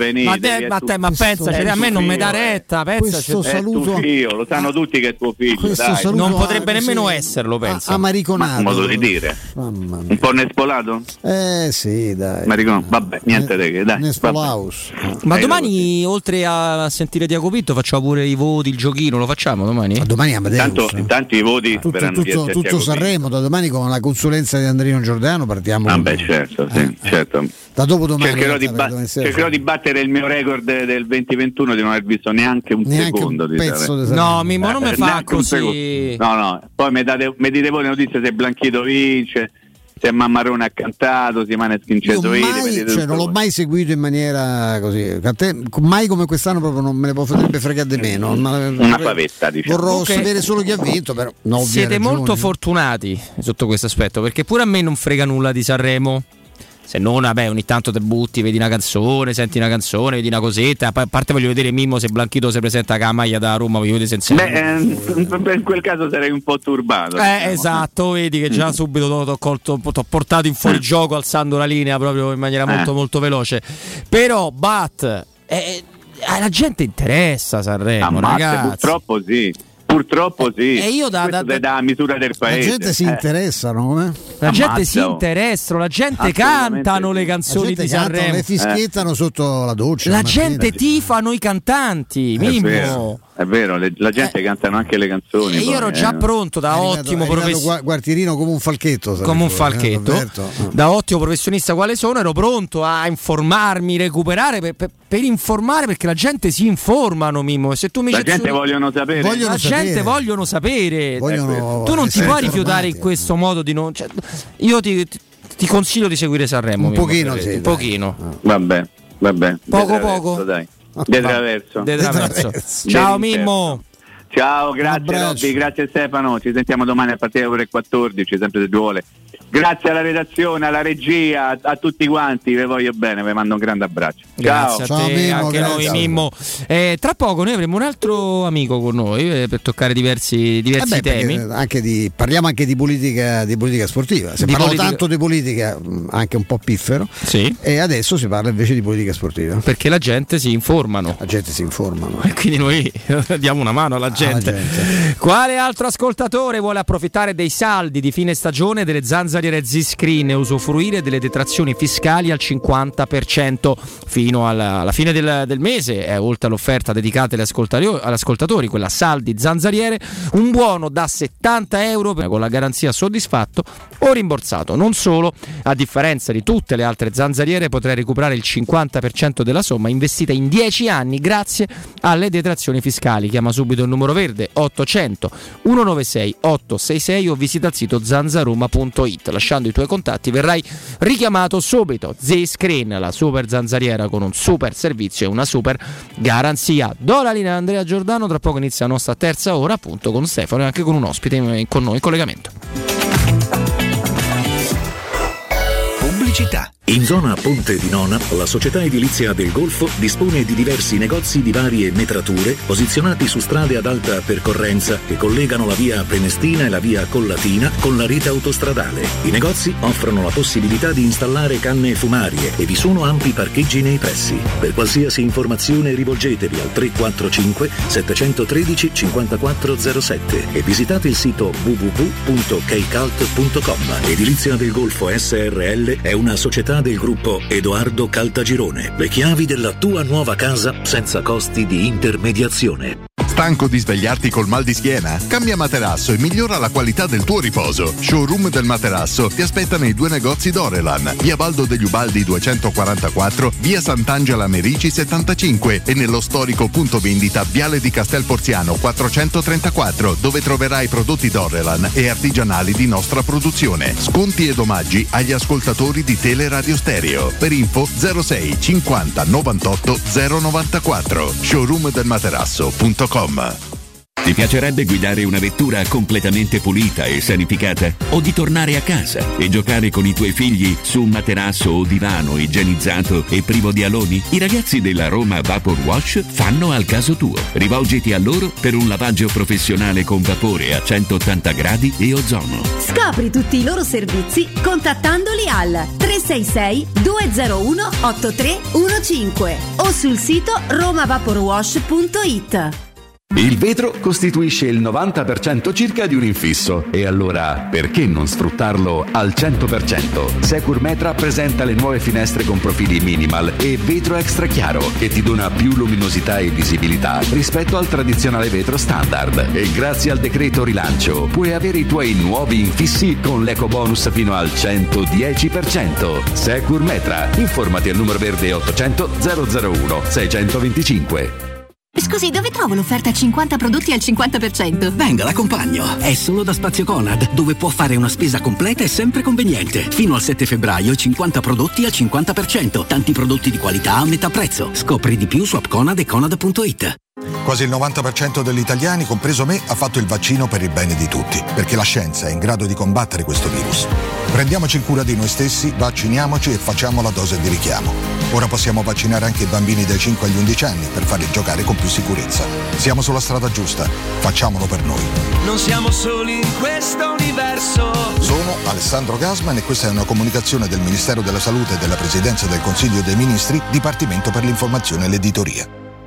Ma pensaci, a me non mi dà retta, questo saluto, è tuo figlio, lo sanno tutti che è tuo figlio, non potrebbe nemmeno esserlo, penso. Amariconato. Modo di dire. Un po' nespolato? Sì, dai. Maricon, vabbè, niente che dai. Nespolaus. Ma domani oltre a sentire Diacopitto facciamo pure i voti, il giochino, lo facciamo domani? Ma domani Amadeus. Intanto i voti tutto Sanremo, da domani con la consulenza di Andrino Giordano partiamo. Certo. Da dopodomani cercherò di battere il mio record del 2021 di non aver visto neanche un secondo un pezzo di Sanremo. No, Mimmo, non mi fa così. No, poi mi dite voi le notizie se Blanchito vince, se Mammarone ha cantato, se Maneskin non l'ho mai seguito in maniera così. Mai come quest'anno proprio non me ne potrebbe fregare di meno. Una pavetta, diciamo. Vorrò sapere solo chi ha vinto, però. Siete molto fortunati sotto questo aspetto, perché pure a me non frega nulla di Sanremo. Se non, ogni tanto te butti, vedi una canzone, senti una canzone, vedi una cosetta. A parte voglio vedere Mimmo se Blanchito si presenta con la maglia da Roma, voglio vedere senza. In quel caso sarei un po' turbato. Esatto, vedi che già subito t'ho portato in fuorigioco alzando la linea proprio in maniera molto molto veloce. Però la gente interessa Sanremo, ragazzi. Purtroppo sì. E io da misura del paese. La gente si interessano, La gente si interessano, la gente cantano le canzoni di Sanremo, le fischiettano sotto la doccia. La gente tifano i cantanti, Mimmo. È vero, la gente cantano anche le canzoni. Io ero già pronto da ottimo professionista. Guartierino come un falchetto. Da ottimo professionista quale sono, ero pronto a informarmi, recuperare per informare, perché la gente si informano, Mimmo. Se tu mi la gente vogliono sapere. Vogliono sapere. Tu non ti puoi rifiutare in questo modo di non. Io ti consiglio di seguire Sanremo. Un pochino, un pochino. Vabbè. Poco. Dai. De traverso. Ciao Mimmo. Ciao, grazie Robby, grazie Stefano, ci sentiamo domani a partire ore 14, sempre se vuole. Grazie alla redazione, alla regia, a tutti quanti, vi voglio bene, vi mando un grande abbraccio. Grazie Ciao. a te, Mimmo, anche grazie. noi Mimmo. Tra poco noi avremo un altro amico con noi per toccare diversi temi. Parliamo anche di politica sportiva. Si parla tanto di politica, anche un po' piffero. Sì. E adesso si parla invece di politica sportiva. Perché la gente si informano. E quindi noi diamo una mano alla gente. Quale altro ascoltatore vuole approfittare dei saldi di fine stagione delle zanzariere Z-Screen e usufruire delle detrazioni fiscali al 50% fino alla fine del mese? Oltre all'offerta dedicata agli ascoltatori, quella saldi zanzariere, un buono da 70 euro con la garanzia soddisfatto o rimborsato. Non solo, a differenza di tutte le altre zanzariere, potrai recuperare il 50% della somma investita in 10 anni grazie alle detrazioni fiscali. Chiama subito il numero verde 800 196 866 o visita il sito zanzaroma.it. Lasciando i tuoi contatti verrai richiamato subito. Z-Screen, la super zanzariera con un super servizio e una super garanzia. Do la linea a Andrea Giordano, tra poco inizia la nostra terza ora, appunto con Stefano e anche con un ospite con noi in collegamento. Pubblicità. In zona Ponte di Nona, la società edilizia del Golfo dispone di diversi negozi di varie metrature posizionati su strade ad alta percorrenza che collegano la via Prenestina e la via Collatina con la rete autostradale. I negozi offrono la possibilità di installare canne fumarie e vi sono ampi parcheggi nei pressi. Per qualsiasi informazione rivolgetevi al 345 713 5407 e visitate il sito www.keicalt.com. Edilizia del Golfo SRL è una società del gruppo Edoardo Caltagirone. Le chiavi della tua nuova casa senza costi di intermediazione. Stanco di svegliarti col mal di schiena? Cambia materasso e migliora la qualità del tuo riposo. Showroom del materasso ti aspetta nei 2 negozi Dorelan, via Baldo degli Ubaldi 244, via Sant'Angela Merici 75 e nello storico punto vendita Viale di Castel Porziano 434, dove troverai prodotti Dorelan e artigianali di nostra produzione. Sconti ed omaggi agli ascoltatori di Teleradio Stereo. Per info 06 50 98 094. showroomdelmaterasso.com. Ti piacerebbe guidare una vettura completamente pulita e sanificata? O di tornare a casa e giocare con i tuoi figli su un materasso o divano igienizzato e privo di aloni? I ragazzi della Roma Vapor Wash fanno al caso tuo. Rivolgiti a loro per un lavaggio professionale con vapore a 180 gradi e ozono. Scopri tutti i loro servizi contattandoli al 366 201 8315 o sul sito romavaporwash.it. Il vetro costituisce il 90% circa di un infisso e allora perché non sfruttarlo al 100%? Securmetra presenta le nuove finestre con profili minimal e vetro extra chiaro che ti dona più luminosità e visibilità rispetto al tradizionale vetro standard e grazie al decreto rilancio puoi avere i tuoi nuovi infissi con l'ecobonus fino al 110%. Securmetra, informati al numero verde 800 001 625. Scusi, dove trovo l'offerta 50 prodotti al 50%? Venga, l'accompagno. È solo da Spazio Conad, dove può fare una spesa completa e sempre conveniente. Fino al 7 febbraio 50 prodotti al 50%. Tanti prodotti di qualità a metà prezzo. Scopri di più su appconad e conad.it. Quasi il 90% degli italiani, compreso me, ha fatto il vaccino per il bene di tutti, perché la scienza è in grado di combattere questo virus. Prendiamoci cura di noi stessi, vacciniamoci e facciamo la dose di richiamo. Ora possiamo vaccinare anche i bambini dai 5 agli 11 anni per farli giocare con più sicurezza. Siamo sulla strada giusta, facciamolo per noi. Non siamo soli in questo universo. Sono Alessandro Gasman e questa è una comunicazione del Ministero della Salute e della Presidenza del Consiglio dei Ministri, Dipartimento per l'informazione e l'editoria.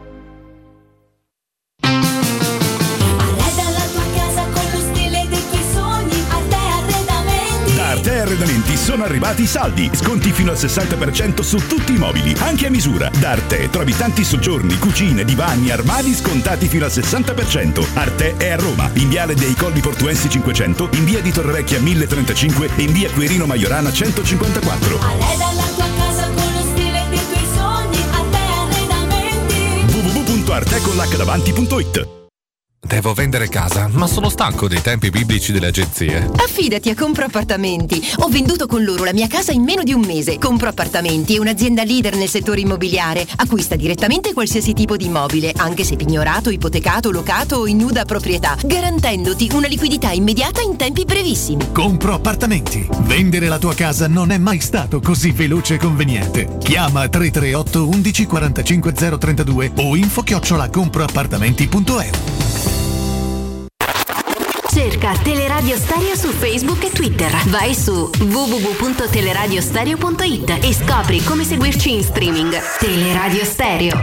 Arte Arredamenti sono arrivati i saldi, sconti fino al 60% su tutti i mobili, anche a misura. Da Arte trovi tanti soggiorni, cucine, divani, armadi scontati fino al 60%. Arte è a Roma, in viale dei Colli Portuensi 500, in via di Torrevecchia 1035 e in via Quirino Maiorana 154. Arreda la tua casa con lo stile dei tuoi sogni. Arte Arredamenti. www.artecollacdavanti.it. Devo vendere casa, ma sono stanco dei tempi biblici delle agenzie. Affidati a Compro Appartamenti. Ho venduto con loro la mia casa in meno di un mese. Compro Appartamenti è un'azienda leader nel settore immobiliare. Acquista direttamente qualsiasi tipo di immobile, anche se pignorato, ipotecato, locato o in nuda proprietà, garantendoti una liquidità immediata in tempi brevissimi. Compro Appartamenti. Vendere la tua casa non è mai stato così veloce e conveniente. Chiama 338 11 45 032 o info@comproappartamenti.eu. Cerca Teleradio Stereo su Facebook e Twitter. Vai su www.teleradiostereo.it e scopri come seguirci in streaming. Teleradio Stereo.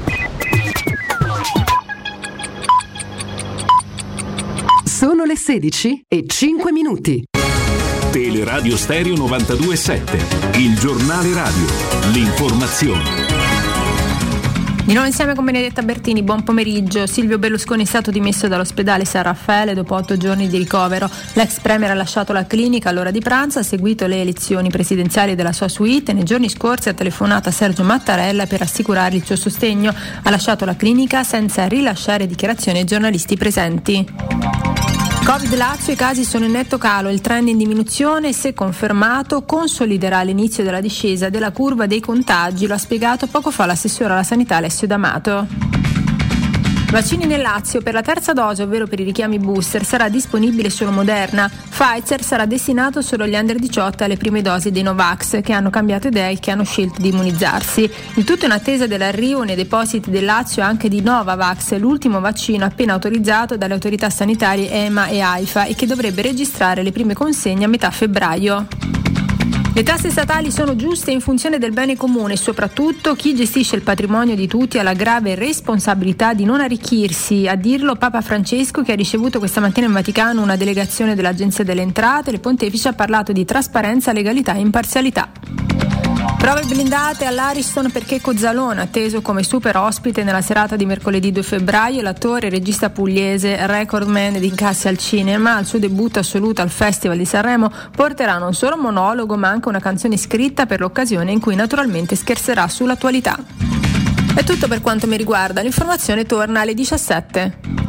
Sono le 16:05. Teleradio Stereo 92.7, il giornale radio, l'informazione. Di nuovo insieme con Benedetta Bertini, buon pomeriggio. Silvio Berlusconi è stato dimesso dall'ospedale San Raffaele dopo 8 giorni di ricovero. L'ex premier ha lasciato la clinica all'ora di pranzo, ha seguito le elezioni presidenziali della sua suite e nei giorni scorsi ha telefonato a Sergio Mattarella per assicurargli il suo sostegno. Ha lasciato la clinica senza rilasciare dichiarazioni ai giornalisti presenti. Covid Lazio, i casi sono in netto calo, il trend in diminuzione, se confermato consoliderà l'inizio della discesa della curva dei contagi, lo ha spiegato poco fa l'assessore alla sanità Alessio D'Amato. Vaccini nel Lazio, per la terza dose, ovvero per i richiami booster, sarà disponibile solo Moderna. Pfizer sarà destinato solo agli under 18 alle prime dosi dei Novax, che hanno cambiato idea e che hanno scelto di immunizzarsi. Il tutto in attesa dell'arrivo nei depositi del Lazio anche di Novavax, l'ultimo vaccino appena autorizzato dalle autorità sanitarie EMA e AIFA e che dovrebbe registrare le prime consegne a metà febbraio. Le tasse statali sono giuste in funzione del bene comune e soprattutto chi gestisce il patrimonio di tutti ha la grave responsabilità di non arricchirsi. A dirlo Papa Francesco, che ha ricevuto questa mattina in Vaticano una delegazione dell'Agenzia delle Entrate. Il pontefice ha parlato di trasparenza, legalità e imparzialità. Prove blindate all'Ariston per Checco Zalone, atteso come super ospite nella serata di mercoledì 2 febbraio. L'attore e regista pugliese, recordman di incassi al cinema, al suo debutto assoluto al Festival di Sanremo, porterà non solo un monologo ma anche una canzone scritta per l'occasione in cui naturalmente scherzerà sull'attualità. È tutto per quanto mi riguarda, l'informazione torna alle 17.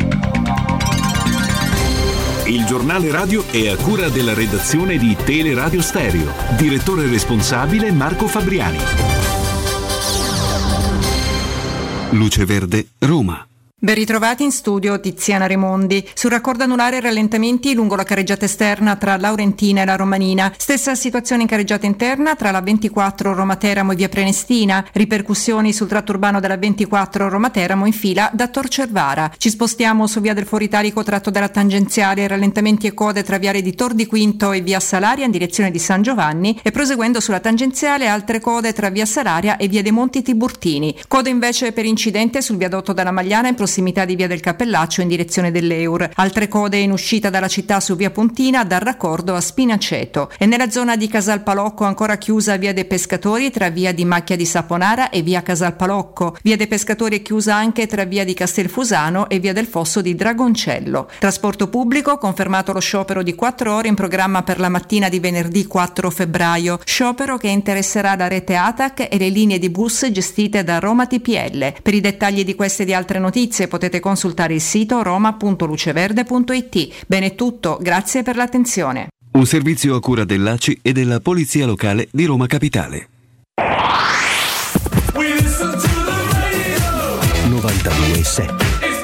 Il giornale radio è a cura della redazione di Teleradio Stereo. Direttore responsabile Marco Fabriani. Luce Verde, Roma. Ben ritrovati in studio Tiziana Remondi. Sul raccordo anulare rallentamenti lungo la carreggiata esterna tra Laurentina e la Romanina. Stessa situazione in carreggiata interna tra la 24 Roma Teramo e via Prenestina. Ripercussioni sul tratto urbano della 24 Roma Teramo in fila da Tor Cervara. Ci spostiamo su via del Foro Italico tratto dalla tangenziale, rallentamenti e code tra viale di Tor di Quinto e via Salaria in direzione di San Giovanni e proseguendo sulla tangenziale altre code tra via Salaria e via dei Monti Tiburtini. Code invece per incidente sul viadotto della Magliana in prossimità di via del Cappellaccio in direzione dell'Eur. Altre code in uscita dalla città su via Pontina dal raccordo a Spinaceto. E nella zona di Casalpalocco ancora chiusa via dei Pescatori tra via di Macchia di Saponara e via Casalpalocco. Via dei Pescatori è chiusa anche tra via di Castelfusano e via del Fosso di Dragoncello. Trasporto pubblico, confermato lo sciopero di 4 ore in programma per la mattina di venerdì 4 febbraio. Sciopero che interesserà la rete ATAC e le linee di bus gestite da Roma TPL. Per i dettagli di queste e di altre notizie potete consultare il sito roma.luceverde.it. Bene, è tutto, grazie per l'attenzione. Un servizio a cura dell'ACI e della Polizia Locale di Roma Capitale. 92.7.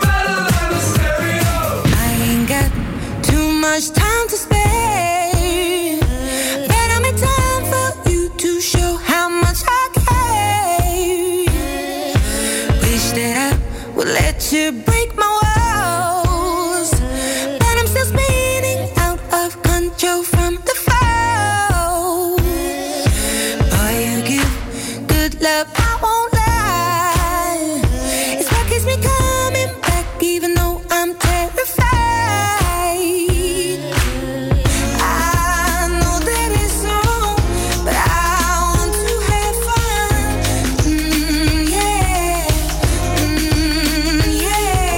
Let you break my walls, but I'm still spinning out of control from the fall. Boy, you give good love, I won't lie. It's what keeps me coming back, even though I'm terrified. I know that it's wrong, but I want to have fun. Yeah.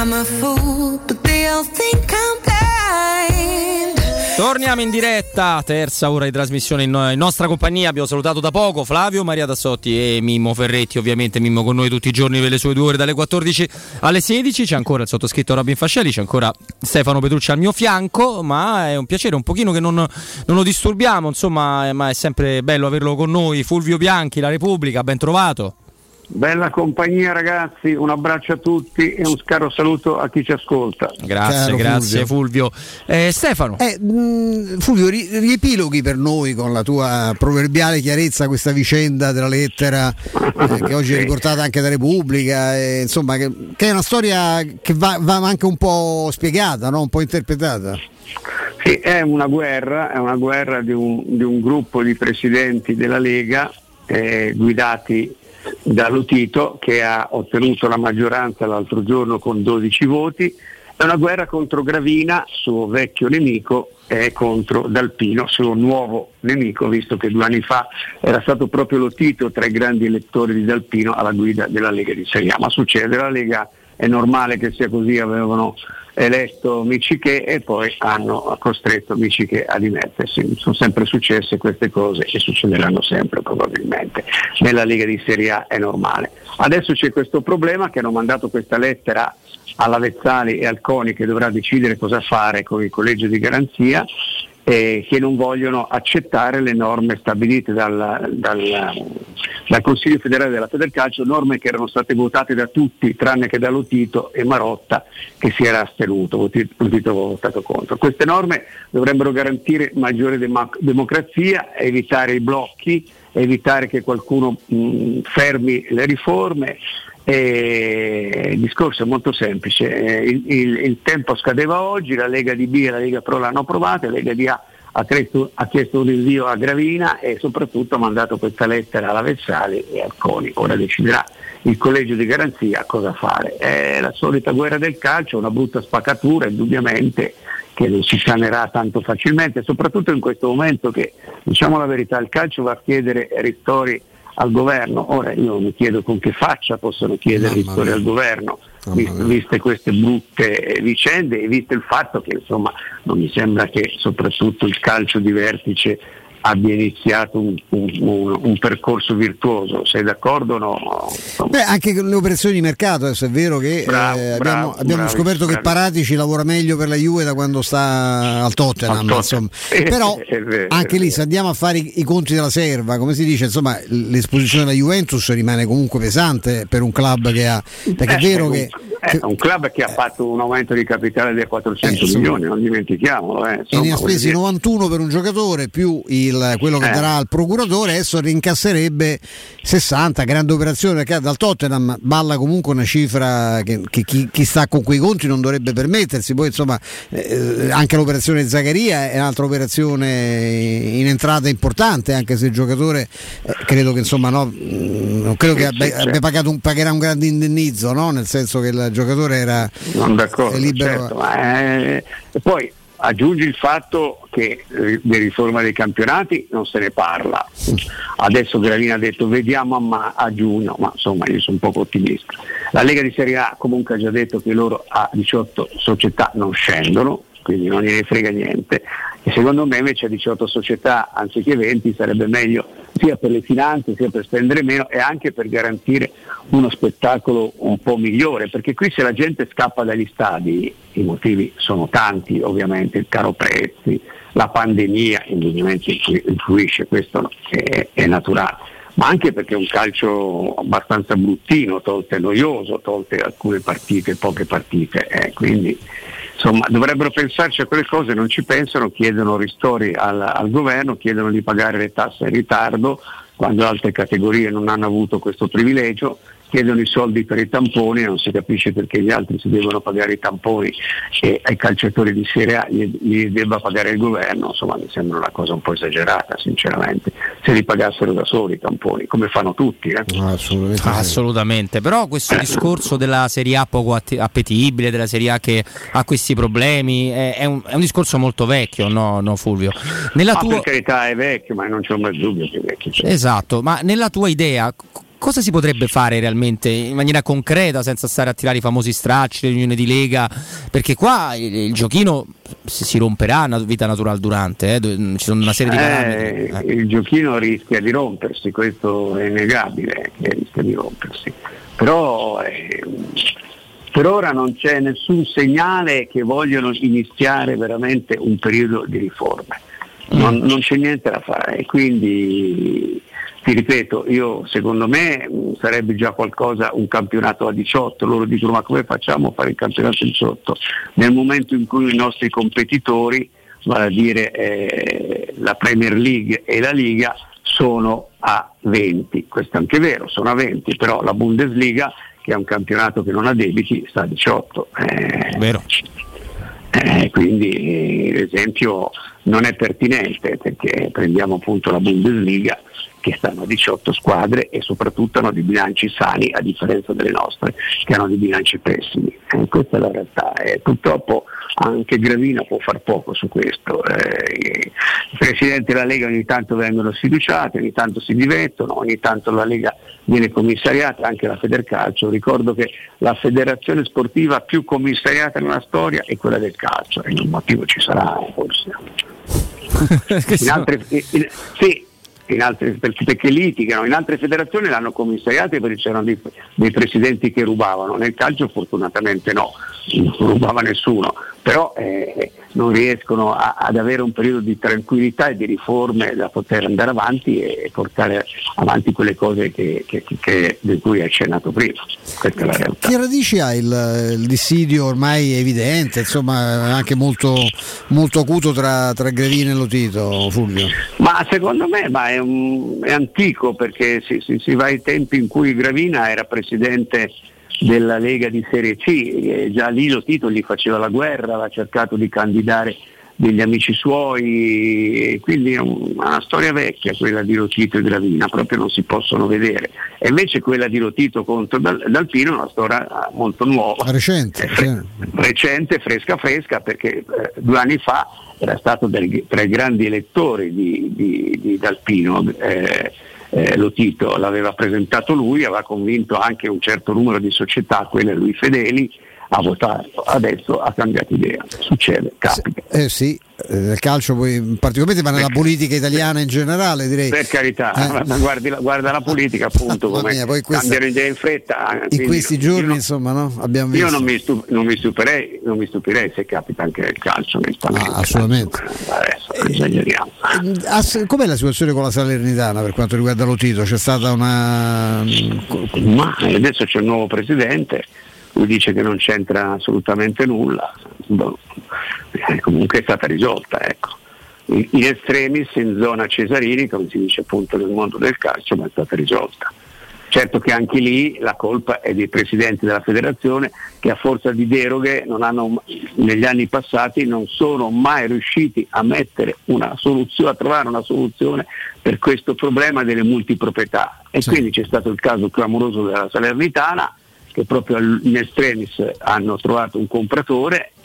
I'm a fool, but they all think I'm blind. Torniamo in diretta, terza ora di trasmissione in nostra compagnia. Abbiamo salutato da poco Flavio Maria Tassotti e Mimmo Ferretti, ovviamente Mimmo con noi tutti i giorni per le sue 2 ore dalle 14 alle 16. C'è ancora il sottoscritto Robin Fascelli, c'è ancora Stefano Petrucci al mio fianco, ma è un piacere un pochino che non lo disturbiamo, insomma, ma è sempre bello averlo con noi. Fulvio Bianchi, La Repubblica, ben trovato. Bella compagnia ragazzi, un abbraccio a tutti e un caro saluto a chi ci ascolta. Grazie, grazie Fulvio. Stefano. Fulvio, riepiloghi per noi con la tua proverbiale chiarezza questa vicenda della lettera che oggi è riportata anche da Repubblica, insomma che è una storia che va anche un po' spiegata, no? Un po' interpretata. Sì, è una guerra di un gruppo di presidenti della Lega guidati da Lotito, che ha ottenuto la maggioranza l'altro giorno con 12 voti. È una guerra contro Gravina, suo vecchio nemico, e contro D'Alpino, suo nuovo nemico, visto che 2 anni fa era stato proprio Lotito tra i grandi elettori di D'Alpino alla guida della Lega di Serie A. Ma succede, la Lega è normale che sia così, avevano eletto Miccichè e poi hanno costretto Miccichè a dimettersi. Sono sempre successe queste cose e succederanno sempre probabilmente. Nella Lega di Serie A è normale. Adesso c'è questo problema che hanno mandato questa lettera alla Vezzali e al CONI, che dovrà decidere cosa fare con il collegio di garanzia, che non vogliono accettare le norme stabilite dal Consiglio federale della Federcalcio, norme che erano state votate da tutti tranne che da Lotito e Marotta, che si era astenuto. Lotito aveva votato contro. Queste norme dovrebbero garantire maggiore democrazia, evitare i blocchi, evitare che qualcuno fermi le riforme. Il discorso è molto semplice, il tempo scadeva oggi, la Lega di B e la Lega Pro l'hanno approvata, la Lega di A ha chiesto un rinvio a Gravina e soprattutto ha mandato questa lettera alla Vezzali e al CONI. Ora deciderà il collegio di garanzia cosa fare. È la solita guerra del calcio, una brutta spaccatura indubbiamente, che non si sanerà tanto facilmente, soprattutto in questo momento che, diciamo la verità, il calcio va a chiedere ristori al governo. Ora io mi chiedo con che faccia possono chiedere ristori al governo, viste queste brutte vicende e visto il fatto che insomma non mi sembra che soprattutto il calcio di vertice abbia iniziato un percorso virtuoso. Sei d'accordo o no? Beh, anche le operazioni di mercato, adesso è vero che abbiamo scoperto che Paratici lavora meglio per la Juve da quando sta al Tottenham, insomma. Però anche lì se andiamo a fare i conti della serva, come si dice, insomma l'esposizione della Juventus rimane comunque pesante per un club che ha, perché è vero che è un club che ha fatto un aumento di capitale di 400 milioni, non dimentichiamolo. E ne ha spesi 91 per un giocatore più quello che darà al procuratore, adesso rincasserebbe 60, grande operazione, perché dal Tottenham balla comunque una cifra che chi sta con quei conti non dovrebbe permettersi. Poi insomma anche l'operazione Zaccaria è un'altra operazione in entrata importante, anche se il giocatore credo che insomma non credo che abbia pagherà un grande indennizzo, no? Nel senso che il giocatore era non d'accordo, libero. Certo, e poi aggiungi il fatto che di riforma dei campionati non se ne parla. Adesso Gravina ha detto vediamo a giugno, ma insomma io sono un poco ottimista. La Lega di Serie A comunque ha già detto che loro a 18 società non scendono, quindi non gliene frega niente, e secondo me invece a 18 società anziché 20 sarebbe meglio sia per le finanze sia per spendere meno e anche per garantire uno spettacolo un po' migliore, perché qui se la gente scappa dagli stadi i motivi sono tanti, ovviamente il caro prezzi, la pandemia indubbiamente influisce, questo è naturale, ma anche perché è un calcio abbastanza bruttino, tolte noioso, tolte alcune partite, poche partite, quindi insomma dovrebbero pensarci a quelle cose, non ci pensano, chiedono ristori al governo, chiedono di pagare le tasse in ritardo quando altre categorie non hanno avuto questo privilegio, chiedono i soldi per i tamponi, non si capisce perché gli altri si devono pagare i tamponi e ai calciatori di Serie A li debba pagare il governo. Insomma mi sembra una cosa un po' esagerata sinceramente, se li pagassero da soli i tamponi come fanno tutti. Assolutamente, però questo discorso della Serie A poco appetibile, della Serie A che ha questi problemi è un discorso molto vecchio, no Fulvio? Per carità è vecchio, ma non c'è un dubbio che è vecchio. Esatto, ma nella tua idea cosa si potrebbe fare realmente in maniera concreta senza stare a tirare i famosi stracci, le riunioni di Lega, perché qua il giochino si romperà a vita naturale durante, ci sono una serie di parametri. Il giochino rischia di rompersi, questo è innegabile che rischia di rompersi, però per ora non c'è nessun segnale che vogliono iniziare veramente un periodo di riforme, non c'è niente da fare, quindi ti ripeto, secondo me sarebbe già qualcosa, un campionato a 18, loro dicono ma come facciamo a fare il campionato a 18 nel momento in cui i nostri competitori, vale a dire la Premier League e la Liga, sono a 20, questo è anche vero, sono a 20, però la Bundesliga, che è un campionato che non ha debiti, sta a 18. Vero. Quindi l'esempio non è pertinente, perché prendiamo appunto la Bundesliga, che stanno a 18 squadre e soprattutto hanno dei bilanci sani, a differenza delle nostre che hanno dei bilanci pessimi. Questa è la realtà, purtroppo anche Gravina può far poco su questo. I presidenti della Lega ogni tanto vengono sfiduciati, ogni tanto si dimettono, ogni tanto la Lega viene commissariata, anche la Federcalcio. Ricordo che la federazione sportiva più commissariata nella storia è quella del calcio, e un motivo ci sarà forse. Perché litigano, in altre federazioni l'hanno commissariata perché c'erano dei presidenti che rubavano, nel calcio fortunatamente no, non rubava nessuno, però non riescono ad avere un periodo di tranquillità e di riforme da poter andare avanti e portare avanti quelle cose di cui hai accennato prima. Questa è la realtà. Che radici ha il dissidio ormai evidente, insomma anche molto, molto acuto tra Gravina e Lotito, Fulvio? Ma secondo me è antico, perché si va ai tempi in cui Gravina era presidente della Lega di Serie C, e già lì Lotito gli faceva la guerra, aveva cercato di candidare degli amici suoi, quindi è una storia vecchia quella di Lotito e Gravina, proprio non si possono vedere, e invece quella di Lotito contro D'Alpino è una storia molto nuova, recente, fresca, perché 2 anni fa era stato tra i grandi elettori di D'Alpino. Lotito l'aveva presentato lui, aveva convinto anche un certo numero di società, quelle lui fedeli, a votare. Adesso ha cambiato idea, succede, capita. Sì, nel calcio poi particolarmente, ma nella politica italiana in generale, direi. Per carità, guarda la politica appunto come cambiano idee in fretta. In questi giorni insomma, no? Abbiamo visto. Io non mi stupirei se capita anche nel calcio, assolutamente. Adesso esageriamo. Com'è la situazione con la Salernitana per quanto riguarda Lotito? C'è stata una. Ma adesso c'è un nuovo presidente. Lui dice che non c'entra assolutamente nulla, comunque è stata risolta, ecco. In extremis, in zona Cesarini, come si dice appunto nel mondo del calcio, ma è stata risolta. Certo che anche lì la colpa è dei presidenti della federazione, che a forza di deroghe negli anni passati non sono mai riusciti a mettere a trovare una soluzione per questo problema delle multiproprietà. E quindi c'è stato il caso clamoroso della Salernitana, che proprio in extremis hanno trovato un compratore,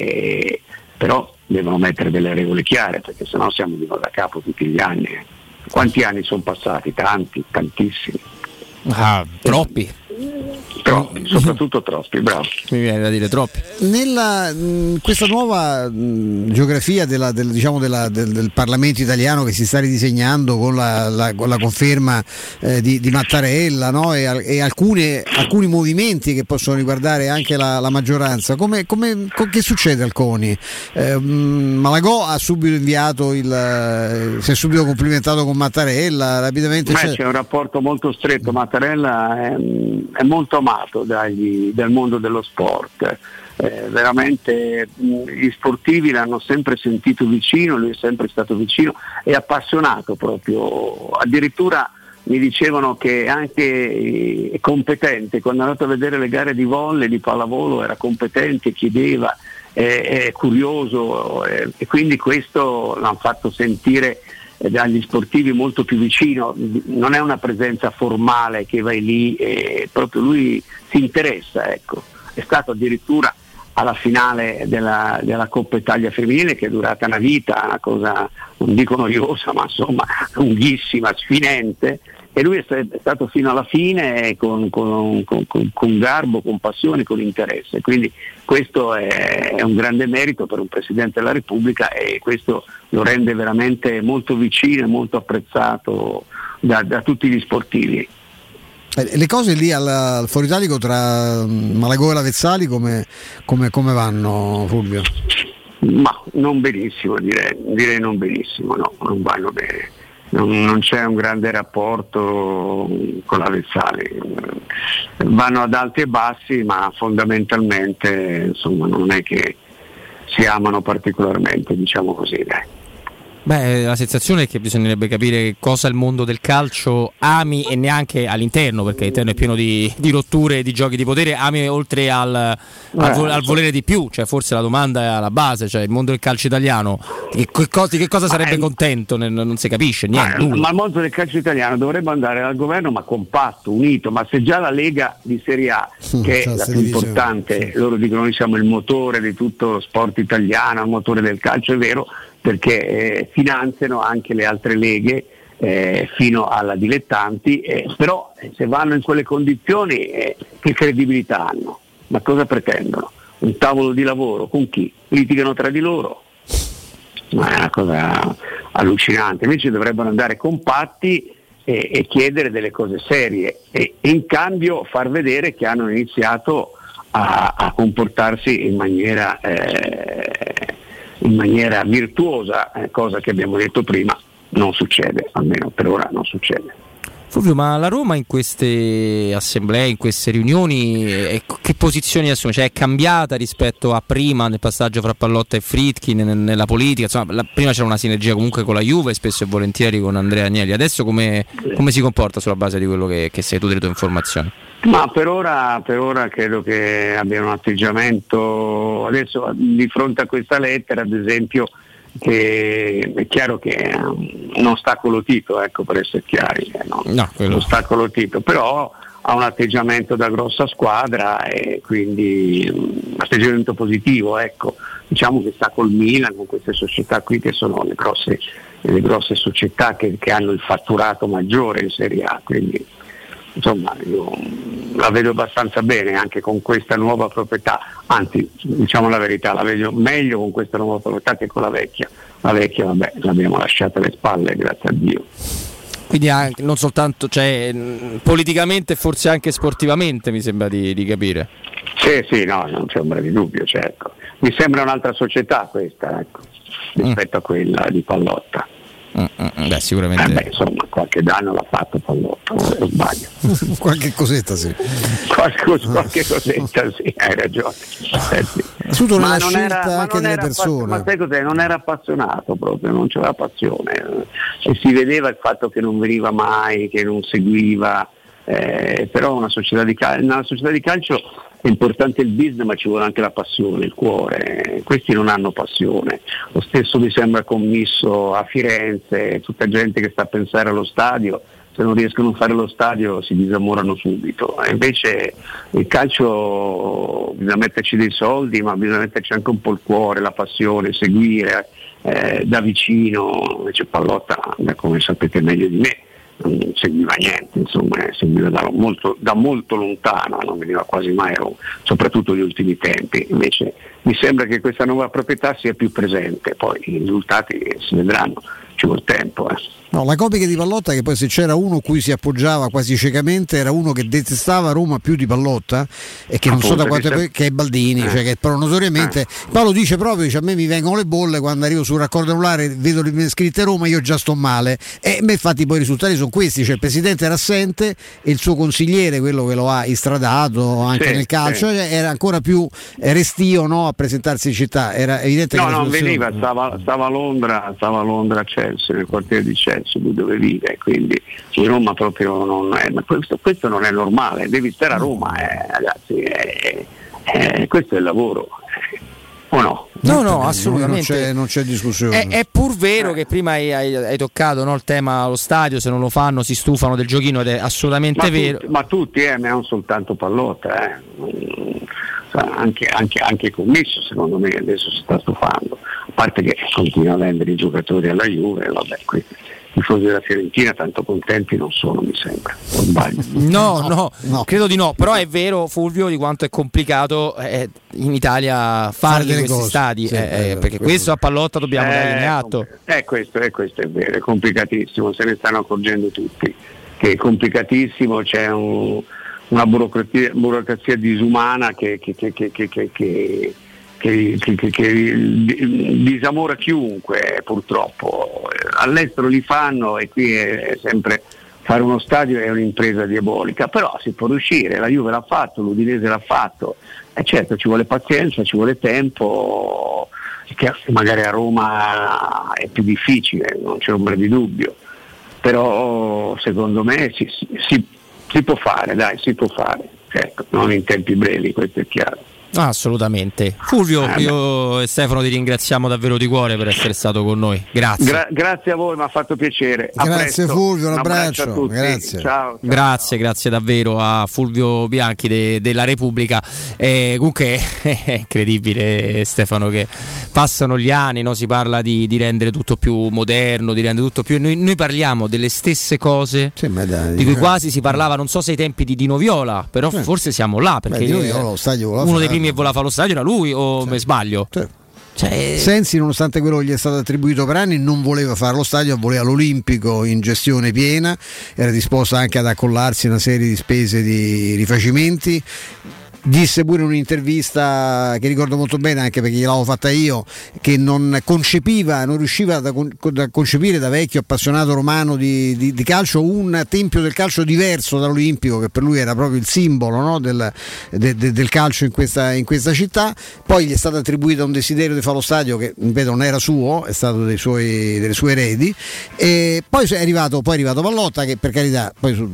però devono mettere delle regole chiare, perché sennò siamo di nuovo da capo tutti gli anni. Quanti anni sono passati? Tantissimi. Troppi. Soprattutto troppi, bravo. Mi viene da dire troppi. Nella questa nuova geografia del Parlamento italiano che si sta ridisegnando con la conferma di Mattarella, no? e alcuni movimenti che possono riguardare anche la maggioranza, che succede al CONI? Malagò ha subito inviato si è subito complimentato con Mattarella rapidamente. C'è un rapporto molto stretto. Mattarella è molto amato dal mondo dello sport, veramente gli sportivi l'hanno sempre sentito vicino, lui è sempre stato vicino e appassionato proprio, addirittura mi dicevano che anche è competente, quando è andato a vedere le gare di volley, di pallavolo era competente, chiedeva, è curioso, e quindi questo l'hanno fatto sentire dagli sportivi molto più vicino. Non è una presenza formale che vai lì, proprio lui si interessa, ecco. È stato addirittura alla finale della Coppa Italia femminile, che è durata una vita, una cosa non dico noiosa ma insomma lunghissima, sfinente, e lui è stato fino alla fine con garbo, con passione, con interesse, quindi questo è un grande merito per un Presidente della Repubblica e questo lo rende veramente molto vicino e molto apprezzato da tutti gli sportivi. Le cose lì al Foro Italico tra Malagò e Lavezzali come vanno, Fulvio? Ma non benissimo, direi non benissimo, no, non vanno bene. Non c'è un grande rapporto con Lavezzali, vanno ad alti e bassi, ma fondamentalmente insomma non è che si amano particolarmente, diciamo così, dai. Beh, la sensazione è che bisognerebbe capire cosa il mondo del calcio ami, e neanche all'interno, perché all'interno è pieno di rotture, di giochi di potere, ami oltre al volere di più, cioè forse la domanda è alla base, cioè il mondo del calcio italiano di che cosa sarebbe contento, non si capisce niente. Ma il mondo del calcio italiano dovrebbe andare al governo ma compatto, unito, ma se già la Lega di Serie A, che è la più importante, loro dicono noi siamo il motore di tutto lo sport italiano, il motore del calcio, è vero, perché finanziano anche le altre leghe fino alla dilettanti, però se vanno in quelle condizioni che credibilità hanno? Ma cosa pretendono? Un tavolo di lavoro con chi? Litigano tra di loro? Ma è una cosa allucinante. Invece dovrebbero andare compatti e chiedere delle cose serie e in cambio far vedere che hanno iniziato a comportarsi in maniera virtuosa, cosa che abbiamo detto prima non succede, almeno per ora non succede. Fulvio, ma la Roma in queste assemblee, in queste riunioni, che posizioni assume? Cioè è cambiata rispetto a prima nel passaggio fra Pallotta e Friedkin nella politica? Insomma, prima c'era una sinergia comunque con la Juve, spesso e volentieri con Andrea Agnelli. Adesso come si comporta sulla base di quello che sei tu delle tue informazioni? Ma per ora credo che abbiano un atteggiamento adesso di fronte a questa lettera, ad esempio, che è chiaro che non sta con lo Tito, ecco, per essere chiari, non sta con lo Tito, però ha un atteggiamento da grossa squadra e quindi un atteggiamento positivo, ecco. Diciamo che sta col Milan, con queste società qui che sono le grosse società che hanno il fatturato maggiore in Serie A, quindi insomma io la vedo abbastanza bene anche con questa nuova proprietà, anzi diciamo la verità, la vedo meglio con questa nuova proprietà che con la vecchia vabbè, l'abbiamo lasciata alle spalle, grazie a Dio. Quindi anche, non soltanto, cioè, politicamente e forse anche sportivamente mi sembra di capire. Sì, no, non c'è ombra di dubbio, certo. Mi sembra un'altra società questa, ecco, rispetto a quella di Pallotta. Beh, sicuramente. Insomma, qualche danno l'ha fatto Pallotta, non sbaglio. Qualche cosetta sì. Qualche cosetta sì, hai ragione. Sì. Tutto nella scelta anche delle persone. Ma sai cos'è? Non era appassionato proprio, non c'era passione. E si vedeva il fatto che non veniva mai, che non seguiva. Però nella società di calcio è importante il business, ma ci vuole anche la passione, il cuore. Questi non hanno passione. Lo stesso mi sembra commisso a Firenze, tutta gente che sta a pensare allo stadio, se non riescono a fare lo stadio si disamorano subito. E invece il calcio bisogna metterci dei soldi, ma bisogna metterci anche un po' il cuore, la passione, seguire da vicino. Invece Pallotta, come sapete meglio di me, non seguiva niente, insomma, seguiva da molto lontano, non veniva quasi mai a Roma, soprattutto negli ultimi tempi. Invece mi sembra che questa nuova proprietà sia più presente, poi i risultati si vedranno, ci vuole tempo. No, la copica di Pallotta, che poi se c'era uno cui si appoggiava quasi ciecamente, era uno che detestava Roma più di Pallotta e che non so da quanto che è Baldini, cioè che però notoriamente Paolo dice proprio, a me mi vengono le bolle quando arrivo sul raccordo anulare, vedo le scritte Roma, io già sto male, e infatti poi i risultati sono questi, cioè il presidente era assente e il suo consigliere, quello che lo ha istradato anche nel calcio, era ancora più restio, no, a presentarsi in città. Era evidente che non veniva, stava a Londra a Chelsea, nel quartiere di Chelsea, dove vive, quindi in Roma proprio non è, ma questo non è normale, devi stare a Roma, ragazzi, questo è il lavoro, o no? No, assolutamente non c'è discussione. È pur vero che prima hai toccato, no, il tema allo stadio, se non lo fanno si stufano del giochino, ed è assolutamente vero. Ma tutti, non soltanto Pallotta, anche Commisso secondo me adesso si sta stufando, a parte che continua a vendere i giocatori alla Juve, vabbè, tifosi della Fiorentina tanto contenti non sono, mi sembra. Non sbaglio. No, credo di no, però è vero, Fulvio, di quanto è complicato in Italia fare questi cose. stadi, Sì, perché questo a Pallotta dobbiamo dargliene atto. Questo è vero, è complicatissimo, se ne stanno accorgendo tutti che è complicatissimo, c'è una burocrazia disumana che disamora chiunque, purtroppo. All'estero li fanno e qui è sempre fare uno stadio è un'impresa diabolica, però si può riuscire, la Juve l'ha fatto, l'Udinese l'ha fatto, e certo ci vuole pazienza, ci vuole tempo, che magari a Roma è più difficile, non c'è ombra di dubbio, però secondo me si può fare, si può fare, certo, non in tempi brevi, questo è chiaro. Assolutamente. Fulvio, io e Stefano ti ringraziamo davvero di cuore per essere stato con noi. Grazie. Grazie a voi, mi ha fatto piacere. Grazie Fulvio, un abbraccio a tutti. Grazie. Ciao. Grazie davvero a Fulvio Bianchi della Repubblica. Comunque è incredibile, Stefano, che passano gli anni, no? Si parla di rendere tutto più moderno, di rendere tutto più. Noi parliamo delle stesse cose di cui quasi si parlava, non so se ai tempi di Dino Viola, però forse siamo là, perché uno dei primi che voleva fare lo stadio era lui, o me sbaglio? Sensi, nonostante quello che gli è stato attribuito per anni, non voleva fare lo stadio, voleva l'Olimpico in gestione piena, era disposto anche ad accollarsi una serie di spese di rifacimenti. Disse pure in un'intervista che ricordo molto bene, anche perché gliel'avevo fatta io, che non riusciva a concepire da vecchio appassionato romano di calcio un tempio del calcio diverso dall'Olimpico, che per lui era proprio il simbolo, no? del calcio in questa città. Poi gli è stato attribuito un desiderio di fare lo stadio che, ripeto, non era suo, è stato delle sue eredi, e poi è arrivato Pallotta, che per carità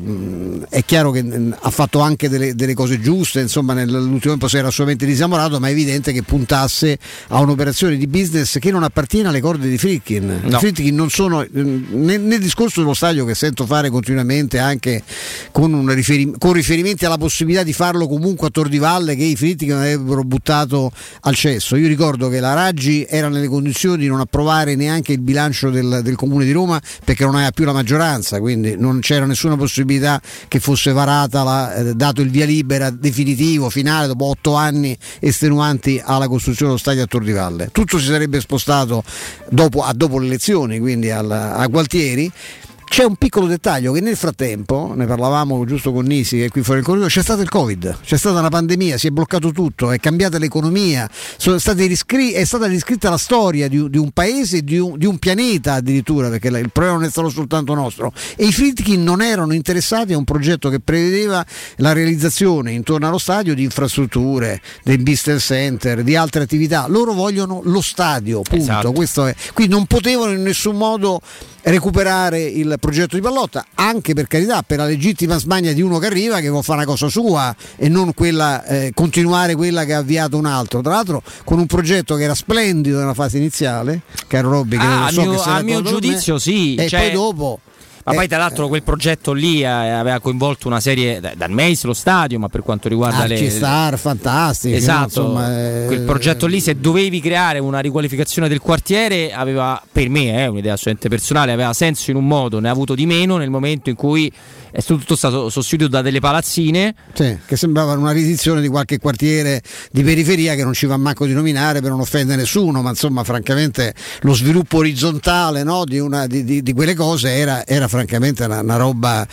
poi è chiaro che ha fatto anche delle cose giuste, insomma nell'ultimo tempo si era assolutamente disamorato, ma è evidente che puntasse a un'operazione di business che non appartiene alle corde di Friedkin. I Friedkin non sono nel discorso dello stadio, che sento fare continuamente anche con riferimenti alla possibilità di farlo comunque a Tor di Valle, che i Friedkin avrebbero buttato al cesso. Io ricordo che la Raggi era nelle condizioni di non approvare neanche il bilancio del Comune di Roma, perché non aveva più la maggioranza, quindi non c'era nessuna possibilità che fosse varata, dato il via libera definitivo finale dopo 8 anni estenuanti alla costruzione dello stadio a Tor di Valle. Tutto si sarebbe spostato dopo le elezioni, quindi a Gualtieri. C'è un piccolo dettaglio, che nel frattempo, ne parlavamo giusto con Nisi che è qui fuori il corridoio, c'è stato il Covid, c'è stata una pandemia, si è bloccato tutto, è cambiata l'economia, è stata riscritta la storia di un paese, di un pianeta addirittura, perché il problema non è stato soltanto nostro, e i Friedkin non erano interessati a un progetto che prevedeva la realizzazione intorno allo stadio di infrastrutture, del business center, di altre attività. Loro vogliono lo stadio, punto. Esatto. Questo è. Quindi non potevano in nessun modo recuperare il progetto di Pallotta, anche per carità, per la legittima smania di uno che arriva, che vuole fare una cosa sua e non quella continuare quella che ha avviato un altro, tra l'altro con un progetto che era splendido nella fase iniziale, caro Robby, che a mio giudizio sì, e poi dopo. Ma poi tra l'altro quel progetto lì aveva coinvolto una serie, dal MEIS lo stadio, ma per quanto riguarda Arcistar, fantastico. Esatto, insomma, quel progetto lì, se dovevi creare una riqualificazione del quartiere, aveva, per me, un'idea assolutamente personale, aveva senso in un modo, ne ha avuto di meno nel momento in cui è tutto stato sostituito da delle palazzine. Sì, che sembrava una riedizione di qualche quartiere di periferia che non ci va manco di nominare per non offendere nessuno, ma insomma francamente lo sviluppo orizzontale, no, di quelle cose era francamente una roba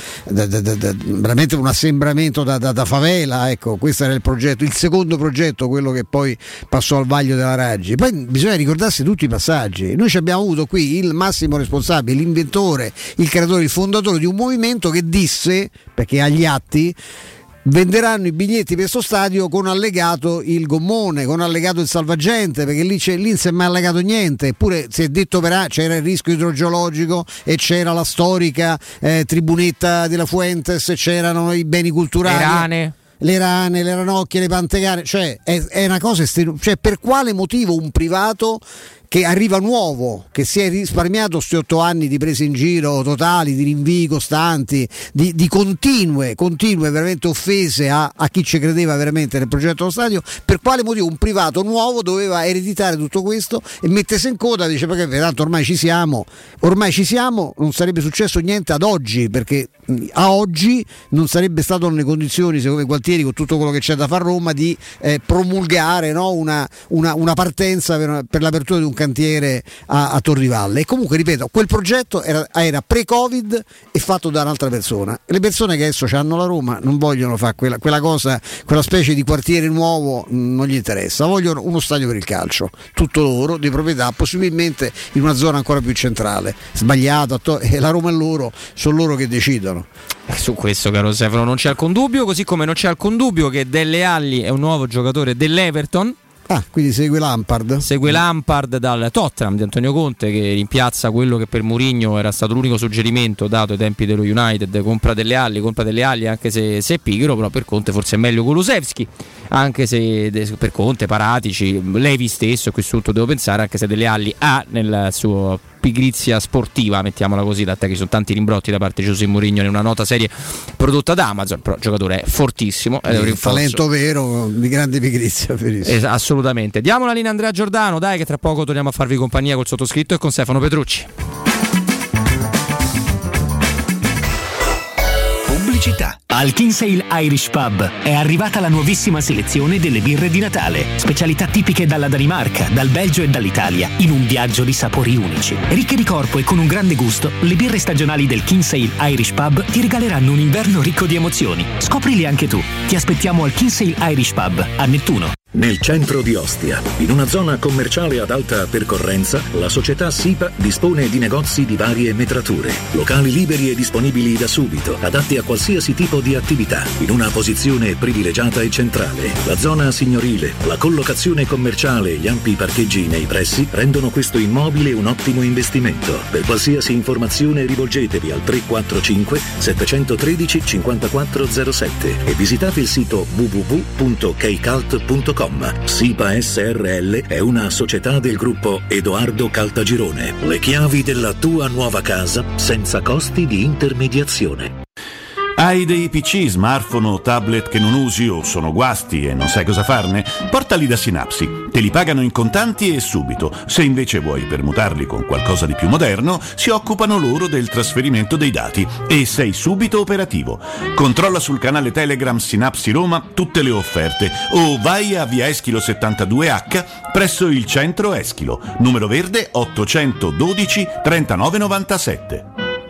veramente un assembramento da favela. Ecco, questo era il progetto, il secondo progetto, quello che poi passò al vaglio della Raggi. Poi bisogna ricordarsi tutti i passaggi. Noi ci abbiamo avuto qui il massimo responsabile, l'inventore, il creatore, il fondatore di un movimento che disse, perché agli atti, venderanno i biglietti per questo stadio con allegato il gommone, con allegato il salvagente, perché lì non si è mai allegato niente. Eppure si è detto c'era il rischio idrogeologico e c'era la storica tribunetta della Fuentes, c'erano i beni culturali, le rane, le ranocchie, le pantegane, cioè è una cosa per quale motivo un privato che arriva nuovo, che si è risparmiato questi 8 anni di prese in giro totali, di rinvii costanti, di continue veramente offese a chi ci credeva veramente nel progetto dello stadio. Per quale motivo un privato nuovo doveva ereditare tutto questo e mettersi in coda? Dice perché tanto ormai ci siamo, non sarebbe successo niente ad oggi, perché a oggi non sarebbe stato nelle condizioni, secondo Gualtieri, con tutto quello che c'è da fare a Roma, di promulgare, no, una partenza per l'apertura di un cantiere a Torrivalle. E comunque, ripeto, quel progetto era pre-Covid e fatto da un'altra persona. Le persone che adesso hanno la Roma non vogliono fare quella cosa, quella specie di quartiere nuovo, non gli interessa, vogliono uno stadio per il calcio, tutto loro, di proprietà, possibilmente in una zona ancora più centrale. Sbagliato, e la Roma è loro, sono loro che decidono. Su questo, caro Stefano, non c'è alcun dubbio, così come non c'è alcun dubbio che Dele Alli è un nuovo giocatore dell'Everton. Quindi segue Lampard dal Tottenham di Antonio Conte, che rimpiazza quello che per Mourinho era stato l'unico suggerimento dato ai tempi dello United: compra Dele Alli, anche se è pigro, però per Conte forse è meglio Kulusevski, anche se per Conte Paratici, Levi stesso, a questo punto devo pensare, anche se Dele Alli ha nel suo pigrizia sportiva, mettiamola così, da te che ci sono tanti rimbrotti da parte di José Mourinho in una nota serie prodotta da Amazon, però il giocatore è fortissimo, è un talento vero, di grande pigrizia, assolutamente. Diamo la linea a Andrea Giordano, dai, che tra poco torniamo a farvi compagnia col sottoscritto e con Stefano Petrucci. Pubblicità. Al Kinsale Irish Pub è arrivata la nuovissima selezione delle birre di Natale, specialità tipiche dalla Danimarca, dal Belgio e dall'Italia, in un viaggio di sapori unici. Ricche di corpo e con un grande gusto, le birre stagionali del Kinsale Irish Pub ti regaleranno un inverno ricco di emozioni. Scoprili anche tu. Ti aspettiamo al Kinsale Irish Pub a Nettuno. Nel centro di Ostia, in una zona commerciale ad alta percorrenza, la società SIPA dispone di negozi di varie metrature, locali liberi e disponibili da subito, adatti a qualsiasi tipo di attività, in una posizione privilegiata e centrale. La zona signorile, la collocazione commerciale e gli ampi parcheggi nei pressi rendono questo immobile un ottimo investimento. Per qualsiasi informazione rivolgetevi al 345 713 5407 e visitate il sito www.kcalt.com. SIPA SRL è una società del gruppo Edoardo Caltagirone. Le chiavi della tua nuova casa senza costi di intermediazione. Hai dei PC, smartphone o tablet che non usi o sono guasti e non sai cosa farne? Portali da Synapsi. Te li pagano in contanti e subito. Se invece vuoi permutarli con qualcosa di più moderno, si occupano loro del trasferimento dei dati e sei subito operativo. Controlla sul canale Telegram Synapsi Roma tutte le offerte o vai a via Eschilo 72H presso il centro Eschilo, numero verde 812 3997.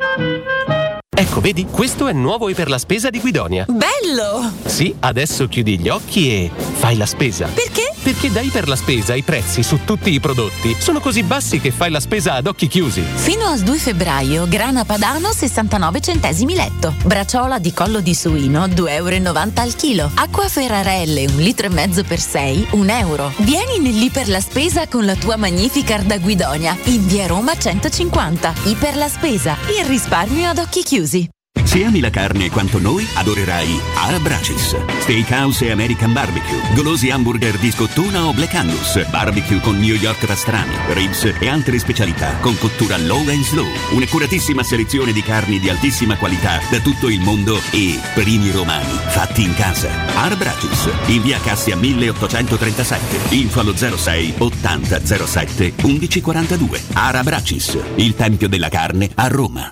Ecco, vedi, questo è nuovo per la spesa di Guidonia. Bello! Sì, adesso chiudi gli occhi e fai la spesa. Perché? Perché da Iper la Spesa i prezzi su tutti i prodotti sono così bassi che fai la spesa ad occhi chiusi. Fino al 2 febbraio, grana padano 69 centesimi letto. Bracciola di collo di suino 2,90 € al chilo. Acqua Ferrarelle 1,5 litri per 6, €1. Vieni nell'Iper la Spesa con la tua Magnificard da Guidonia, in via Roma 150. Iper la Spesa, il risparmio ad occhi chiusi. Se ami la carne quanto noi, adorerai Arabracis. Steakhouse e American Barbecue, golosi hamburger di scottuna o Black Angus, barbecue con New York pastrami, ribs e altre specialità con cottura low and slow. Un'accuratissima selezione di carni di altissima qualità da tutto il mondo e primi romani fatti in casa. Arabracis, in via Cassia 1837, info allo 06 80 07 1142. Arabracis, il tempio della carne a Roma.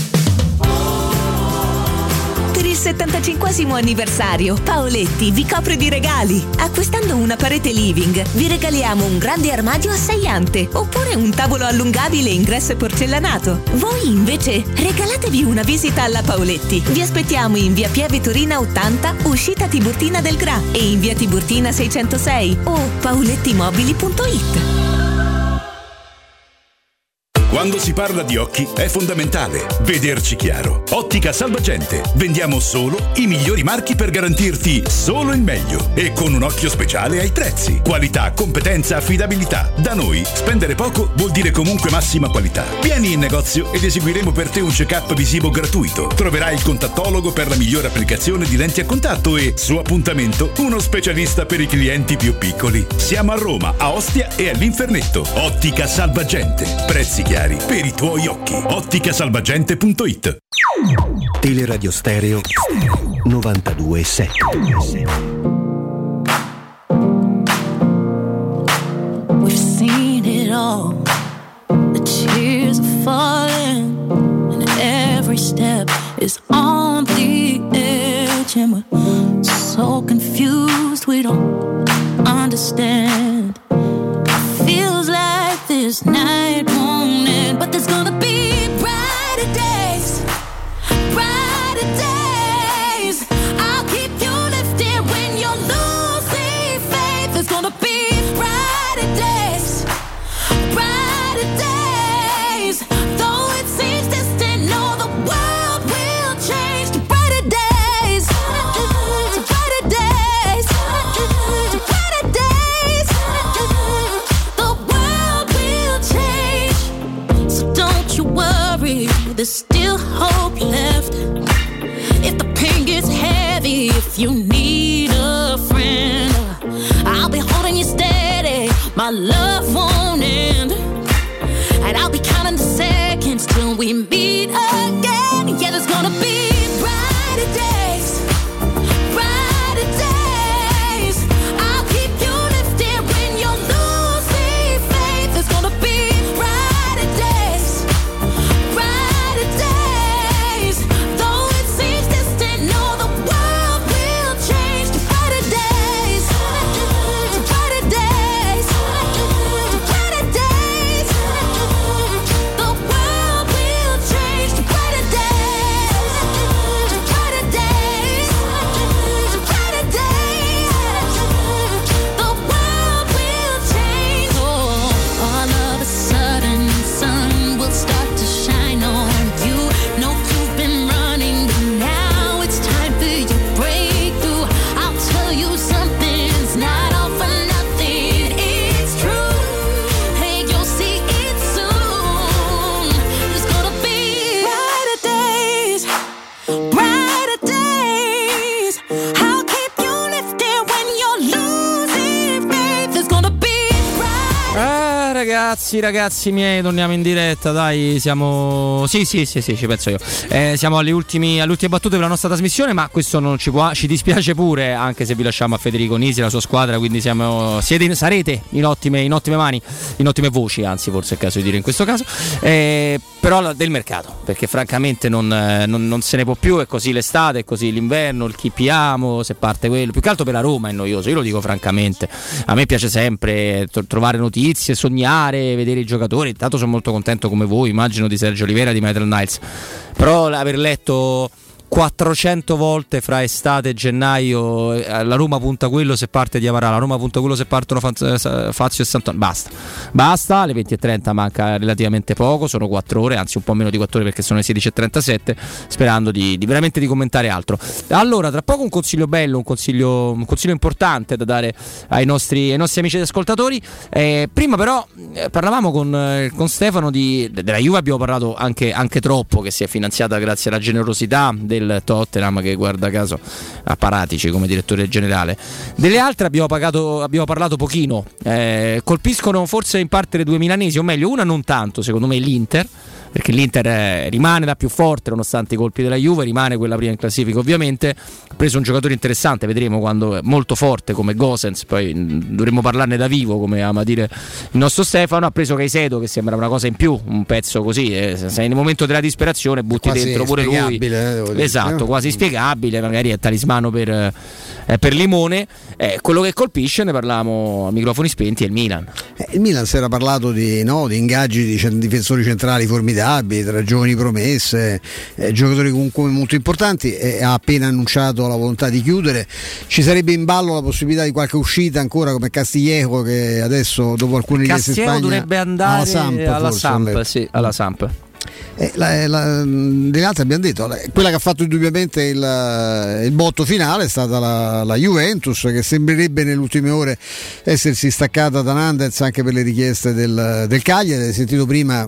Per il 75° anniversario, Paoletti vi copre di regali. Acquistando una parete living, vi regaliamo un grande armadio a 6 ante oppure un tavolo allungabile ingresso e porcellanato. Voi invece regalatevi una visita alla Paoletti. Vi aspettiamo in via Pieve Torina 80, uscita Tiburtina del Gra, e in via Tiburtina 606 o paolettimobili.it. Quando si parla di occhi è fondamentale vederci chiaro. Ottica Salvagente. Vendiamo solo i migliori marchi per garantirti solo il meglio e con un occhio speciale ai prezzi. Qualità, competenza, affidabilità. Da noi spendere poco vuol dire comunque massima qualità. Vieni in negozio ed eseguiremo per te un check-up visivo gratuito. Troverai il contattologo per la migliore applicazione di lenti a contatto e, su appuntamento, uno specialista per i clienti più piccoli. Siamo a Roma, a Ostia e all'Infernetto. Ottica Salvagente. Prezzi chiari per i tuoi occhi. Otticasalvagente.it. Teleradio Stereo 92.7. We've seen it all. The tears are falling, and every step is on the edge, and we're so confused we don't understand. Feels like this night won't end, but there's gonna be brighter days, brighter days. I'll keep you lifted when you're losing faith. There's gonna be brighter days, brighter days. Though it seems distant, no, the world will change to brighter days, to brighter days, to brighter days. The world will change, so don't you worry, there's still hope left. If the pain gets heavy, if you need a friend, I'll be holding you steady, my love won't end. And I'll be counting the seconds till we meet again. Yeah, there's gonna be brighter days, brighter days. I'll keep you lifted when you're losing faith. There's gonna be brighter days, brighter days. Though it seems distant, no, the world will change to brighter days, to brighter days, to brighter days. The world will change to brighter days, to brighter days, to brighter days. The world will change. Oh, all of a sudden, the sun will start to shine on you. Know you've been running, but now it's time for your breakthrough. I'll tell you something's not all for nothing. It's true. Hey, you'll see it soon. There's gonna be brighter days, brighter days. I'll keep you lifted when you're losing faith. There's gonna be Ragazzi miei, torniamo in diretta, dai, siamo... Sì, ci penso io. Siamo alle ultime battute per la nostra trasmissione, ma questo non ci dispiace pure, anche se vi lasciamo a Federico Nisi e la sua squadra, quindi sarete in ottime mani, in ottime voci, anzi forse è il caso di dire in questo caso, però del mercato, perché francamente non se ne può più, è così l'estate, è così l'inverno, il chippiamo, se parte quello, più che altro per la Roma è noioso, io lo dico francamente, a me piace sempre trovare notizie, sognare, vedere i giocatori, intanto sono molto contento come voi, immagino, di Sergio Olivera, di Maitland Niles, però aver letto 400 volte fra estate e gennaio la Roma punta quello se parte Diawara, la Roma punta quello se partono Fazio e Sant'Antonio, basta, alle 20:30 manca relativamente poco, sono 4 ore, anzi un po' meno di 4 ore perché sono le 16:37, sperando di veramente di commentare altro. Allora, tra poco un consiglio bello, un consiglio importante da dare ai nostri amici ed ascoltatori. Prima però parlavamo con Stefano della Juve, abbiamo parlato anche troppo, che si è finanziata grazie alla generosità del Tottenham, che guarda caso ha Paratici come direttore generale. Delle altre abbiamo parlato pochino, colpiscono forse in parte le due milanesi, o meglio una non tanto, secondo me l'Inter, perché l'Inter rimane la più forte nonostante i colpi della Juve, rimane quella prima in classifica ovviamente, ha preso un giocatore interessante, vedremo quando, molto forte come Gosens, poi dovremmo parlarne da vivo come ama dire il nostro Stefano, ha preso Caicedo che sembra una cosa in più, un pezzo così, sei nel momento della disperazione butti quasi dentro pure lui, esatto, quasi spiegabile, magari è talismano per Limone. Quello che colpisce, ne parlavamo a microfoni spenti, è il Milan. Il Milan si era parlato di ingaggi di difensori centrali formidabili, affidabili, tra giovani promesse, giocatori comunque molto importanti, e ha appena annunciato la volontà di chiudere. Ci sarebbe in ballo la possibilità di qualche uscita ancora, come Castillejo, che adesso dopo alcune richieste in Spagna dovrebbe andare alla Samp. Delle altre abbiamo detto, quella che ha fatto indubbiamente il botto finale è stata la Juventus, che sembrerebbe nelle ultime ore essersi staccata da Nandez anche per le richieste del Cagliari. Hai sentito prima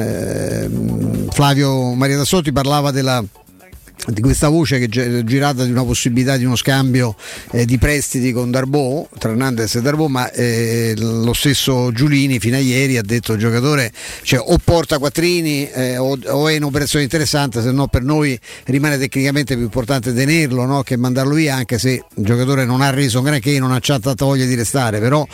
Flavio Maria Tassotti parlava di questa voce che è girata di una possibilità di uno scambio di prestiti con Darboe, tra Nandez e Darboe, ma lo stesso Giulini fino a ieri ha detto il giocatore, cioè, o porta quattrini o è un'operazione interessante, se no per noi rimane tecnicamente più importante tenerlo, no, che mandarlo via, anche se il giocatore non ha reso granché, non ha tanta voglia di restare, però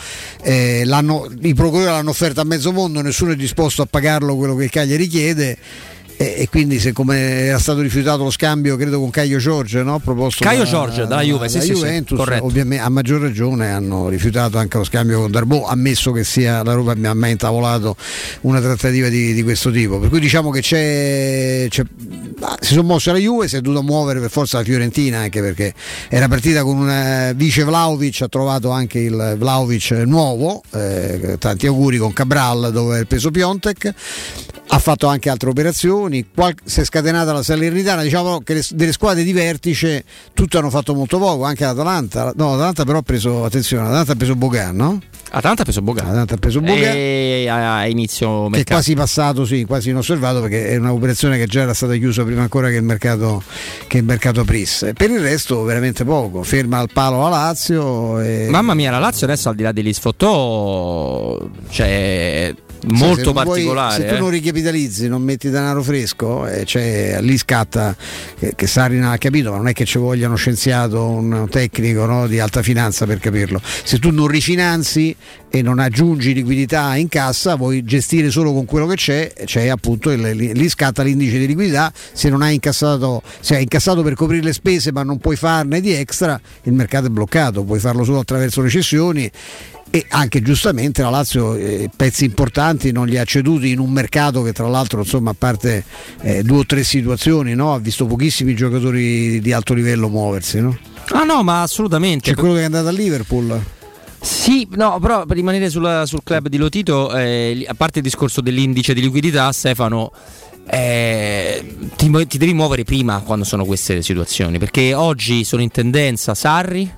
i procuratori l'hanno offerto a mezzo mondo, nessuno è disposto a pagarlo quello che il Cagliari chiede. E quindi, se come era stato rifiutato lo scambio, credo con Caio Giorgio, no? Proposto Caio Giorgio dalla Juve, sì, Juventus, sì, ovviamente a maggior ragione hanno rifiutato anche lo scambio con Darboe, ammesso che sia la Roma abbia mai intavolato una trattativa di questo tipo. Per cui diciamo che si sono mosse la Juve, si è dovuta muovere per forza la Fiorentina, anche perché era partita con un vice Vlahovic, ha trovato anche il Vlahovic nuovo, tanti auguri, con Cabral dove è preso Piontek. Ha fatto anche altre operazioni, si è scatenata la Salernitana, diciamo che delle squadre di vertice tutte hanno fatto molto poco, anche l'Atalanta. No, l'Atalanta però ha preso, attenzione, l'Atalanta ha preso Bogan, no? Atalanta ha preso Bogan e a inizio mercato, che è quasi passato, sì, quasi inosservato, perché è un'operazione che già era stata chiusa prima ancora che il mercato aprisse. Per il resto veramente poco, ferma al palo la Lazio Mamma mia, la Lazio adesso, al di là degli sfottò, cioè molto particolare. Se tu non ricapitalizzi, non metti denaro fresco, lì scatta che Sarri non ha capito, ma non è che ci voglia uno scienziato, un tecnico, no, di alta finanza per capirlo. Se tu non rifinanzi e non aggiungi liquidità in cassa, vuoi gestire solo con quello che c'è appunto lì scatta l'indice di liquidità. Se non hai incassato, se hai incassato per coprire le spese ma non puoi farne di extra, il mercato è bloccato, puoi farlo solo attraverso le cessioni. E anche giustamente la Lazio pezzi importanti non li ha ceduti in un mercato che, tra l'altro, insomma, a parte 2 o 3 situazioni, no, ha visto pochissimi giocatori di alto livello muoversi, no? Ah no, ma assolutamente. C'è quello che è andato a Liverpool. Sì, no, però per rimanere sul club di Lotito, a parte il discorso dell'indice di liquidità, Stefano, ti devi muovere prima quando sono queste situazioni, perché oggi sono in tendenza Sarri,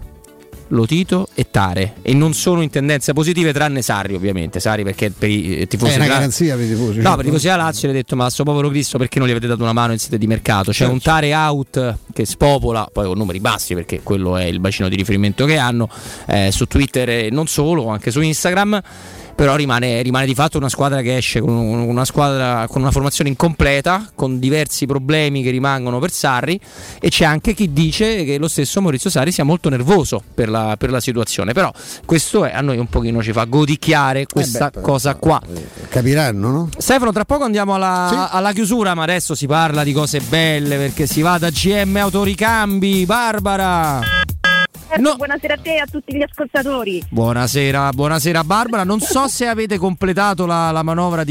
Lotito e Tare, e non sono in tendenze positive, tranne Sarri, ovviamente. Sarri perché per i tifosi è una garanzia per i tifosi. No, per i tifosi della Lazio, gli ho detto: ma sto povero Cristo, perché non gli avete dato una mano in sede di mercato? C'è un Tare out che spopola, poi con numeri bassi, perché quello è il bacino di riferimento che hanno, su Twitter e non solo, anche su Instagram. Però rimane di fatto una squadra che esce con una formazione incompleta, con diversi problemi che rimangono per Sarri, e c'è anche chi dice che lo stesso Maurizio Sarri sia molto nervoso per la situazione. Però questo a noi un pochino ci fa godicchiare questa cosa qua. Capiranno, no? Stefano, tra poco andiamo alla chiusura, ma adesso si parla di cose belle, perché si va da GM Autoricambi. Barbara! No. Buonasera a te e a tutti gli ascoltatori. Buonasera Barbara. Non so se avete completato la manovra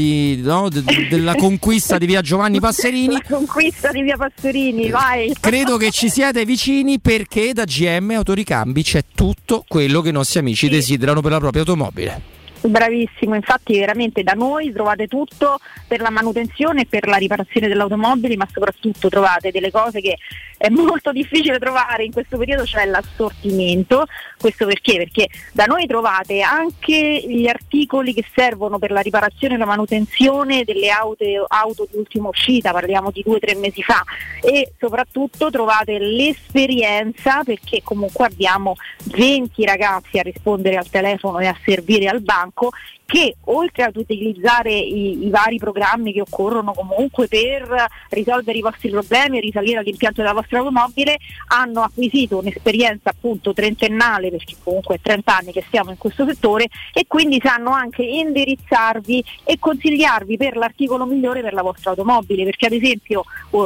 della conquista di via Giovanni Passerini. La conquista di via Passerini, vai. Credo che ci siate vicini, perché da GM Autoricambi c'è tutto quello che i nostri amici desiderano per la propria automobile. Bravissimo, infatti veramente da noi trovate tutto per la manutenzione e per la riparazione dell'automobile, ma soprattutto trovate delle cose che è molto difficile trovare in questo periodo, cioè l'assortimento. Questo perché da noi trovate anche gli articoli che servono per la riparazione e la manutenzione delle auto di ultima uscita, parliamo di 2 o 3 mesi fa, e soprattutto trovate l'esperienza, perché comunque abbiamo 20 ragazzi a rispondere al telefono e a servire al banco, che oltre ad utilizzare i vari programmi che occorrono comunque per risolvere i vostri problemi e risalire all'impianto della vostra automobile, hanno acquisito un'esperienza appunto trentennale, perché comunque è 30 anni che siamo in questo settore, e quindi sanno anche indirizzarvi e consigliarvi per l'articolo migliore per la vostra automobile, perché ad esempio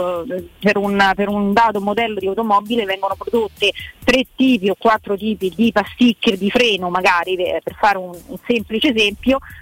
per un dato modello di automobile vengono prodotte 3 tipi o 4 tipi di pasticche di freno, magari per fare un semplice esempio,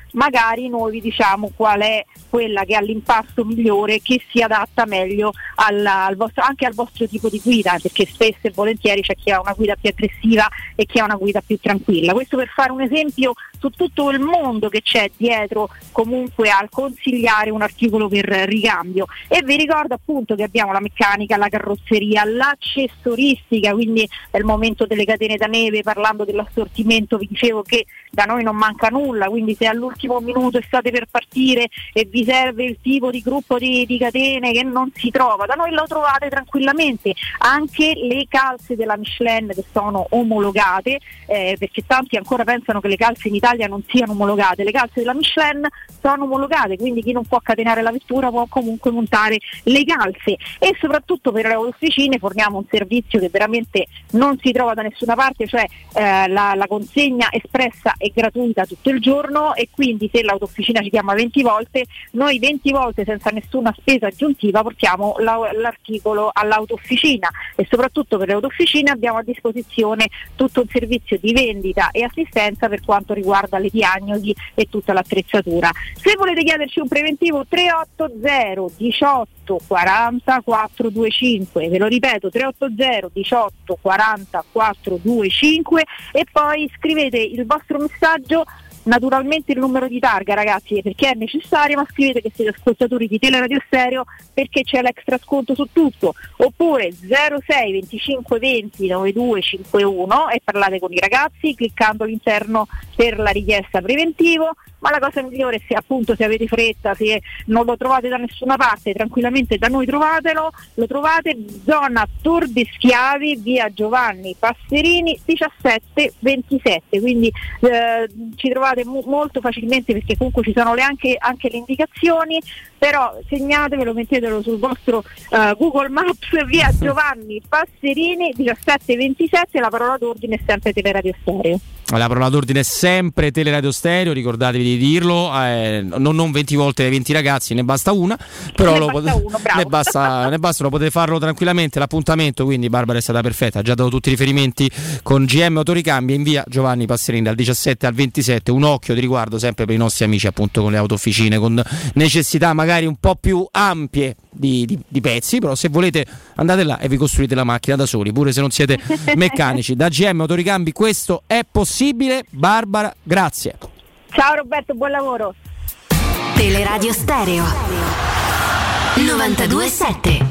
magari noi vi diciamo qual è quella che ha l'impasto migliore, che si adatta meglio anche al vostro tipo di guida, perché spesso e volentieri c'è chi ha una guida più aggressiva e chi ha una guida più tranquilla. Questo per fare un esempio su tutto il mondo che c'è dietro comunque al consigliare un articolo per ricambio. E vi ricordo appunto che abbiamo la meccanica, la carrozzeria, l'accessoristica, quindi è il momento delle catene da neve. Parlando dell'assortimento vi dicevo che da noi non manca nulla, quindi se all'ultimo minuto state per partire e vi serve il tipo di gruppo di catene che non si trova, da noi lo trovate tranquillamente. Anche le calze della Michelin che sono omologate, perché tanti ancora pensano che le calze in Italia non siano omologate, le calze della Michelin sono omologate, quindi chi non può catenare la vettura può comunque montare le calze. E soprattutto per le autofficine forniamo un servizio che veramente non si trova da nessuna parte, cioè la consegna espressa è gratuita tutto il giorno, e quindi se l'autofficina ci chiama 20 volte, noi 20 volte senza nessuna spesa aggiuntiva portiamo l'articolo all'autofficina. E soprattutto per le autofficine abbiamo a disposizione tutto un servizio di vendita e assistenza per quanto riguarda le diagnosi e tutta l'attrezzatura. Se volete chiederci un preventivo, 380 18 40 425, ve lo ripeto, 380 18 40 425, e poi scrivete il vostro messaggio, naturalmente il numero di targa, ragazzi, perché è necessario, ma scrivete che siete ascoltatori di Teleradio Stereo, perché c'è l'extra sconto su tutto. Oppure 06 25 20 9251 e parlate con i ragazzi cliccando all'interno per la richiesta preventivo. Ma la cosa migliore, se appunto se avete fretta, se non lo trovate da nessuna parte, tranquillamente da noi trovatelo. Lo trovate zona Tor de Schiavi, via Giovanni Passerini 1727, quindi ci trovate molto facilmente, perché comunque ci sono anche le indicazioni, però segnatevelo, mettetelo sul vostro Google Maps, via Giovanni Passerini 1727, la parola d'ordine è sempre Teleradio Stereo. La parola d'ordine è sempre Teleradio Stereo, ricordatevi di dirlo, non 20 volte ai 20 ragazzi, ne basta una, però ne basta, lo potete farlo tranquillamente. L'appuntamento, quindi Barbara è stata perfetta, ha già dato tutti i riferimenti con GM Autoricambi in via Giovanni Passerini dal 17 al 27. Un occhio di riguardo sempre per i nostri amici appunto con le autofficine, con necessità magari un po' più ampie di pezzi, però se volete andate là e vi costruite la macchina da soli, pure se non siete meccanici. Da GM Autoricambi questo è possibile. Barbara, grazie. Ciao Roberto, buon lavoro. Teleradio Stereo 92.7.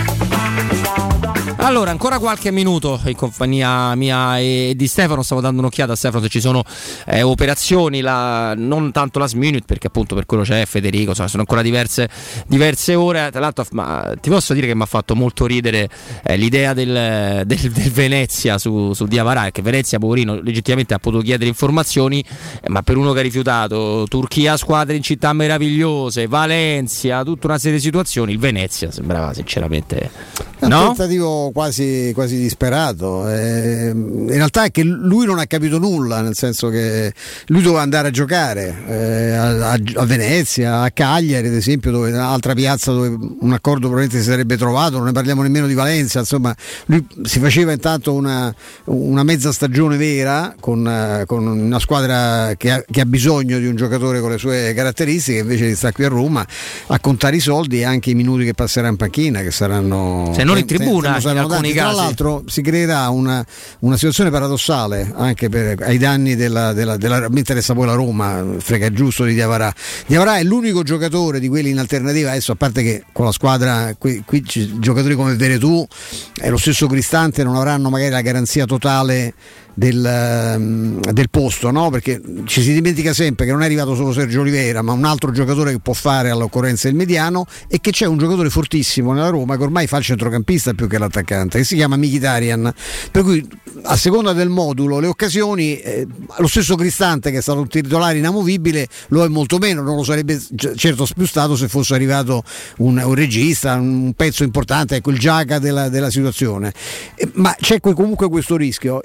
Allora, ancora qualche minuto in compagnia mia e di Stefano. Stavo dando un'occhiata a Stefano se ci sono operazioni, non tanto last minute, perché appunto per quello c'è Federico, sono ancora diverse ore. Tra l'altro, ma ti posso dire che mi ha fatto molto ridere l'idea del Venezia su Diawara, che Venezia, poverino, legittimamente ha potuto chiedere informazioni, ma per uno che ha rifiutato Turchia, squadre in città meravigliose, Valencia, tutta una serie di situazioni, il Venezia sembrava sinceramente un tentativo quasi disperato. In realtà è che lui non ha capito nulla, nel senso che lui doveva andare a giocare a Venezia, a Cagliari ad esempio, dove un'altra piazza dove un accordo probabilmente si sarebbe trovato. Non ne parliamo nemmeno di Valencia, insomma lui si faceva intanto una mezza stagione vera con una squadra che ha bisogno di un giocatore con le sue caratteristiche, invece di stare qui a Roma a contare i soldi e anche i minuti che passerà in panchina, che saranno, se non in tribuna, in alcuni casi. Tra l'altro si creerà una situazione paradossale anche ai danni della mi interessa poi la Roma, frega giusto di Diawara. Diawara è l'unico giocatore di quelli in alternativa adesso, a parte che con la squadra qui giocatori come Veretù e lo stesso Cristante non avranno magari la garanzia totale del posto, no? Perché ci si dimentica sempre che non è arrivato solo Sergio Oliveira, ma un altro giocatore che può fare all'occorrenza il mediano, e che c'è un giocatore fortissimo nella Roma che ormai fa il centrocampista più che l'attaccante, che si chiama Mkhitaryan, per cui a seconda del modulo le occasioni lo stesso Cristante, che è stato un titolare inamovibile, lo è molto meno, non lo sarebbe certo più stato se fosse arrivato un regista, un pezzo importante, ecco, il Giaca della situazione, ma c'è comunque questo rischio.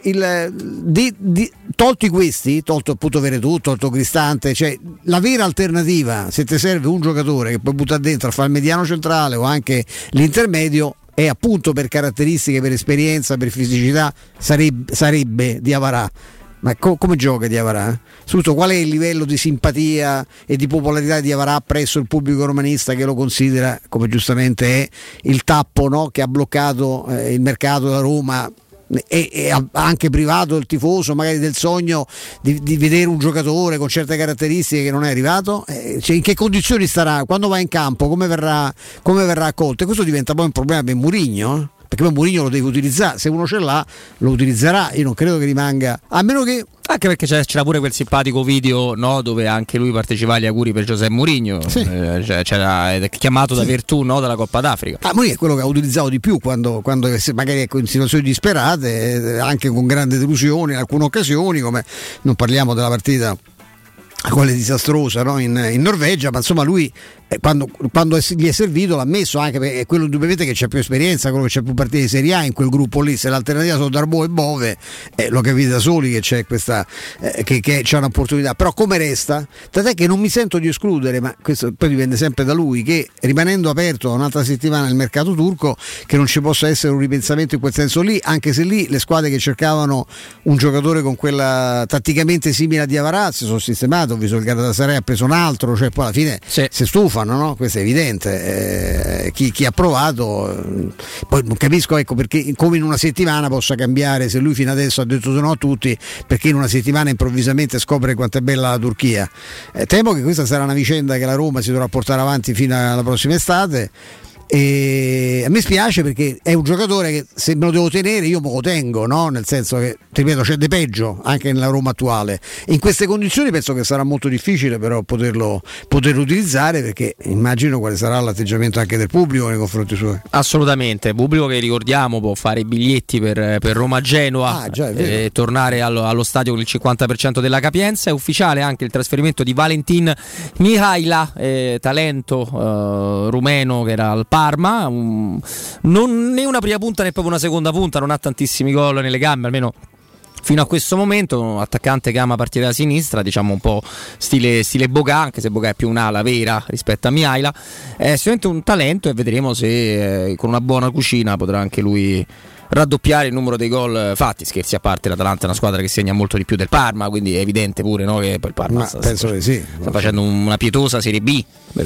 Tolto appunto Veretù, tolto Cristante, cioè la vera alternativa, se ti serve un giocatore che puoi buttare dentro a fare il mediano centrale o anche l'intermedio, è appunto per caratteristiche, per esperienza, per fisicità sarebbe Diawara. ma come gioca Diavarà? Soprattutto qual è il livello di simpatia e di popolarità di Diavarà presso il pubblico romanista, che lo considera, come giustamente è, il tappo, no? Che ha bloccato il mercato da Roma e ha anche privato il tifoso magari del sogno di vedere un giocatore con certe caratteristiche che non è arrivato. Cioè, in che condizioni starà quando va in campo, come verrà accolto? E questo diventa poi un problema per Mourinho, perché poi Mourinho lo deve utilizzare, se uno ce l'ha lo utilizzerà. Io non credo che rimanga, a meno che, anche perché c'era pure quel simpatico video, no, dove anche lui partecipa agli auguri per Giuseppe Mourinho, sì. C'era chiamato da Vertù, no, dalla Coppa d'Africa. Mourinho è quello che ha utilizzato di più quando magari in situazioni disperate, anche con grande delusione in alcune occasioni, come non parliamo della partita quella disastrosa, no? in Norvegia, ma insomma lui quando gli è servito l'ha messo, anche perché è quello indubbiamente che c'è più esperienza, quello che c'è più partite di Serie A in quel gruppo lì. Se l'alternativa sono Darboe e Bove, lo capite da soli che c'è questa che c'è un'opportunità. Però come resta, tant'è che non mi sento di escludere, ma questo poi dipende sempre da lui, che rimanendo aperto un'altra settimana il mercato turco, che non ci possa essere un ripensamento in quel senso lì, anche se lì le squadre che cercavano un giocatore con quella tatticamente simile a Diavarà si sono sistemate. Ho visto il Galatasaray ha preso un altro, cioè poi alla fine si stufano, no? Questo è evidente. Chi ha provato, poi non capisco, ecco, perché come in una settimana possa cambiare, se lui fino adesso ha detto no a tutti, perché in una settimana improvvisamente scopre quanto è bella la Turchia. Temo che questa sarà una vicenda che la Roma si dovrà portare avanti fino alla prossima estate. E a me spiace, perché è un giocatore che se me lo devo tenere io me lo tengo, no? Nel senso che, ti ripeto, c'è di peggio anche nella Roma attuale. In queste condizioni penso che sarà molto difficile però poterlo utilizzare, perché immagino quale sarà l'atteggiamento anche del pubblico nei confronti suoi. Assolutamente, pubblico che ricordiamo può fare i biglietti per Roma-Genoa e tornare allo stadio con il 50% della capienza. È ufficiale anche il trasferimento di Valentin Mihaila, talento rumeno che era al Parma, non né una prima punta né proprio una seconda punta, non ha tantissimi gol nelle gambe, almeno fino a questo momento. Un attaccante che ama partire da sinistra, diciamo un po' stile Boga, anche se Boga è più un'ala vera rispetto a Mihaila. È sicuramente un talento, e vedremo se con una buona cucina potrà anche lui raddoppiare il numero dei gol fatti. Scherzi a parte, l'Atalanta è una squadra che segna molto di più del Parma, quindi è evidente pure, no, che poi il Parma penso che sì, sta facendo una pietosa Serie B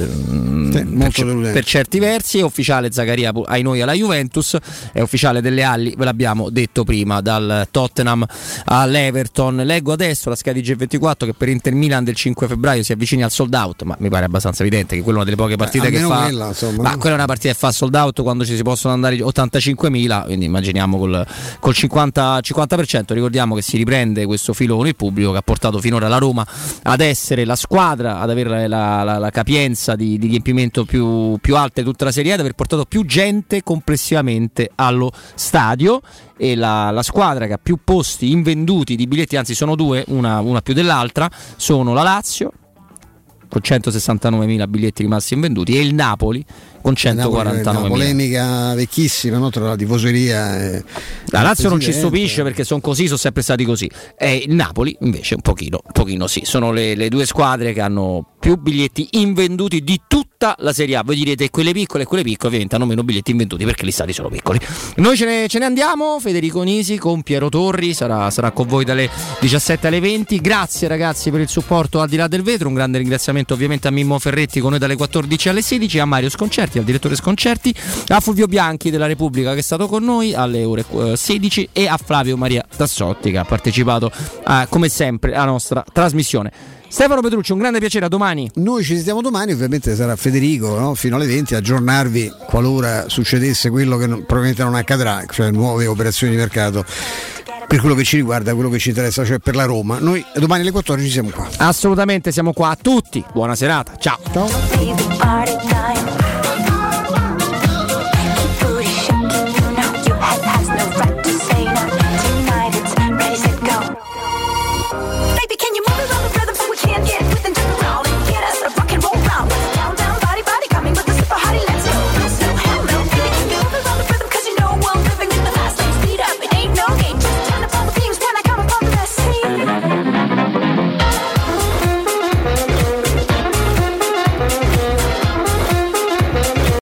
per certi versi. È ufficiale Zaccaria ai noi alla Juventus, è ufficiale Delle Alli, ve l'abbiamo detto prima, dal Tottenham all'Everton. Leggo adesso la scheda di G24 che per Inter Milan del 5 febbraio si avvicina al sold out, ma mi pare abbastanza evidente che quella è una delle poche partite che fa quella, insomma, ma quella è una partita che fa sold out quando ci si possono andare 85.000, quindi immaginiamo col 50%. Ricordiamo che si riprende questo filo con il pubblico che ha portato finora la Roma ad essere la squadra, ad avere la capienza di riempimento più alta di tutta la Serie A, ad aver portato più gente complessivamente allo stadio, e la squadra che ha più posti invenduti di biglietti, anzi sono due, una più dell'altra, sono la Lazio con 169.000 biglietti rimasti invenduti e il Napoli con 149.000. Una polemica vecchissima, no, tra la tifoseria e la Lazio non ci stupisce, perché sono sempre stati così, e il Napoli invece un pochino sì. Sono le due squadre che hanno più biglietti invenduti di tutta la Serie A. Voi direte quelle piccole ovviamente hanno meno biglietti invenduti perché gli stadi sono piccoli. Noi ce ne andiamo. Federico Nisi con Piero Torri sarà con voi dalle 17 alle 20. Grazie ragazzi per il supporto al di là del vetro. Un grande ringraziamento ovviamente a Mimmo Ferretti con noi dalle 14 alle 16, a Mario Sconcerti, al direttore Sconcerti, a Fulvio Bianchi della Repubblica che è stato con noi alle ore 16, e a Flavio Maria Tassotti che ha partecipato come sempre alla nostra trasmissione. Stefano Petrucci, un grande piacere, a domani. Noi ci sentiamo domani, ovviamente sarà Federico, no? Fino alle 20 a aggiornarvi qualora succedesse quello che probabilmente non accadrà, cioè nuove operazioni di mercato per quello che ci riguarda, quello che ci interessa, cioè per la Roma. Noi domani alle 14 siamo qua. Assolutamente siamo qua a tutti. Buona serata, ciao.